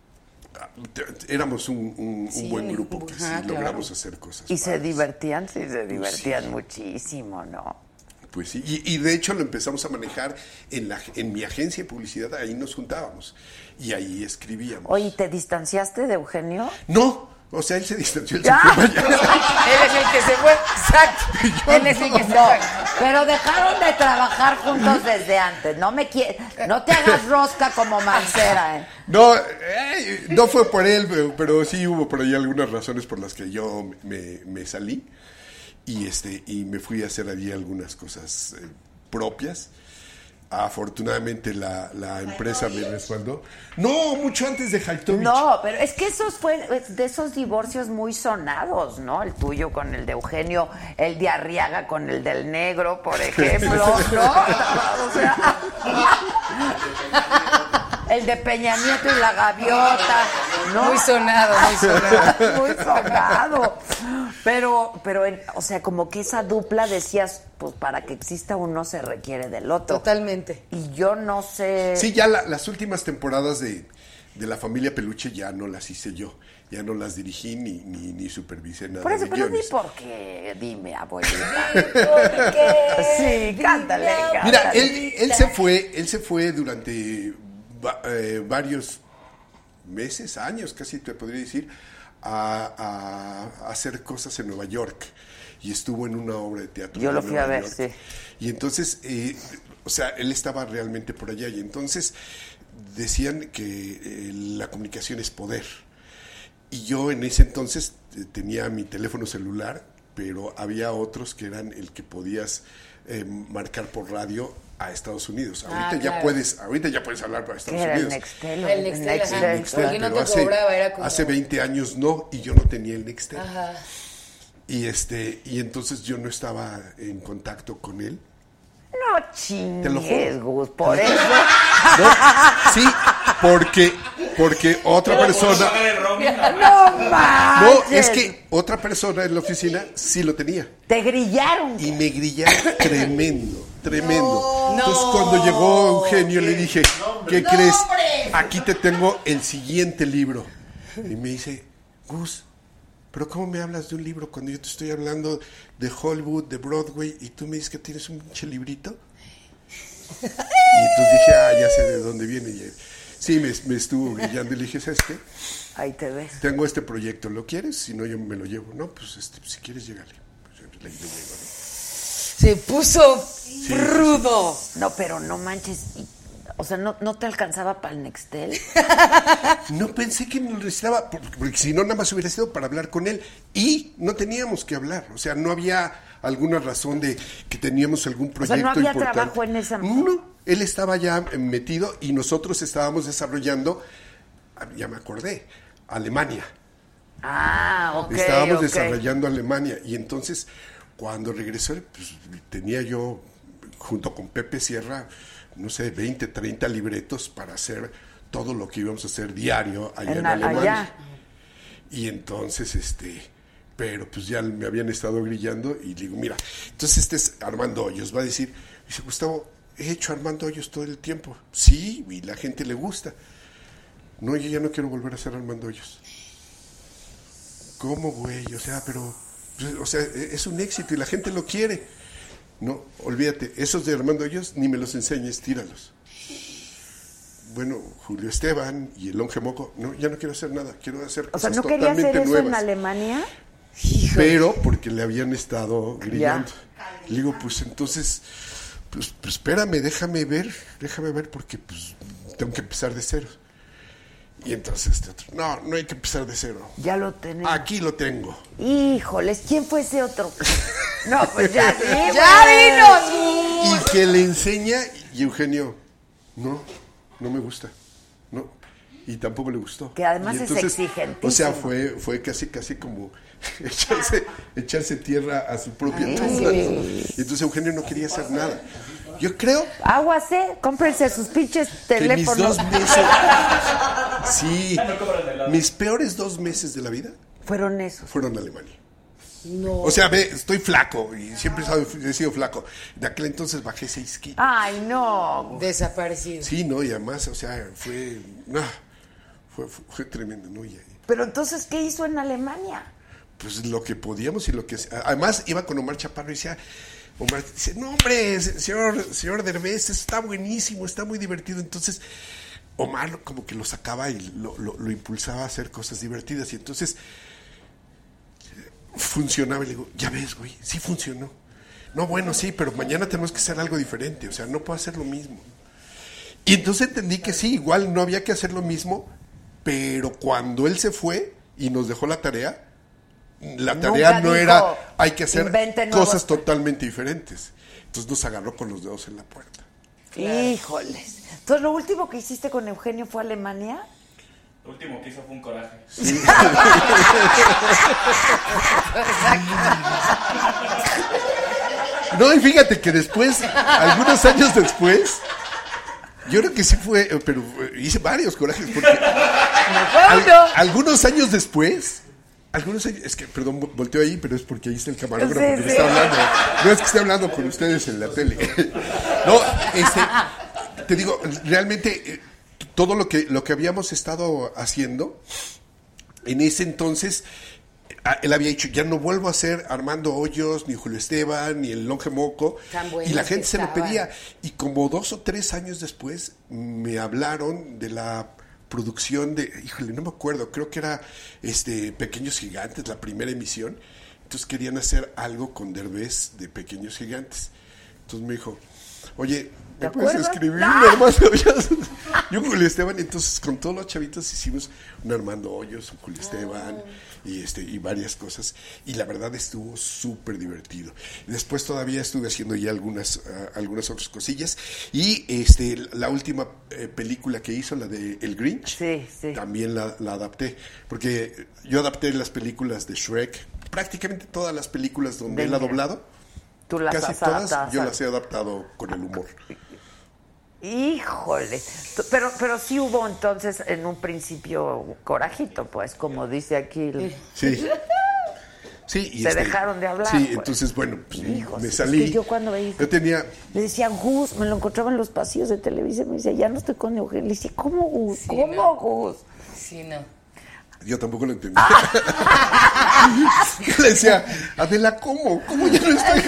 ah, te- Éramos un, un- un Sí, buen grupo que ajá, sí claro. logramos hacer cosas. Y se padres. divertían, sí, se divertían sí. muchísimo, ¿no? Pues sí, y, y de hecho lo empezamos a manejar en, la, en mi agencia de publicidad, ahí nos juntábamos y ahí escribíamos. Oye, ¿te distanciaste de Eugenio? No, o sea, él se distanció, él se ¡Ah! fue para allá. Él es el que se fue, exacto. Él es el que se No, fue. pero dejaron de trabajar juntos desde antes. No me quie- no te hagas rosca como Mancera, ¿eh? No, eh, no fue por él, pero, pero sí hubo por ahí algunas razones por las que yo me, me salí y este y me fui a hacer allí algunas cosas eh, propias. Afortunadamente la, la empresa me respaldó. No, mucho antes de Haitovich. No, pero es que esos fue de esos divorcios muy sonados, ¿no? El tuyo con el de Eugenio, el de Arriaga con el del negro, por ejemplo, ¿no? O sea, el de Peña Nieto y la gaviota, ¿no? Muy sonado, muy sonado. Muy sonado. Pero, pero, en- o sea, como que esa dupla decías, pues para que exista uno se requiere del otro. Totalmente. Y yo no sé. Sí, ya la- las últimas temporadas de, de La Familia Peluche ya no las hice yo. Ya no las dirigí ni, ni, ni supervisé nada Por eso, de pero di guiones. por qué, dime, abuelita. ¿Por qué? Sí, cántale, cántale. Mira, él, él se fue, él se fue durante va- eh, varios meses, años, casi te podría decir, a, a- a hacer cosas en Nueva York. Y estuvo en una obra de teatro. Yo en lo fui Nueva a ver, York. sí. Y entonces, eh, o sea, él estaba realmente por allá. Y entonces decían que eh, la comunicación es poder. Y yo en ese entonces eh, tenía mi teléfono celular, pero había otros que eran el que podías eh, marcar por radio a Estados Unidos. Ah, Ahorita ya claro. puedes, ahorita ya puedes hablar para Estados Era el Unidos. Nextel. El Nextel, ajá. El Nextel, Porque no pero te hace, cobraba, era como- hace veinte años no, y yo no tenía el Nextel. Ajá. Y este, y entonces yo no estaba en contacto con él. No Te lo chingues, juro. Gus, por Te lo eso. No, sí, Porque, porque otra persona... No manches. No, es que otra persona en la oficina sí lo tenía. Te grillaron. Y me grillaron tremendo, tremendo. No, Entonces no. cuando llegó Eugenio le dije, ¿qué No, crees? hombre. Aquí te tengo el siguiente libro. Y me dice, Gus, ¿pero cómo me hablas de un libro cuando yo te estoy hablando de Hollywood, de Broadway, y tú me dices que tienes un pinche librito? Y entonces dije, ah, ya sé de dónde viene. Y, sí, me, me estuvo grillando y le dije, ¿sabes qué? Ahí te ves. Tengo este proyecto, ¿lo quieres? Si no, yo me lo llevo. No, pues este, si quieres, llégale. Pues, le, le llego, ¿no? Se puso sí, rudo. Sí, sí. No, pero no manches. O sea, ¿no, no te alcanzaba para el Nextel? No pensé que me lo necesitaba, porque, porque si no, nada más hubiera sido para hablar con él. Y no teníamos que hablar. O sea, no había alguna razón de que teníamos algún proyecto importante. O sea, no había trabajo en esa... No, él estaba ya metido y nosotros estábamos desarrollando, ya me acordé, Alemania. Ah, ok, Estábamos ok. desarrollando Alemania. Y entonces, cuando regresó, pues tenía yo, junto con Pepe Sierra, no sé, veinte, treinta libretos para hacer todo lo que íbamos a hacer diario allá en, en Alemania. Allá. Y entonces, este, pero pues ya me habían estado grillando y digo, mira, entonces este es Armando Hoyos, va a decir, dice, Gustavo, he hecho Armando Hoyos todo el tiempo. Sí, y la gente le gusta. No, yo ya no quiero volver a hacer Armando Hoyos. ¿Cómo, güey? O sea, pero, o sea, es un éxito y la gente lo quiere. No, olvídate, esos de Armando Hoyos ni me los enseñes, tíralos. Bueno, Julio Esteban y el Longe Moco, no, ya no quiero hacer nada, quiero hacer cosas totalmente nuevas. O sea, ¿no quería hacer eso nuevas. En Alemania? Pero porque le habían estado grillando. Le digo, pues entonces, pues, pues espérame, déjame ver, déjame ver porque pues tengo que empezar de cero. Y entonces este otro, no, no hay que empezar de cero. Ya lo tenemos. Aquí lo tengo. Híjoles, ¿quién fue ese otro? No, pues ya sí, ¡ya dinos! Y que le enseña, y Eugenio, no, no me gusta, no, y tampoco le gustó. Que además entonces, es exigentísimo. O sea, fue, fue casi, casi como echarse, echarse tierra a su propia tumba. Y entonces Eugenio no quería hacer nada. Yo creo... Aguas, ¿eh? Cómprense sus pinches teléfonos. Que mis dos meses... Sí, mis peores dos meses de la vida... Fueron esos. Fueron a Alemania. No. O sea, ve, estoy flaco y siempre he sido flaco. De aquel entonces bajé seis kilos. Ay, no. Desaparecido. Sí, no, y además, o sea, fue... No, fue, fue, fue tremendo, ¿no? Y, pero entonces, ¿qué hizo en Alemania? Pues lo que podíamos y lo que... Además, iba con Omar Chaparro y decía... Omar dice, no hombre, señor, señor Derbez, está buenísimo, está muy divertido. Entonces, Omar como que lo sacaba y lo, lo, lo impulsaba a hacer cosas divertidas. Y entonces, funcionaba. Y le digo, ya ves, güey, sí funcionó. No, bueno, sí, pero mañana tenemos que hacer algo diferente. O sea, no puedo hacer lo mismo. Y entonces entendí que sí, igual no había que hacer lo mismo, pero cuando él se fue y nos dejó la tarea... La tarea Nunca no dijo, era, hay que hacer cosas totalmente diferentes. Entonces nos agarró con los dedos en la puerta. Híjoles. Entonces, ¿lo último que hiciste con Eugenio fue Alemania? Lo último que hizo fue un coraje. Sí. No, y fíjate que después, algunos años después, yo creo que sí fue, pero hice varios corajes. Porque al, algunos años después... Algunos años, es que, perdón, volteo ahí, pero es porque ahí está el camarógrafo sí, que me sí. está hablando. No es que esté hablando con ustedes en la tele. No, este, te digo, realmente eh, todo lo que, lo que habíamos estado haciendo, en ese entonces, él había dicho, ya no vuelvo a hacer Armando Hoyos, ni Julio Esteban, ni el Longe Moco. Y la gente se lo pedía. Y como dos o tres años después, me hablaron de la... producción de, híjole, no me acuerdo, creo que era este Pequeños Gigantes, la primera emisión. Entonces querían hacer algo con Derbez de Pequeños Gigantes. Entonces me dijo, oye, ¿me puedes escribir ¡Ah! un Armando Hoyos? Y un Julio Esteban. Entonces con todos los chavitos hicimos un Armando Hoyos, un Julio Esteban y este y varias cosas. Y la verdad estuvo súper divertido. Y después todavía estuve haciendo ya algunas uh, algunas otras cosillas. Y este la última eh, película que hizo, la de El Grinch, sí, sí. también la, la adapté. Porque yo adapté las películas de Shrek, prácticamente todas las películas donde Venga. él ha doblado. Tú las Casi has todas adaptado, yo las he adaptado con el humor. Híjole. Pero, pero sí hubo entonces en un principio corajito, pues, como dice aquí. El... Sí. Sí, y se este, dejaron de hablar. Sí, pues. Entonces, bueno, pues, Hijos, me salí. Es que yo cuando veía, yo tenía. Le decía, Gus, me lo encontraba en los pasillos de Televisa, me decía, ya no estoy con Eugenio. Le decía, ¿cómo Gus? Sí, ¿Cómo no. Gus? Sí, no. Yo tampoco lo entendí. Yo le decía, Adela, ¿cómo? ¿Cómo ya no estoy?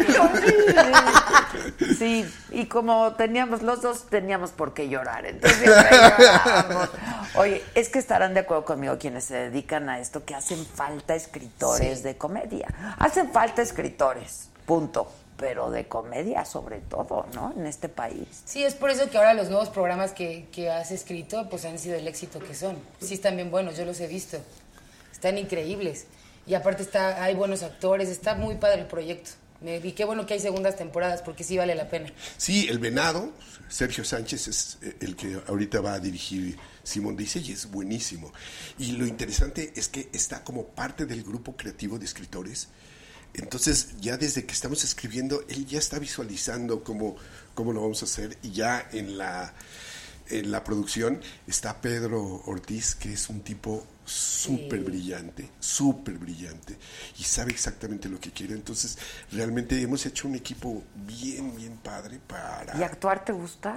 Sí, sí, y como teníamos, los dos teníamos por qué llorar, entonces siempre lloramos. Oye, es que estarán de acuerdo conmigo quienes se dedican a esto, que hacen falta escritores Sí. de comedia. Hacen falta escritores, punto. Pero de comedia sobre todo, ¿no? En este país. Sí, es por eso que ahora los nuevos programas que, que has escrito pues han sido el éxito que son. Sí están bien buenos, yo los he visto. Están increíbles. Y aparte está, hay buenos actores, está muy padre el proyecto. Me, y qué bueno que hay segundas temporadas porque sí vale la pena. Sí, El Venado, Sergio Sánchez es el que ahorita va a dirigir Simón Dice y es buenísimo. Y lo interesante es que está como parte del grupo creativo de escritores. Entonces, ya desde que estamos escribiendo, él ya está visualizando cómo, cómo lo vamos a hacer. Y ya en la, en la producción está Pedro Ortiz, que es un tipo súper sí. brillante, súper brillante. Y sabe exactamente lo que quiere. Entonces, realmente hemos hecho un equipo bien, bien padre para... ¿Y actuar te gusta?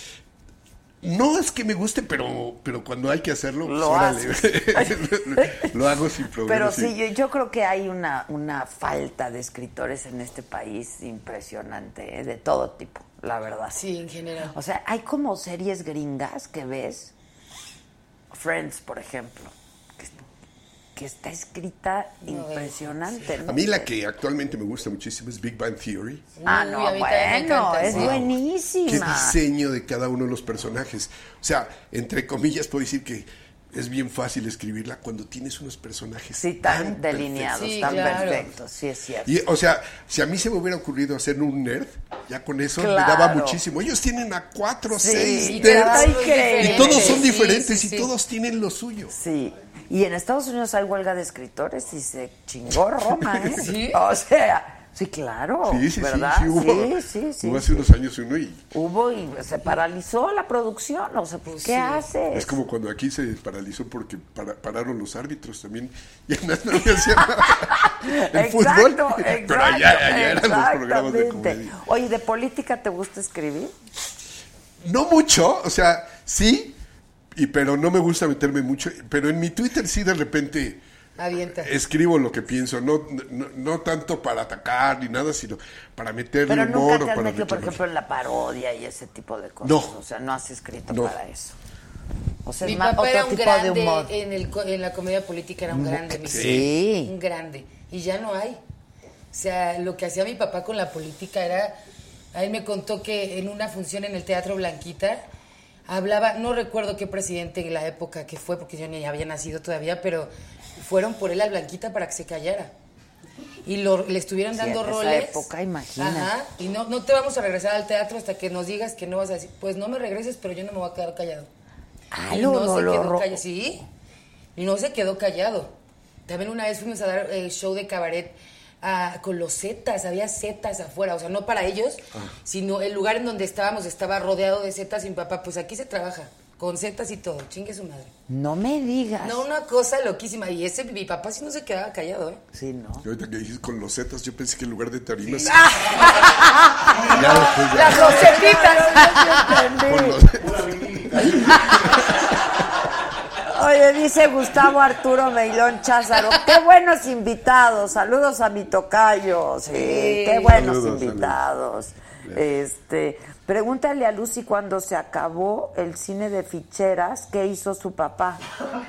No es que me guste, pero pero cuando hay que hacerlo, lo, pues, lo hago sin problema. Pero sí, sí yo, yo creo que hay una, una falta de escritores en este país impresionante, ¿eh? De todo tipo, la verdad. Sí, en general. O sea, hay como series gringas que ves, Friends, por ejemplo, que, que está escrita no, impresionante. ¿No? A mí la que actualmente me gusta muchísimo es Big Bang Theory. Ah, no, Uy, bueno, es wow. buenísima. Qué diseño de cada uno de los personajes. O sea, entre comillas puedo decir que es bien fácil escribirla cuando tienes unos personajes sí, tan, tan delineados, sí, tan claro. perfectos, sí es cierto. Y, o sea, si a mí se me hubiera ocurrido hacer un nerd, ya con eso claro. me daba muchísimo. Ellos tienen a cuatro, sí, seis y nerds y todos son sí, diferentes sí, sí. y todos tienen lo suyo. Sí. Y en Estados Unidos hay huelga de escritores y se chingó Roma, ¿eh? ¿Sí? O sea, sí, claro, sí, sí, ¿verdad? Sí, sí, hubo, sí, sí, sí. Hubo hace sí. unos años uno y... Hubo y se paralizó la producción, o sea, pues, ¿qué sí. haces? Es como cuando aquí se paralizó porque para, pararon los árbitros también. Ya no, no hacía nada. El exacto, fútbol. Exacto, pero allá, allá eran los programas de comedia. Oye, ¿de política te gusta escribir? No mucho, o sea, sí... Y pero no me gusta meterme mucho, pero en mi Twitter sí de repente Avienta. escribo lo que pienso, no, no no tanto para atacar ni nada, sino para meterle pero humor nunca te o has para metido, por reclamar. ejemplo, en la parodia y ese tipo de cosas. No. O sea, no has escrito No. para eso. O sea, Mi es más papá otro era un tipo grande de humor. en, el, en la comedia política, era un grande. Mi sí. Un grande. Y ya no hay. O sea, lo que hacía mi papá con la política era... A él me contó que en una función en el Teatro Blanquita hablaba, no recuerdo qué presidente en la época que fue, porque yo ni había nacido todavía, pero fueron por él a Blanquita para que se callara. Y lo, le estuvieron Sí, dando en esa roles. época, imagínate. Ajá. Y no, no te vamos a regresar al teatro hasta que nos digas que no vas a decir. Pues no me regreses, pero yo no me voy a quedar callado. Ah, y lo, no lo, se lo, quedó ro- callado. Sí. Y no se quedó callado. También una vez fuimos a dar el show de cabaret ah, con los zetas, había zetas afuera, o sea, no para ellos, ah. sino el lugar en donde estábamos estaba rodeado de zetas y mi papá, pues aquí se trabaja, con zetas y todo, chingue su madre. No me digas. No, una cosa loquísima, y ese, mi papá sí no se quedaba callado, ¿eh? Sí, ¿no? Y ahorita que dijiste con los zetas, yo pensé que en lugar de tarimas... Sí. ya, después, ya. Las rosetitas. Oye, dice Gustavo Arturo Meilón Cházaro, qué buenos invitados, saludos a mi tocayo, sí, sí. Qué buenos saludos, invitados. Saludos. Este, pregúntale a Lucy cuando se acabó el cine de ficheras, ¿qué hizo su papá?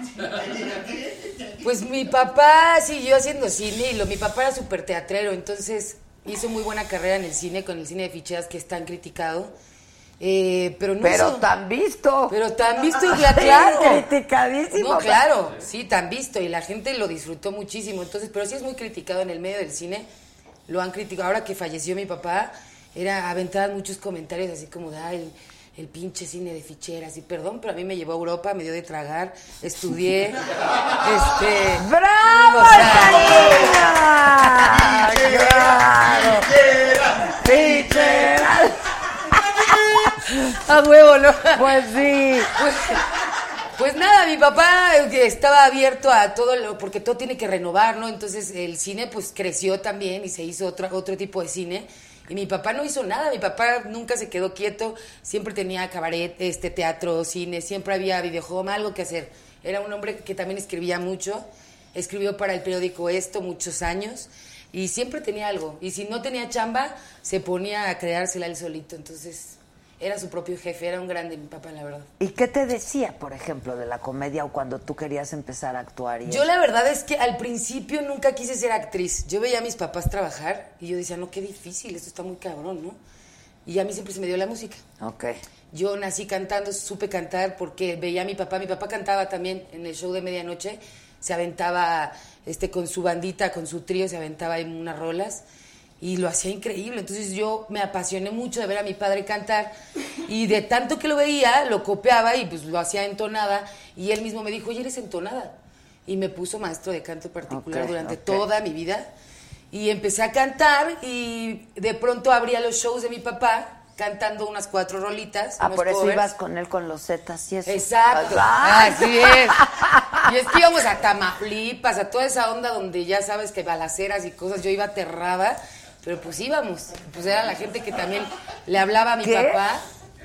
Pues mi papá siguió haciendo cine y lo, mi papá era súper teatrero, entonces hizo muy buena carrera en el cine, con el cine de ficheras que es tan criticado. Eh, pero no pero hizo, tan visto pero tan visto y ya, claro criticadísimo no claro sí tan visto y la gente lo disfrutó muchísimo, entonces pero sí es muy criticado en el medio del cine, lo han criticado. Ahora que falleció mi papá era aventaban muchos comentarios así como de ay, el, el pinche cine de ficheras y perdón, pero a mí me llevó a Europa, me dio de tragar, estudié este ¡bravo, o sea, claro! ¡Ficheras! A huevo, ¿no? Pues sí. Pues, pues nada, mi papá estaba abierto a todo lo, porque todo tiene que renovar, ¿no? Entonces el cine pues creció también y se hizo otro, otro tipo de cine. Y mi papá no hizo nada, mi papá nunca se quedó quieto, siempre tenía cabaret, este, teatro, cine, siempre había videojuego, algo que hacer. Era un hombre que también escribía mucho, escribió para el periódico Esto muchos años y siempre tenía algo. Y si no tenía chamba, se ponía a creársela él solito. Entonces, era su propio jefe, era un grande mi papá, la verdad. ¿Y qué te decía, por ejemplo, de la comedia o cuando tú querías empezar a actuar? Y yo la verdad es que al principio nunca quise ser actriz. Yo veía a mis papás trabajar y yo decía, no, qué difícil, esto está muy cabrón, ¿no? Y a mí siempre se me dio la música. Ok. Yo nací cantando, supe cantar porque veía a mi papá. Mi papá cantaba también en el show de medianoche. Se aventaba este, con su bandita, con su trío, se aventaba en unas rolas. Y lo hacía increíble. Entonces yo me apasioné mucho de ver a mi padre cantar. Y de tanto que lo veía, lo copiaba y pues lo hacía entonada. Y él mismo me dijo, oye, eres entonada. Y me puso maestro de canto particular okay, durante okay. toda mi vida. Y empecé a cantar y de pronto abría los shows de mi papá cantando unas cuatro rolitas. Ah, por eso covers. ibas con él con los Zetas y eso. Exacto. Ah, así es. Y es que íbamos a Tamaulipas, a toda esa onda donde ya sabes que balaceras y cosas, yo iba aterrada, pero pues íbamos. Pues era la gente que también le hablaba a mi ¿Qué? papá.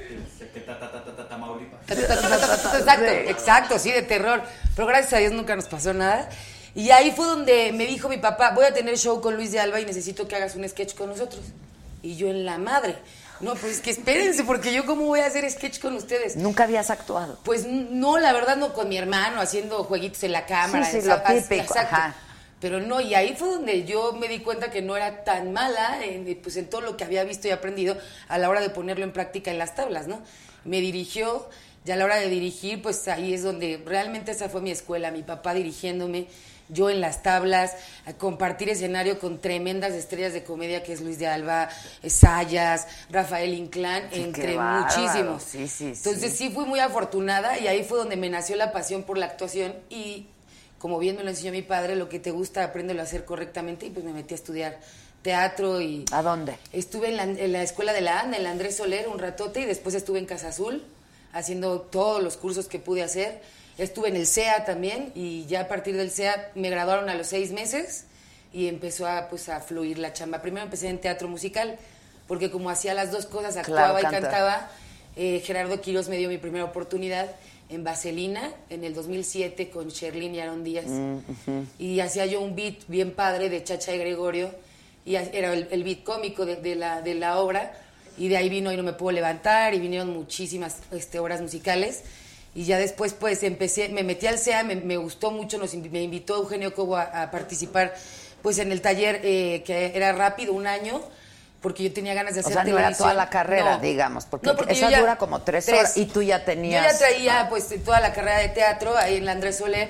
Exacto, exacto, sí, de terror. Pero gracias a Dios nunca nos pasó nada. Y ahí fue donde me dijo mi papá, voy a tener show con Luis de Alba y necesito que hagas un sketch con nosotros. Y yo en la madre. No, pues es que espérense, porque yo cómo voy a hacer sketch con ustedes. ¿Nunca habías actuado? Pues no, la verdad no, con mi hermano, haciendo jueguitos en la cámara. Sí, sí, en, lo típico, exacto. ajá. Pero no, y ahí fue donde yo me di cuenta que no era tan mala, en, pues en todo lo que había visto y aprendido a la hora de ponerlo en práctica en las tablas, ¿no? Me dirigió, ya a la hora de dirigir, pues ahí es donde realmente esa fue mi escuela, mi papá dirigiéndome, yo en las tablas, a compartir escenario con tremendas estrellas de comedia que es Luis de Alba, Sayas, Rafael Inclán, sí, entre muchísimos. Sí, sí, Entonces sí. sí fui muy afortunada y ahí fue donde me nació la pasión por la actuación y como bien me lo enseñó mi padre, lo que te gusta, apréndelo a hacer correctamente y pues me metí a estudiar teatro y... ¿A dónde? Estuve en la, en la escuela de la ANDA, en la Andrés Soler un ratote y después estuve en Casa Azul haciendo todos los cursos que pude hacer. Estuve en el C E A también y ya a partir del C E A me graduaron a los seis meses y empezó a, pues, a fluir la chamba. Primero empecé en teatro musical porque como hacía las dos cosas, actuaba claro, y cantaba, eh, Gerardo Quirós me dio mi primera oportunidad en Vaselina en el dos mil siete con Sherlyn y Aaron Díaz. Mm-hmm. Y hacía yo un beat bien padre de Chacha y Gregorio y era el, el beat cómico de, de, la, de la obra y de ahí vino Y no me puedo levantar y vinieron muchísimas este, obras musicales. Y ya después, pues, empecé, me metí al C E A, me, me gustó mucho, nos, me invitó Eugenio Cobo a, a participar, pues, en el taller eh, que era rápido, un año, porque yo tenía ganas de hacer televisión. O sea, no era toda la carrera, no, digamos, porque, no, porque esa ya, dura como tres, tres horas y tú ya tenías... Yo ya traía, pues, toda la carrera de teatro ahí en la Andrés Soler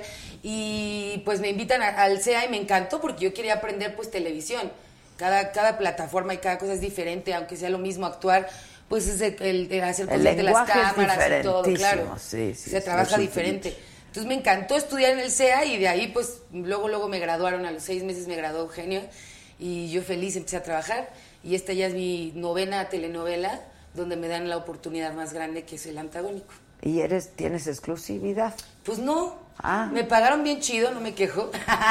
y, pues, me invitan a, al C E A y me encantó porque yo quería aprender, pues, televisión. Cada, cada plataforma y cada cosa es diferente, aunque sea lo mismo actuar... Pues es el, el, el hacer cosas de las cámaras y todo, claro. Sí, sí, se trabaja diferente. Entonces me encantó estudiar en el C E A y de ahí pues luego luego me graduaron, a los seis meses me graduó Eugenio y yo feliz empecé a trabajar y esta ya es mi novena telenovela donde me dan la oportunidad más grande que es el antagónico. ¿Y eres tienes exclusividad? Pues no, ah. me pagaron bien chido, no me quejo.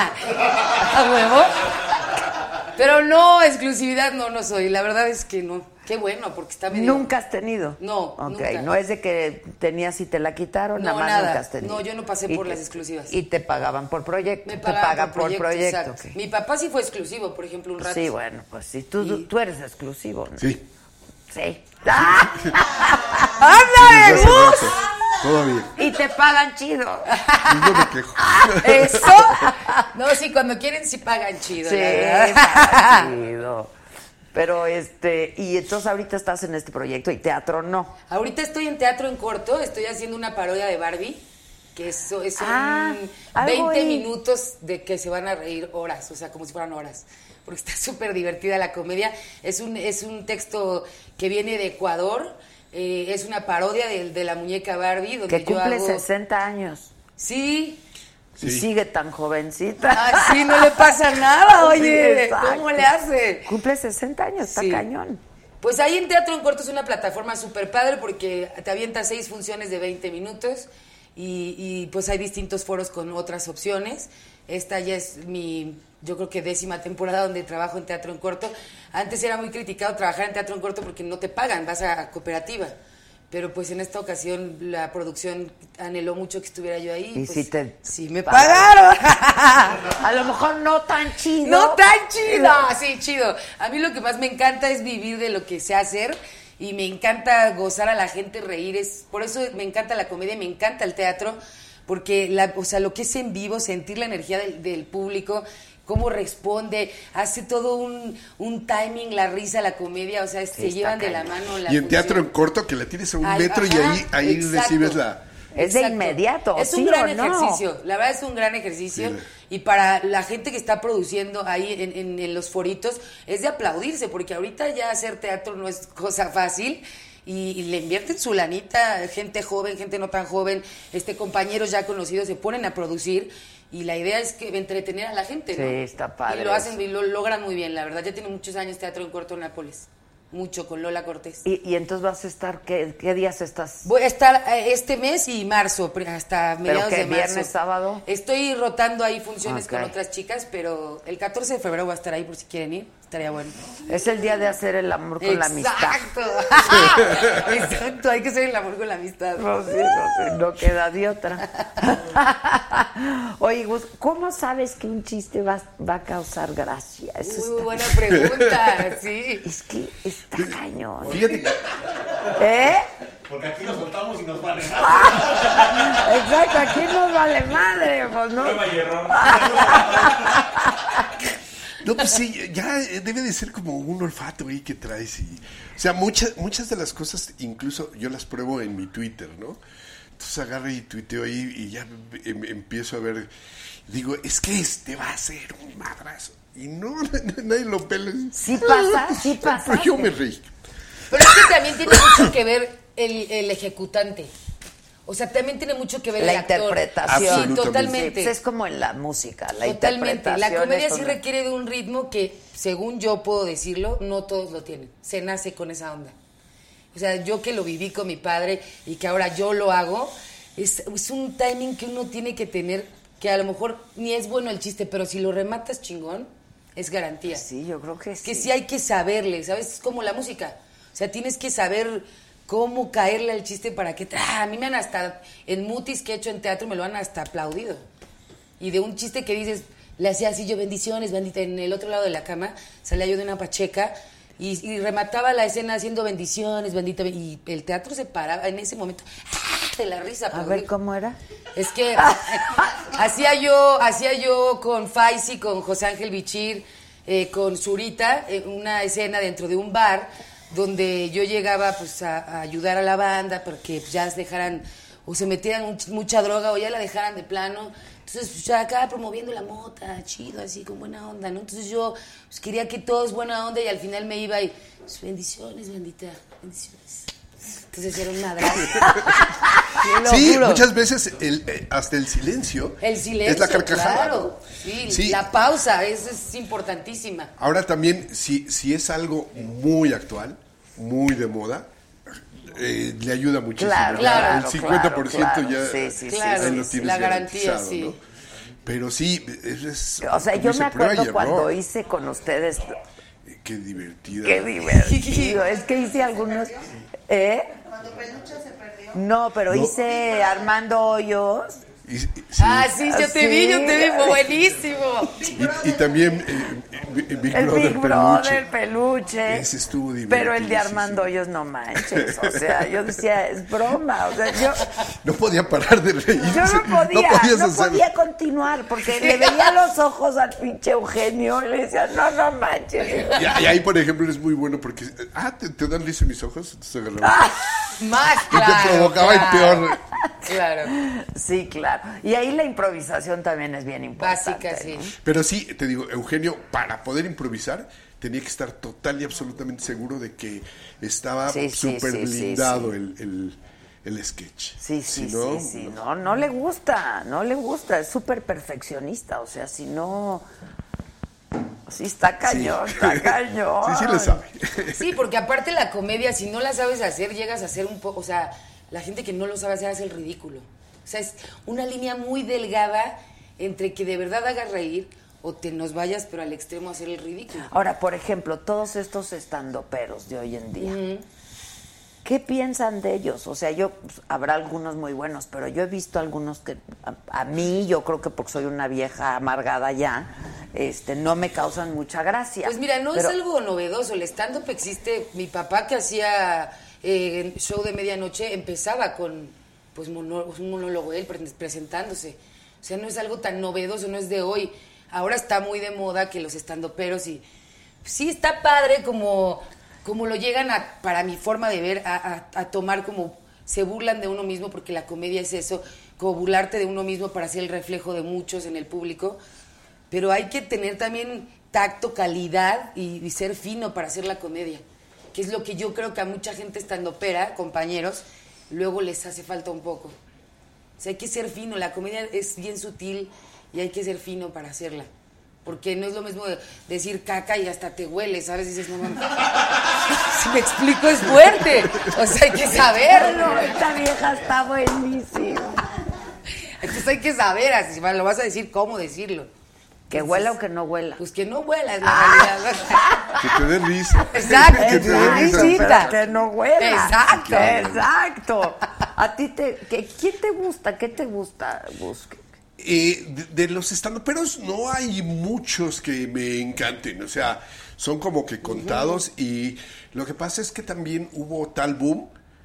¿A huevo? Pero no, exclusividad no, no soy, la verdad es que no. Qué bueno, porque está medio... ¿Nunca has tenido? No, okay. nunca. No es de que tenías y te la quitaron, no, nada más nada. nunca has tenido. No, yo no pasé y por te, las exclusivas. Y te pagaban por proyecto. Me pagaban te pagan por proyecto, por proyecto. Exacto. Okay. Mi papá sí fue exclusivo, por ejemplo, un rato. Sí, bueno, pues sí, tú, y... tú eres exclusivo, ¿no? Sí. Sí. ¡Ándale, Gus! Todo bien. Y te pagan chido. No me quejo. ¿Eso? No, sí, cuando quieren sí pagan chido. Sí, pagan chido. Pero este, y entonces ahorita estás en este proyecto y teatro no. Ahorita estoy en teatro en corto, estoy haciendo una parodia de Barbie, que eso es ah, veinte minutos de que se van a reír horas, o sea, como si fueran horas, porque está súper divertida la comedia. Es un, es un texto que viene de Ecuador, eh, es una parodia de, de la muñeca Barbie. Donde que cumple yo hago... sesenta años. Sí. Y sí. Sigue tan jovencita. Ah, sí, no le pasa nada, oye. Sí, ¿cómo le hace? Cumple sesenta años, está sí. cañón. Pues ahí en Teatro en Corto es una plataforma súper padre porque te avientas seis funciones de veinte minutos y, y pues hay distintos foros con otras opciones. Esta ya es mi, yo creo que décima temporada donde trabajo en Teatro en Corto. Antes era muy criticado trabajar en Teatro en Corto porque no te pagan, vas a cooperativa. Pero pues en esta ocasión la producción anheló mucho que estuviera yo ahí. Y pues, sí te sí me pagaron. A lo mejor no tan chido. No tan chido. Sí, chido. A mí lo que más me encanta es vivir de lo que sé hacer y me encanta gozar a la gente, reír. Es, por eso me encanta la comedia, me encanta el teatro, porque la, o sea, lo que es en vivo, sentir la energía del, del público, cómo responde, hace todo un, un timing, la risa, la comedia, o sea, sí, se llevan cañón de la mano la Y en función. Teatro en Corto, que la tienes a un Ay, metro ajá, y ahí, ahí exacto. recibes la... Es de inmediato, Es ¿sí un gran o no? ejercicio, la verdad es un gran ejercicio. Sí. Y para la gente que está produciendo ahí en, en, en los foritos, es de aplaudirse, porque ahorita ya hacer teatro no es cosa fácil. Y, y le invierten su lanita, gente joven, gente no tan joven, este compañeros ya conocidos se ponen a producir y la idea es que entretener a la gente, ¿no? Sí, está padre Y lo hacen eso. y lo logran muy bien, la verdad. Ya tiene muchos años Teatro en Corto en Nápoles, mucho, con Lola Cortés. Y, y entonces vas a estar, ¿qué, qué días estás? Voy a estar eh, este mes y marzo, pre- hasta mediados qué, de marzo. viernes, sábado? Estoy rotando ahí funciones Ok. con otras chicas, pero el catorce de febrero voy a estar ahí por si quieren ir, estaría bueno. Es el día de hacer el amor con la amistad. Exacto. Exacto, hay que hacer el amor con la amistad. No, sí, no, sí, no queda de otra. Oye, Gus, ¿cómo sabes que un chiste va, va a causar gracia? Eso Muy está- buena pregunta, sí. Es que está cañón. Fíjate que... ¿Eh? Porque aquí nos soltamos y nos vale. Exacto, aquí nos vale madre, pues no. Prueba y error. No, pues sí, ya debe de ser como un olfato ahí que traes. Y, o sea, muchas, muchas de las cosas, incluso yo las pruebo en mi Twitter, ¿no? Entonces agarro y tuiteo ahí y ya em, empiezo a ver. Digo, es que este va a ser un madrazo. Y no, nadie lo pela. Sí pasa, sí pasa. Pero yo me reí. Pero es que también tiene mucho que ver el, el ejecutante. O sea, también tiene mucho que ver La el actor. interpretación. Sí, totalmente. Sí, pues es como en la música, la Totalmente. interpretación. La comedia es sí una- requiere de un ritmo que, según yo puedo decirlo, no todos lo tienen. Se nace con esa onda. O sea, yo que lo viví con mi padre y que ahora yo lo hago, es, es un timing que uno tiene que tener, que a lo mejor ni es bueno el chiste, pero si lo rematas chingón, es garantía. Sí, yo creo que sí. Que sí hay que saberle, ¿sabes? Es como la música. O sea, tienes que saber cómo caerle al chiste para que... ¡Ah! A mí me han hasta... En mutis que he hecho en teatro me lo han hasta aplaudido. Y de un chiste que dices... Le hacía así yo, bendiciones, bandita. En el otro lado de la cama salía yo de una pacheca y, y remataba la escena haciendo bendiciones, bandita. Y el teatro se paraba en ese momento... ¡Ah! De la risa. A ver, ¿cómo era? Es que hacía yo hacía yo con Faisy, con José Ángel Bichir, eh, con Zurita, eh, una escena dentro de un bar donde yo llegaba pues a, a ayudar a la banda porque pues, ya dejaran o se metieran much, mucha droga o ya la dejaran de plano. Entonces pues, ya acá promoviendo la mota, chido, así con buena onda, ¿no? Entonces yo pues, quería que todos buena onda y al final me iba y pues, bendiciones, bandita, bendiciones. Entonces era un madrazo. Sí, muchas veces el, eh, hasta el silencio, El silencio, es la carcajada. claro. Sí, Sí. la pausa es, es importantísima. Ahora también, si, si es algo muy actual, muy de moda, eh, le ayuda muchísimo. Claro, ¿no? claro, El cincuenta por ciento claro, ya sí, sí, sí, Claro, ahí lo tienes la garantía, garantizado, sí. ¿no? Pero sí, es, es- O sea, como yo dice, me prueba y acuerdo cuando error. hice con ustedes... Qué divertida. Qué divertido. Es que hice algunos... ¿Eh? No, pero No. hice Armando Hoyos. Y, sí. Ah, sí, yo te Sí. vi, yo te vi, fue buenísimo. Y, y también eh, eh, Big El Brother Big Peluche. Brother, peluche. Ese estuvo divertido. Pero el de Armando Hoyos, no manches. O sea, yo decía, es broma. O sea, yo, No podía parar de reír. yo no podía, no, podías hacerlo. podía continuar porque le veía los ojos al pinche Eugenio y le decía, no, no manches. Y, y ahí, por ejemplo, es muy bueno porque, ah, ¿te, te dan risa mis ojos? Entonces agarraba. Ah, Más, Y te claro. provocaba claro, el peor. Claro. Sí, claro. Y ahí la improvisación también es bien importante. Básica, sí. ¿no? Pero sí, te digo, Eugenio, para poder improvisar, tenía que estar total y absolutamente seguro de que estaba Sí, sí, súper sí, sí, blindado sí. El, el, el sketch. Sí, sí, Si no, sí, sí. No, no le gusta, no le gusta. Es súper perfeccionista. O sea, si no... Sí, está cañón, sí. está cañón. Sí, sí le sabe. Sí, porque aparte la comedia, si no la sabes hacer, llegas a ser un poco, o sea, la gente que no lo sabe hacer hace el ridículo. O sea, es una línea muy delgada entre que de verdad hagas reír o te nos vayas, pero al extremo a hacer el ridículo. Ahora, por ejemplo, todos estos estandoperos de hoy en día, uh-huh. ¿qué piensan de ellos? O sea, yo, pues, habrá algunos muy buenos, pero yo he visto algunos que a, a mí, yo creo que porque soy una vieja amargada ya, este, no me causan mucha gracia. Pues mira, no pero... es algo novedoso, el stand-up existe. Mi papá que hacía eh, show de medianoche empezaba con pues mono, un monólogo él presentándose. O sea, no es algo tan novedoso, no es de hoy. Ahora está muy de moda que los estandoperos y sí está padre como, como lo llegan a, para mi forma de ver, a, a, a tomar como se burlan de uno mismo, porque la comedia es eso, como burlarte de uno mismo para ser el reflejo de muchos en el público. Pero hay que tener también tacto, calidad y, y ser fino para hacer la comedia, que es lo que yo creo que a mucha gente estandopera, compañeros, luego les hace falta un poco. O sea, hay que ser fino, la comedia es bien sutil y hay que ser fino para hacerla. Porque no es lo mismo decir caca y hasta te huele, ¿sabes? Dices, no mames. Si me explico, es fuerte. O sea, hay que saber. No, esta vieja está buenísima. Entonces hay que saber, así lo vas a decir, cómo decirlo. Que Entonces, huela o que no huela. Pues que no huela, es la ah. realidad. Que te dé risa. Exacto. Que te dé risa. Pero que no huela. Exacto. Exacto. A ti te, que, ¿quién te gusta? ¿Qué te gusta, Gus? Eh, de, de los estandoperos no hay muchos que me encanten, o sea, son como que contados. Uh-huh. Y lo que pasa es que también hubo tal boom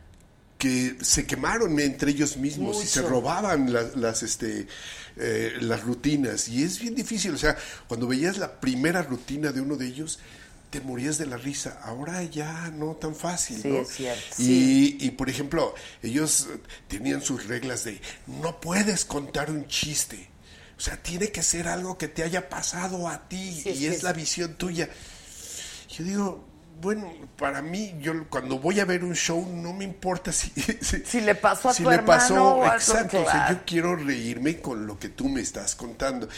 que se quemaron entre ellos mismos. Mucho. Y se robaban las, las, este, eh, las rutinas, y es bien difícil, o sea, cuando veías la primera rutina de uno de ellos, te morías de la risa. Ahora ya no tan fácil, sí, ¿no? Es cierto. Y, sí. y, por ejemplo, ellos tenían sus reglas de no puedes contar un chiste. O sea, tiene que ser algo que te haya pasado a ti, sí, y es, es la visión tuya. Yo digo, bueno, para mí, yo cuando voy a ver un show, no me importa si... Si, si le pasó a si tu le hermano pasó, o a exacto, tu... o sea, yo quiero reírme con lo que tú me estás contando.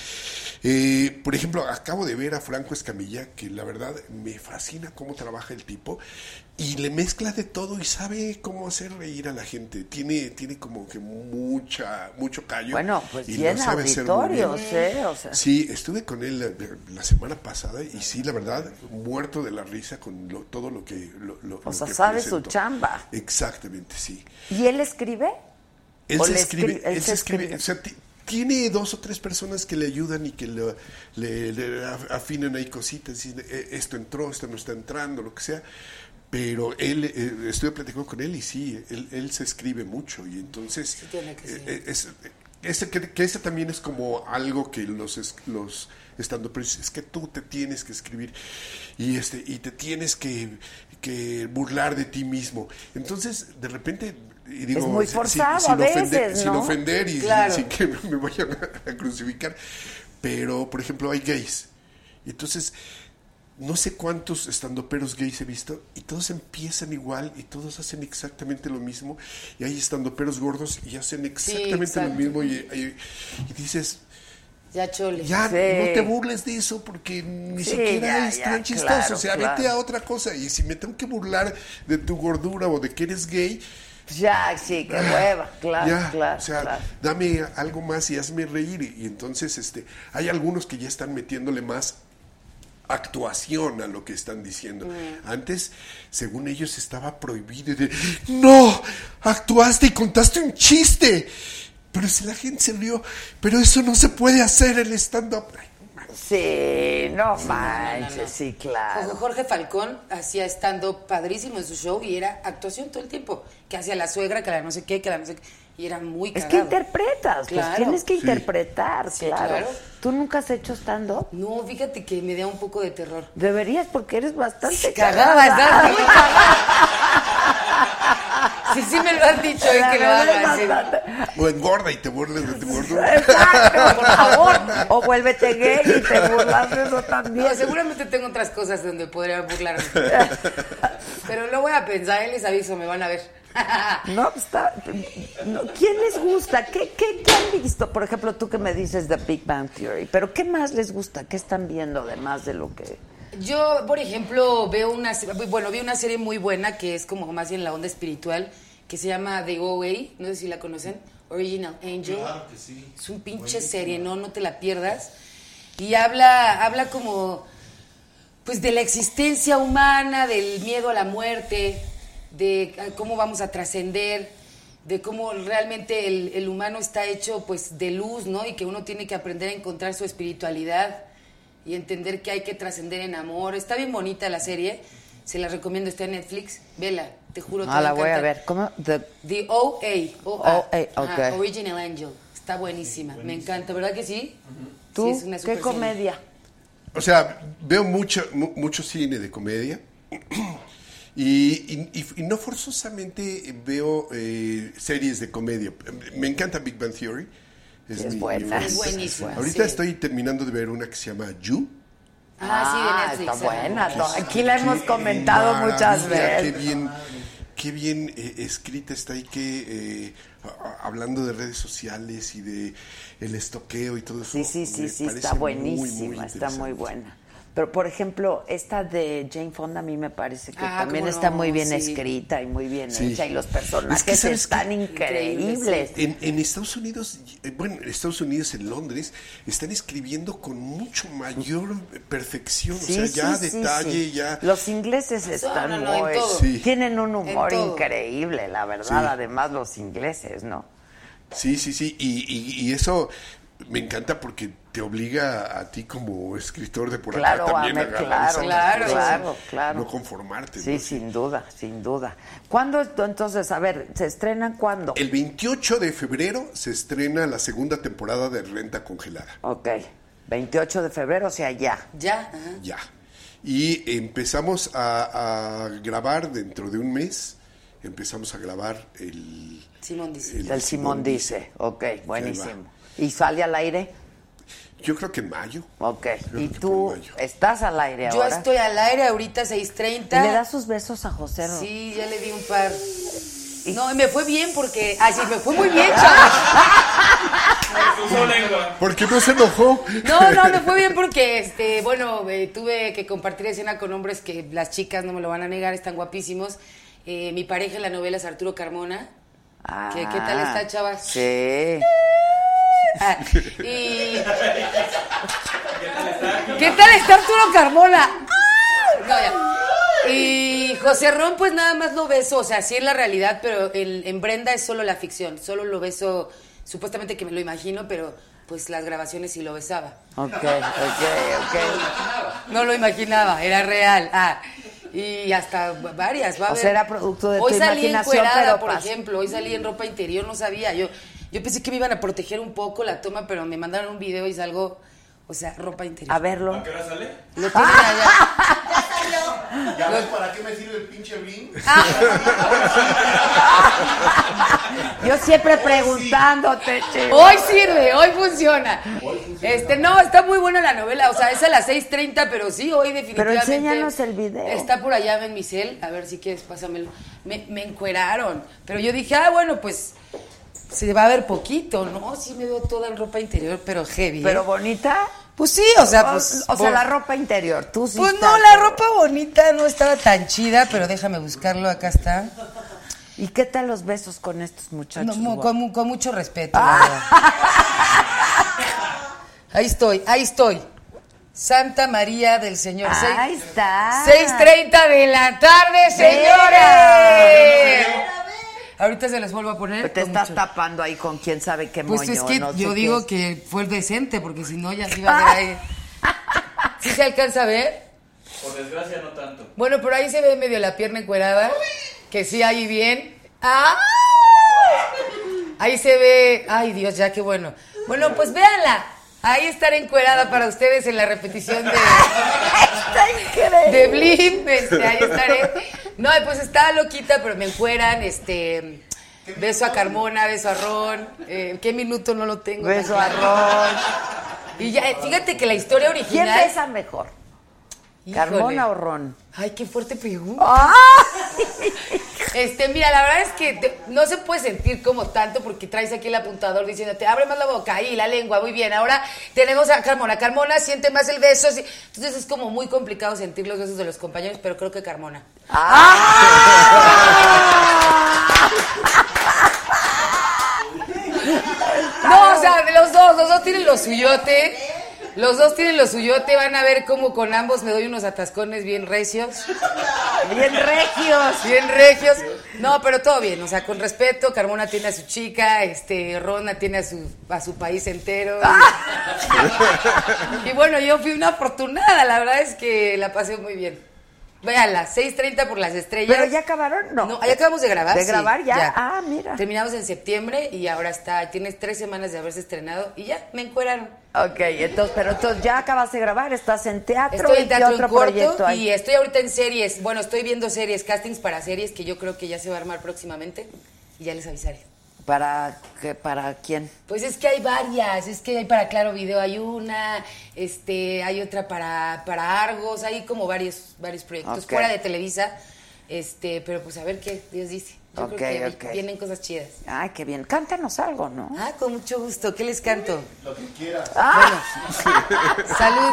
Eh, por ejemplo, acabo de ver a Franco Escamilla, que la verdad me fascina cómo trabaja el tipo, y le mezcla de todo y sabe cómo hacer reír a la gente. Tiene, tiene como que mucha, mucho callo. Bueno, pues y llena auditorios, ¿eh? O sea. Sí, estuve con él la, la semana pasada y sí, la verdad, muerto de la risa con lo, todo lo que lo, lo, O lo sea, que sabe presentó. su chamba. Exactamente, sí. ¿Y él escribe? Él se escribe, él él se escribe, escribe. O sea, t- tiene dos o tres personas que le ayudan y que le, le, le afinan ahí cositas, y esto entró, esto no está entrando, lo que sea. Pero él, eh, estuve platicando con él y sí, él, él se escribe mucho, y entonces sí, tiene que ser. Eh, es, ese, que, que ese también es como algo que los, los estandoperos, es que tú te tienes que escribir y, este, y te tienes que, que burlar de ti mismo. Entonces, de repente... Y digo, es muy forzado sin, sin a ofender, veces, ¿no? Sin ofender y claro. sin, sin que me vayan a, a crucificar. Pero, por ejemplo, hay gays. Y entonces... No sé cuántos estandoperos gays he visto y todos empiezan igual y todos hacen exactamente lo mismo, y hay estandoperos gordos y hacen exactamente sí, lo mismo, y, y, y dices, ya chole, ya sí. no te burles de eso porque ni sí, siquiera ya, es ya, tan chistoso, claro, o sea, claro. vete a otra cosa. Y si me tengo que burlar de tu gordura o de que eres gay, ya, sí, qué hueva, claro, ya, claro, o sea, claro. dame algo más y hazme reír. Y, y entonces este hay algunos que ya están metiéndole más actuación a lo que están diciendo. Mm. Antes, según ellos, estaba prohibido de, no, actuaste y contaste un chiste, pero si la gente se rió, pero eso no se puede hacer el stand-up. Sí, no manches, no, no, no, no. Sí, claro. Jorge Falcón hacía stand-up padrísimo en su show y era actuación todo el tiempo, que hacía la suegra, que la no sé qué, que la no sé qué, y era muy cagado. Es que interpretas, claro. pues tienes que sí. interpretar, sí, claro. claro. ¿Tú nunca has hecho stand-up? No, fíjate que me da un poco de terror. Deberías, porque eres bastante cagada. Cagada, estás muy cagada. Sí, sí me lo han dicho, es que lo hagas. O engorda y te burles de tu gordura. Exacto, por favor. O vuélvete gay y te burlas de eso también. No, seguramente tengo otras cosas donde podría burlarme. Pero lo voy a pensar, él les aviso, me van a ver. No, está... No, ¿quién les gusta? ¿Qué, qué, ¿Qué han visto? Por ejemplo, tú que me dices The Big Bang Theory, pero ¿qué más les gusta? ¿Qué están viendo además de lo que...? Yo, por ejemplo, veo una... Bueno, vi una serie muy buena que es como más bien la onda espiritual, que se llama The O A, no sé si la conocen, Original Angel. Claro que sí. Es un pinche serie, no, no te la pierdas. Y habla, habla como... pues de la existencia humana, del miedo a la muerte, de cómo vamos a trascender, de cómo realmente el, el humano está hecho pues de luz, ¿no? Y que uno tiene que aprender a encontrar su espiritualidad y entender que hay que trascender en amor. Está bien bonita la serie, se la recomiendo, está en Netflix, vela, te juro. Ah, la voy a ver. ¿Cómo? The, The O A. O A, okay. Ajá, Original Angel. Está buenísima, me encanta, ¿verdad que sí? ¿Tú? Sí, es una ¿Qué super comedia? serie. O sea, veo mucho, mu- mucho cine de comedia y, y, y- y no forzosamente veo eh, series de comedia. Me encanta Big Bang Theory. Sí, es mi- buena. mi favorita. Es buenísima, Ahorita sí. estoy terminando de ver una que se llama You. Ah, sí, de Netflix. está buena. ajá. No, aquí la hemos comentado muchas Maravilla, veces. Qué bien, qué bien eh, escrita está ahí, que eh, a- a- hablando de redes sociales y de el estoqueo y todo eso. Sí, sí, sí, me sí, parece está muy, buenísima, muy está muy interesante. buena. Pero, por ejemplo, esta de Jane Fonda a mí me parece que Ah, también cómo está no, muy bien sí. escrita y muy bien Sí. hecha y los Es personajes que, ¿sabes están qué? increíbles. En, en Estados Unidos, eh, bueno, en Estados Unidos, en Londres, están escribiendo con mucho mayor perfección, Sí, o sea, ya sí, sí, detalle, sí. ya... Los ingleses están no, no, en muy... todo. Sí. Tienen un humor En todo. increíble, la verdad, Sí. además los ingleses, ¿no? Sí, sí, sí, y, y, y eso me encanta porque te obliga a ti como escritor de por Claro, acá también a a ver, agarrar claro, esas claro, cosas, claro, claro. no conformarte. Sí, ¿no? sin duda, sin duda. ¿Cuándo esto, entonces, a ver, se estrenan cuándo? El veintiocho de febrero se estrena la segunda temporada de Renta Congelada. Ok, veintiocho de febrero, o sea, ya. Ya, ajá. Ya. Y empezamos a, a grabar dentro de un mes. Empezamos a grabar el... Simón dice. El Simón dice, ok, buenísimo. ¿Y sale al aire? Yo creo que en mayo. Ok, Creo y que tú por mayo. estás al aire Yo ahora. estoy al aire ahorita, seis ¿Y treinta. le das sus besos a José? Ro? Sí, ya le di un par. No, y me fue bien porque... Ay, sí, me fue muy bien, chavos. Usó lengua. ¿Por qué no se enojó? No, no, me fue bien porque, este, bueno, eh, tuve que compartir escena con hombres que las chicas no me lo van a negar, están guapísimos. Eh, mi pareja en la novela es Arturo Carmona. Ah, ¿Qué, ¿Qué tal está, chavas? Sí. Ah, y... ¿Qué tal está Arturo Carmona? ¡Ah! No, ya. Y José Ron, pues nada más lo beso, o sea, sí es la realidad, pero el, en Brenda es solo la ficción, solo lo beso, supuestamente que me lo imagino, pero pues las grabaciones sí lo besaba. Ok, ok, ok. No lo imaginaba, era real. Ah, y hasta varias, va a O haber. sea, era producto de hoy tu salí imaginación, encuerada, pero por pasa. ejemplo, hoy salí en ropa interior, no sabía, yo yo pensé que me iban a proteger un poco la toma, pero me mandaron un video y salgo, o sea, ropa interior. A verlo. ¿A qué hora sale? Lo tienen allá. ¿Ya ves para qué me sirve el pinche ring? Yo siempre preguntándote, che. Hoy sirve, hoy funciona. Este, no, está muy buena la novela, o sea, es a las seis treinta, pero sí, hoy definitivamente. Pero enséñanos el video. Está por allá en mi cel, a ver si quieres, pásamelo. Me, me encueraron, pero yo dije, ah, bueno, pues se va a ver poquito, ¿no? Sí me veo toda en ropa interior, pero heavy. ¿Pero ¿eh? bonita? Pues sí, o sea, pues... O, o sea, por- la ropa interior, tú sí Pues estás, no, la pero- ropa bonita no estaba tan chida, pero déjame buscarlo, acá está. ¿Y qué tal los besos con estos muchachos? No, mu- guapos? con, mu- con mucho respeto, la verdad. Ahí estoy, ahí estoy. Santa María del Señor. Ahí Seis- está. seis treinta de la tarde, señores. Ahorita se les vuelvo a poner. Pero te con estás mucho- tapando ahí con quién sabe qué Pues moño. es que no sé yo qué digo es. que fue el decente, porque si no ya se iba a ver ahí. ¿Sí se alcanza a ver? Por desgracia, no tanto. Bueno, por ahí se ve medio la pierna encuerada, que sí, ahí bien. ¡Ah! Ahí se ve... Ay, Dios, ya, qué bueno. Bueno, pues véanla. Ahí estaré encuerada para ustedes en la repetición de... Está increíble. de Blim, este, ahí estaré. No, pues estaba loquita, pero me encueran, este... Beso a Carmona, beso a Ron. Eh, ¿Qué minuto no lo tengo? Beso tan a claro? Ron. Y ya, fíjate que la historia ¿Quién original... besa mejor? Híjole. ¿Carmona o Ron? Ay, qué fuerte pregunta. ¡Ay! Este, mira, la verdad es que te- no se puede sentir como tanto porque traes aquí el apuntador diciéndote, abre más la boca, ahí, la lengua, muy bien. Ahora tenemos a Carmona. Carmona siente más el beso. Así. Entonces es como muy complicado sentir los besos de los compañeros, pero creo que Carmona. No, o sea, los dos, los dos tienen lo suyote. Los dos tienen lo suyote. Van a ver cómo con ambos me doy unos atascones bien recios. Bien regios. Bien regios. No, pero todo bien, o sea, con respeto. Carmona tiene a su chica, este, Rona tiene a su, a su país entero. Y, y bueno, yo fui una afortunada, la verdad es que la pasé muy bien. Véanla, seis treinta por las estrellas. ¿Pero ya acabaron? No. No, ya acabamos de grabar. ¿De sí, grabar ya? Ah, mira. Terminamos en septiembre y ahora está, tienes tres semanas de haberse estrenado y ya, me encueraron. Ok, entonces, pero entonces ya acabas de grabar, estás en teatro. Estoy en ¿y teatro qué otro en corto proyecto hay? y estoy ahorita en series. Bueno, estoy viendo series, castings para series que yo creo que ya se va a armar próximamente y ya les avisaré. ¿Para qué? ¿Para quién? Pues es que hay varias, es que hay para Claro Video hay una, este, hay otra para, para Argos, hay como varios, varios proyectos Ok. fuera de Televisa, este, pero pues a ver qué Dios dice. Yo Ok, creo que ok. vienen cosas chidas. Ay, qué bien. Cántanos algo, ¿no? Ah, con mucho gusto. ¿Qué les canto? Lo que quieras. Ah. Salud.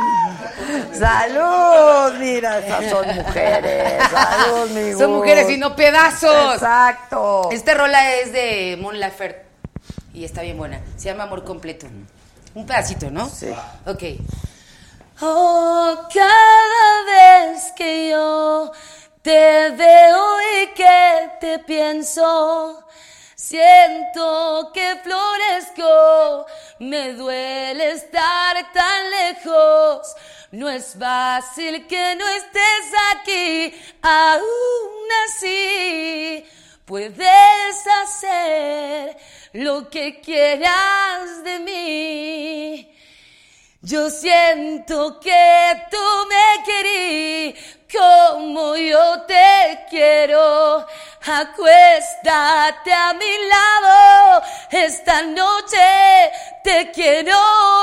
¡Salud! Mira, esas son mujeres. ¡Salud, mi Son mujeres y no pedazos. Exacto. Esta rola es de Mon Laferte y está bien buena. Se llama Amor Completo. Un pedacito, ¿no? Sí. Ok. Oh, cada vez que yo te veo y que te pienso, siento que florezco, me duele estar tan lejos, no es fácil que no estés aquí, aún así puedes hacer lo que quieras de mí. Yo siento que tú me querís como yo te quiero. Acuéstate a mi lado, esta noche te quiero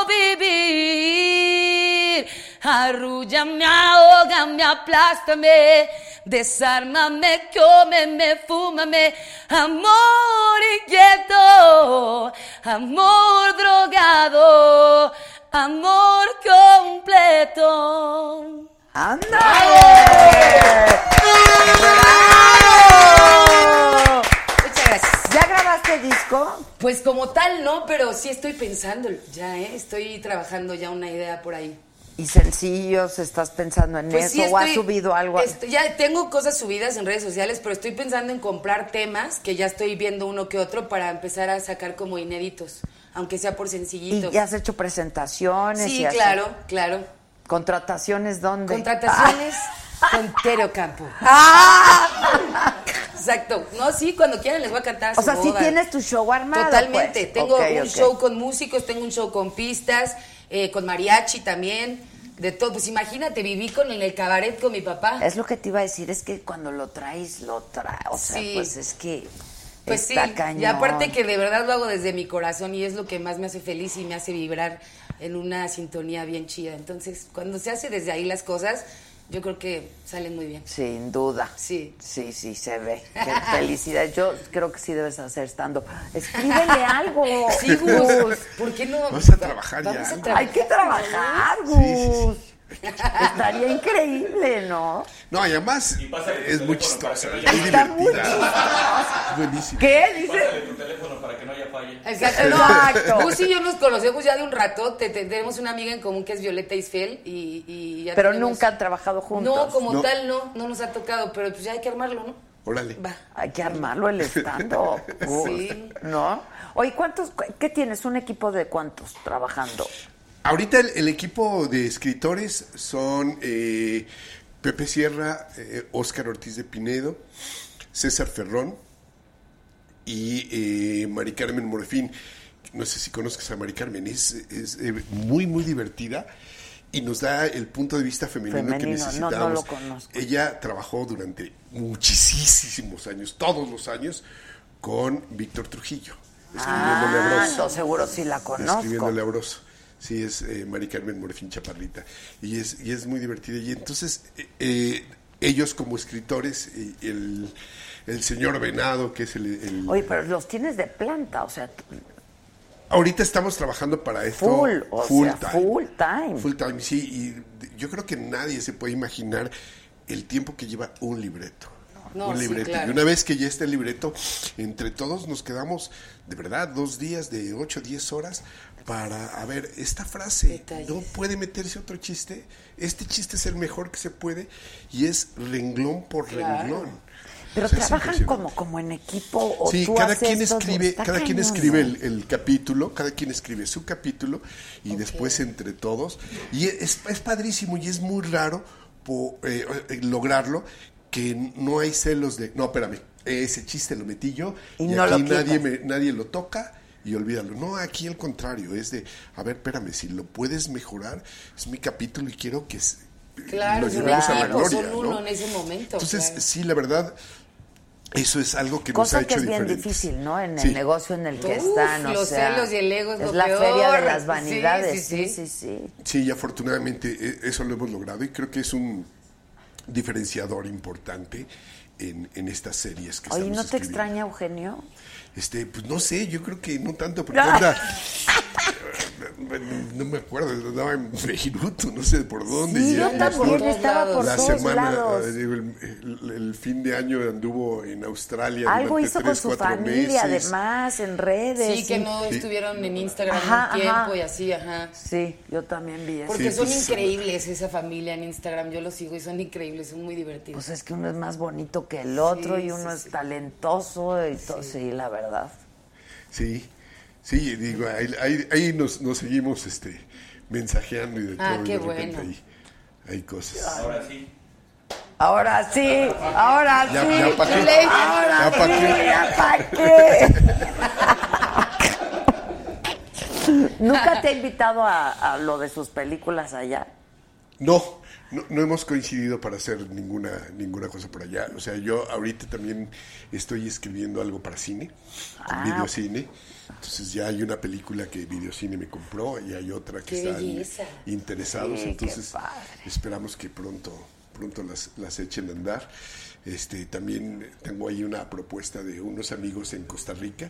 vivir. Arrúllame, ahógame, aplástame, desármame, cómeme, fúmame. Amor inquieto, amor drogado, amor completo. ¡Ándale! ¡Bravo! Muchas gracias. ¿Ya grabaste disco? Pues como tal no, pero sí estoy pensándolo ya, ¿eh? Estoy trabajando ya una idea por ahí. ¿Y sencillos? ¿Estás pensando en Pues eso? sí ¿O has estoy- subido algo? estoy- ya tengo cosas subidas en redes sociales, pero estoy pensando en comprar temas que ya estoy viendo uno que otro para empezar a sacar como inéditos, aunque sea por ¿Y sencillitos. ya has hecho presentaciones? Sí, y has- claro, claro. ¿Contrataciones dónde? Contrataciones con Tero Campo. ¡Ah! Exacto. No, sí, cuando quieran les voy a cantar. O su sea, sí boda. tienes tu show armado. Totalmente. pues. Tengo Ok, un ok. show con músicos, tengo un show con pistas, eh, con mariachi también, de todo. Pues imagínate, viví con en el cabaret con mi papá. Es lo que te iba a decir, es que cuando lo traes, lo traes. O sea, Sí. pues es que Pues está sí, cañón. y aparte que de verdad lo hago desde mi corazón y es lo que más me hace feliz y me hace vibrar en una sintonía bien chida. Entonces, cuando se hace desde ahí las cosas, yo creo que salen muy bien. Sin duda. Sí. Sí, sí, se ve. Qué felicidad. Yo creo que sí debes hacer estando. Escríbele algo. Sí, Gus. ¿Por qué no? Vamos a trabajar Vamos ya. a trabajar. Hay que trabajar, Gus. Estaría increíble, ¿no? No, y además es muy chistosa, es muy Está muy divertida. Es buenísima. ¿Qué? Dice. Pásale tu teléfono para que no haya falla. Exacto. No, Exacto. Gus y yo nos conocemos ya de un rato. Te- te- tenemos una amiga en común que es Violeta Isfel y, y ya Pero tenemos- nunca han trabajado juntos. No, como No. tal no, no nos ha tocado, pero pues ya hay que armarlo, ¿no? Órale. Va. Hay que armarlo el stand-up. Gus, Sí. ¿no? Oye, ¿cuántos, qué tienes? ¿Un equipo de cuántos trabajando? Ahorita el, el equipo de escritores son eh, Pepe Sierra, eh, Óscar Ortiz de Pinedo, César Ferrón y eh, Mari Carmen Morefín. No sé si conozcas a Mari Carmen, es, es eh, muy, muy divertida y nos da el punto de vista femenino, que Femenino, no, necesitamos. no lo conozco. Ella trabajó durante muchísimos años, todos los años, con Víctor Trujillo, escribiéndole a Ah, Broso. entonces seguro sí la conozco. Escribiéndole a Broso. Sí, es eh, Mari Carmen Morefín Chaparrita. Y es, y es muy divertida. Y entonces, eh, eh, ellos como escritores, eh, el, el señor Venado, que es el... el Oye, pero los tienes de planta, o sea... Ahorita estamos trabajando para esto full, o full sea, time. full time. Full time, sí, y yo creo que nadie se puede imaginar el tiempo que lleva un libreto. No, un sí, libreto. claro. Y una vez que ya está el libreto, entre todos nos quedamos, de verdad, dos días de ocho a diez horas para, a ver, esta frase, Detalles. ¿no puede meterse otro chiste? Este chiste es el mejor que se puede y es renglón por Claro. renglón. Pero O sea, es trabajan impresionante. como, como en equipo o Sí, tú cada haces quien todo? escribe, Está cada quien cañón, escribe ¿no? el, el capítulo, cada quien escribe su capítulo y Ok. después entre todos. Y es, es padrísimo y es muy raro po- eh, eh, lograrlo, que no hay celos de, no, espérame, ese chiste lo metí yo Y y, no lo aquí nadie, quitas. me, nadie lo toca y olvídalo. No, aquí al contrario, es de, a ver, espérame, si lo puedes mejorar, es mi capítulo y quiero que s- Claro, lo son llevemos a la equipo, gloria, son uno ¿no? en ese momento. Entonces, claro. sí, la verdad, eso es algo que nos Cosa ha que hecho es bien diferentes. difícil, ¿no? En Sí. el negocio en el que Uf, están, o los sea, celos y el ego es lo la peor. feria de las Sí, vanidades, sí, sí, sí. sí, sí. Sí, y afortunadamente eh, eso lo hemos logrado y creo que es un diferenciador importante en, en estas series que Oye, estamos ¿no te escribiendo. extraña Eugenio? Este, pues no sé, yo creo que no tanto, porque anda, no me acuerdo, andaba en Beirut, no sé por dónde. Sí, y- yo y también estuvo- estaba por la todos semana, lados. eh, digo, el, el- el fin de año anduvo en Australia. Algo durante hizo con tres, su cuatro familia, meses. además, en redes. Sí, que y- no Sí. estuvieron en Instagram Ajá, un tiempo ajá. y así, ajá. Sí, yo también vi eso. Porque Sí, son pues, increíbles esa familia en Instagram, yo los sigo y son increíbles, son muy divertidos. Pues es que uno es más bonito que el otro Sí, y uno sí, es sí. talentoso y todo, sí, la verdad. Sí, sí, digo, ahí, ahí, ahí nos, nos seguimos este, mensajeando y de Ah, todo, y qué de repente bueno. ahí hay cosas. Ahora sí. Ahora sí, ahora Ya- sí. ya pa' qué. Le- Ahora Ya pa' sí, qué. ya pa' qué. ¿Nunca te ha invitado a, a lo de sus películas allá? No, no, no hemos coincidido para hacer ninguna ninguna cosa por allá. O sea, yo ahorita también estoy escribiendo algo para cine, Ah. videocine. Entonces ya hay una película que Videocine me compró y hay otra que ¡Qué están belleza! interesados. Sí, qué Entonces padre. esperamos que pronto pronto las, las echen a andar. Este, también tengo ahí una propuesta de unos amigos en Costa Rica.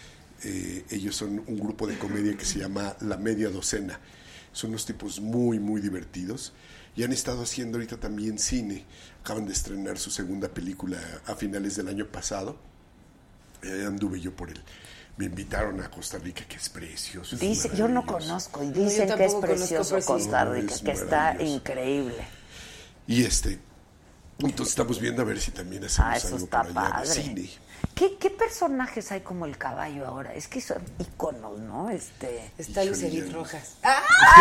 Eh, ellos son un grupo de comedia que se llama La Media Docena. Son unos tipos muy, muy divertidos y han estado haciendo ahorita también cine. Acaban de estrenar su segunda película a finales del año pasado. Eh, anduve yo por él. Me invitaron a Costa Rica, que es precioso. es Dice, yo no maravilloso. conozco y yo dicen que es tampoco conozco, precioso pero sí. Costa No, Rica, es que está maravilloso. increíble. Y este, entonces estamos viendo a ver si también hacemos Ah, eso algo está por allá de padre. cine. ¿Qué, ¿Qué personajes hay como el caballo ahora? Es que son íconos, ¿no? Este... Está Híjole, Lucerit ya. Rojas. ¡Ah,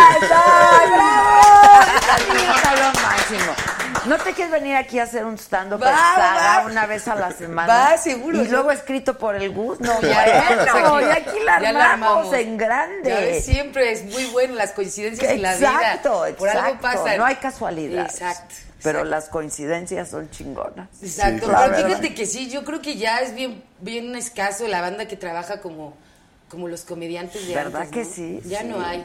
está! ¡Bravo! Esa niña está lo máximo. ¿No te quieres venir aquí a hacer un stand-up Va, en Saga va. una vez a la semana? Va, seguro, Y yo- luego escrito por el Gus. No, Ya, bueno, ya, y aquí la ya la armamos armamos. en grande. Ya ves, siempre es muy bueno las coincidencias en la vida. Exacto, Por algo exacto. pasan. No hay casualidad. Exacto. Pero exacto. las coincidencias son chingonas. Exacto, Sí, la pero verdad. fíjate que sí, yo creo que ya es bien, bien escaso la banda que trabaja como, como los comediantes de ¿Verdad antes, que ¿no? sí? Ya Sí. no hay.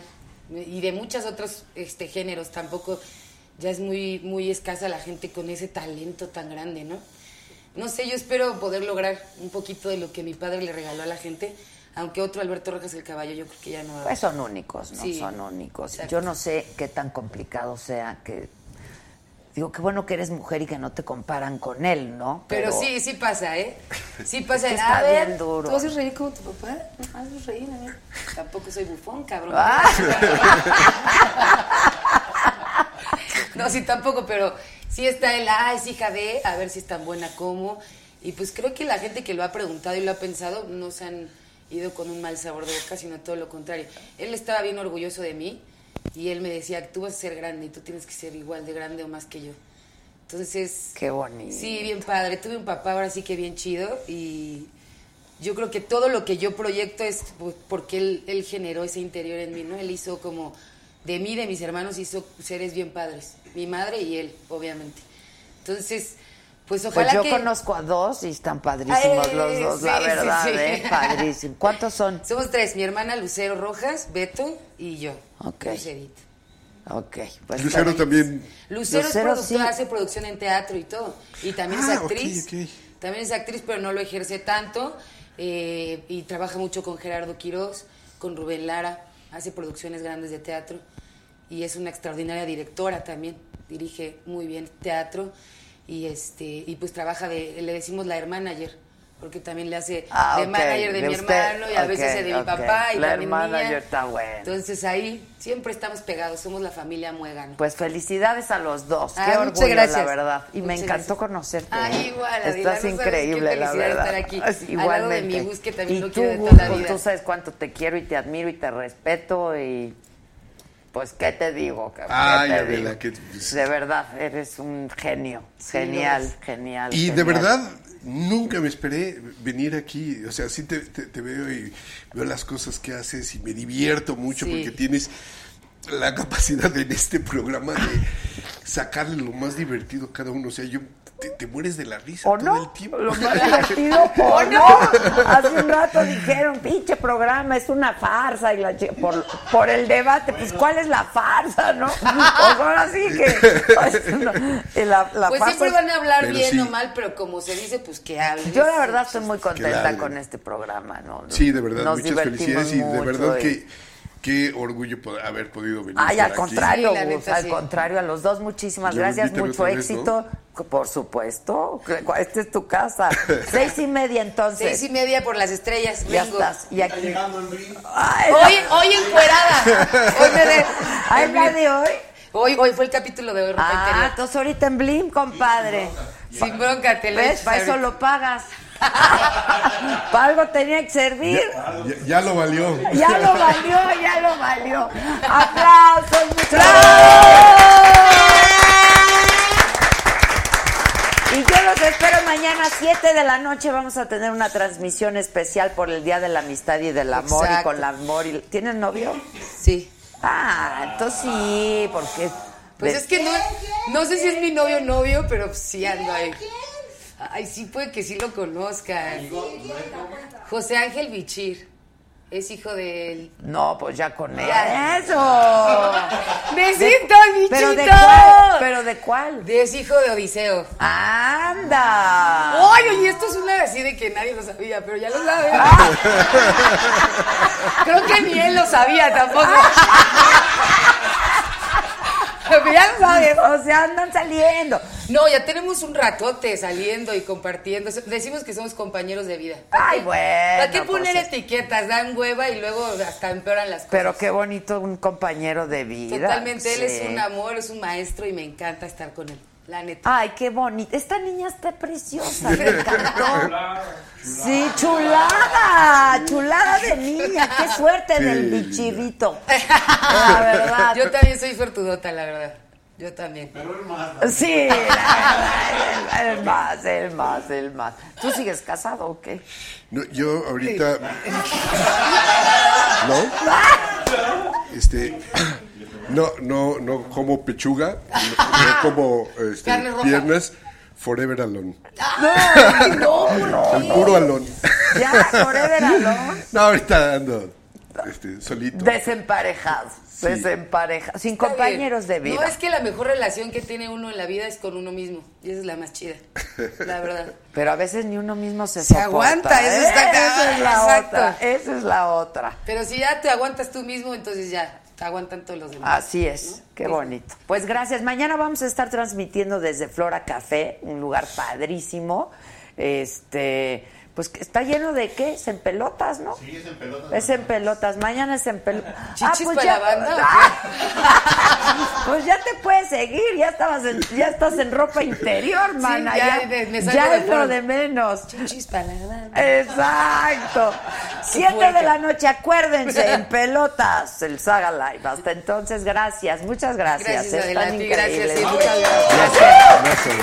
Y de muchos otros este, géneros tampoco, ya es muy, muy escasa la gente con ese talento tan grande, ¿no? No sé, yo espero poder lograr un poquito de lo que mi padre le regaló a la gente, aunque otro Alberto Rojas el Caballo yo creo que ya no... Pues son únicos, ¿no? Sí. Son únicos. Exacto. Yo no sé qué tan complicado sea que... Digo, qué bueno que eres mujer y que no te comparan con él, ¿no? Pero, sí, sí pasa, ¿eh? Sí pasa. Es que está a ver, bien duro. ¿tú haces reír como tu papá? Haces reír, a ver. Tampoco soy bufón, cabrón. Ah. No, sí, tampoco, pero sí está el, ah, es hija de, a ver si es tan buena como. Y pues creo que la gente que lo ha preguntado y lo ha pensado no se han ido con un mal sabor de boca, sino todo lo contrario. Él estaba bien orgulloso de mí y él me decía, tú vas a ser grande y tú tienes que ser igual de grande o más que yo. Entonces... Qué bonito. Sí, bien padre. Tuve un papá ahora sí que bien chido y yo creo que todo lo que yo proyecto es pues, porque él, él generó ese interior en mí, ¿no? Él hizo como, de mí, de mis hermanos, hizo seres bien padres. Mi madre y él, obviamente. Entonces, pues ojalá Pues yo que... conozco a dos y están padrísimos Ay, los dos, sí, la sí, verdad, sí. ¿eh? Padrísimo. ¿Cuántos son? Somos tres, mi hermana Lucero Rojas, Beto y yo. Ok. Lucerito. Ok. Pues Lucero está bien. también. Lucero, Lucero es productora, sí. hace producción en teatro y todo. Y también es Ah, ok, actriz. ok. también es actriz, pero no lo ejerce tanto, eh, y trabaja mucho con Gerardo Quirós, con Rubén Lara, hace producciones grandes de teatro, y es una extraordinaria directora también, dirige muy bien teatro, y este y pues trabaja de, le decimos la hermanager, porque también le hace ah, de okay. manager de, de mi usted. hermano y a okay, veces de mi okay. papá y la también hermanager mía. Está bueno. Entonces ahí siempre estamos pegados, somos la familia Muégano. Pues felicidades a los dos, ah, qué muchas orgullo, gracias. la verdad. Y muchas me encantó gracias. conocerte. Ah, igual, Adela, estás no increíble, la verdad. Estar aquí, es, igualmente. al lado de mi Gus, que también y lo tú, quiero de toda la Gus, vida. tú sabes cuánto te quiero y te admiro y te respeto y pues qué te digo, ¿Qué Ay, te Adela, digo? que... De verdad, eres un genio, Sí, genial, genial. Y genial. de verdad, nunca me esperé venir aquí. O sea, sí te, te, te veo y veo las cosas que haces y me divierto mucho Sí. porque tienes la capacidad en este programa de sacarle lo más divertido a cada uno. O sea, yo te, te mueres de la risa ¿O todo no? el tiempo. Lo más divertido, ¿o no? Hace un rato dijeron, pinche programa, es una farsa. Y la ch- por, por el debate, pues, ¿cuál es la farsa, no? Pues ahora sí que... Pues, no, la, la Pues farsa siempre es- van a hablar Pero bien sí. o mal, pero como se dice, pues que hablen. Yo la verdad estoy muy contenta Claro. con este programa, ¿no? Sí, de verdad, Nos muchas divertimos felicidades y de mucho verdad y- que qué orgullo poder haber podido venir. Ay, por al aquí. contrario, Sí, la Gus, neta, al sí. contrario, a los dos muchísimas Yo gracias, invítame mucho otra vez, éxito, por supuesto, esta es tu casa. Seis y media entonces. Seis y media por las estrellas. Ya vengo. estás, y aquí. Llegando en Brin. Ay, Hoy, hoy encuerada. Hoy me de. ¿Ah, es la de hoy? Hoy, hoy fue el capítulo de hoy, ropa Ah, interior. entonces ahorita en Blim, compadre. Sin bronca, te lo ¿Ves? Para eso lo pagas. Para algo tenía que servir. Ya, ya- ya lo valió. Ya lo valió, ya lo valió. ¡Aplausos, muchachos! Y yo los espero mañana a siete de la noche. Vamos a tener una transmisión especial por el Día de la Amistad y del Amor. Exacto. Y con el amor. Y... ¿Tienes novio? Sí. Ah, entonces sí, porque... Pues de- es que no, no sé si es mi novio o novio, pero pues sí ando ahí. Ay, sí puede que sí lo conozcan. José Ángel Bichir. Es hijo de él. No, pues ya con él. Ya. ¡Eso! ¡Besito, bichito! ¿Pero de cuál? ¿Pero de cuál? De- Es hijo de Odiseo. ¡Anda! Oye, y esto es una así de que nadie lo sabía, pero ya lo sabe. Creo que ni él lo sabía tampoco. Pero ya lo sabes. O sea, andan saliendo. No, ya tenemos un ratote saliendo y compartiendo. Decimos que somos compañeros de vida. Ay, bueno. ¿Para qué poner pues, etiquetas? Dan hueva y luego hasta empeoran las cosas. pero qué bonito un compañero de vida. Totalmente, él Sí. es un amor, es un maestro y me encanta estar con él. La neta. Ay, qué bonito. Esta niña está preciosa, me encantó. Sí, chulada, chulada de niña. Qué suerte Sí. del bichirrito. La verdad. Yo también soy suertudota, la verdad. Yo también. Pero el más. Sí, la verdad, el, el más, el más, el más. ¿Tú sigues casado o qué? No, yo ahorita... ¿No? Este... No, no, no como pechuga, no, no como este, Carne roja. piernas, forever alone. No, no. El puro alone. Ya, forever alone. No, ahorita ando este, solito. Desemparejados, Sí. desemparejados, sin Está compañeros bien. de vida. No, es que la mejor relación que tiene uno en la vida es con uno mismo. Y esa es la más chida. La verdad. Pero a veces ni uno mismo se, Se soporta, aguanta, eso ¿eh? está Esa es la exacto. otra, esa es la otra. Pero si ya te aguantas tú mismo, entonces ya te aguantan todos los demás. Así es, ¿no? qué Sí. bonito. Pues gracias. Mañana vamos a estar transmitiendo desde Flora Café, un lugar padrísimo. Este, pues que está lleno de qué, es en pelotas, ¿no? Sí, es en pelotas. Es en pelotas, mañana es en pelotas. ¿Chichis para la banda o qué? Pues ya te puedes seguir, ya estabas en, ya estás en ropa interior, mana. ya ya de- me salgo ya de es lo foro. de menos. Chichis para la banda. Exacto. Siete fuerte. de la noche, acuérdense, en pelotas, el Saga Live. Hasta entonces, gracias, muchas gracias. Gracias, Están Adela, a ti, increíbles. gracias, sí, Muchas muchas gracias. Gracias.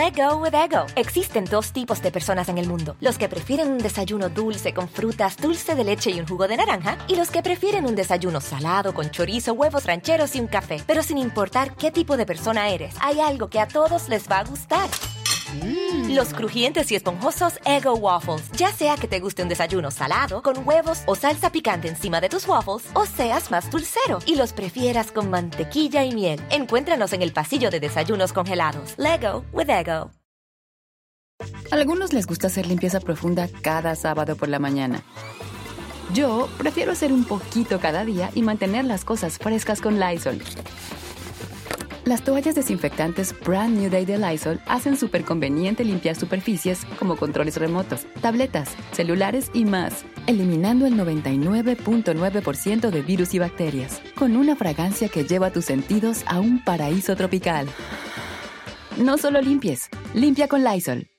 Let go with Ego. Existen dos tipos de personas en el mundo. Los que prefieren un desayuno dulce con frutas, dulce de leche y un jugo de naranja. Y los que prefieren un desayuno salado con chorizo, huevos rancheros y un café. Pero sin importar qué tipo de persona eres, hay algo que a todos les va a gustar. Mm. Los crujientes y esponjosos Eggo Waffles. Ya sea que te guste un desayuno salado, con huevos o salsa picante encima de tus waffles, o seas más dulcero y los prefieras con mantequilla y miel. Encuéntranos en el pasillo de desayunos congelados. Lego with Eggo. A algunos les gusta hacer limpieza profunda cada sábado por la mañana. Yo prefiero hacer un poquito cada día y mantener las cosas frescas con Lysol. Las toallas desinfectantes Brand New Day de Lysol hacen súper conveniente limpiar superficies como controles remotos, tabletas, celulares y más, eliminando el noventa y nueve punto nueve por ciento de virus y bacterias, con una fragancia que lleva tus sentidos a un paraíso tropical. No solo limpies, limpia con Lysol.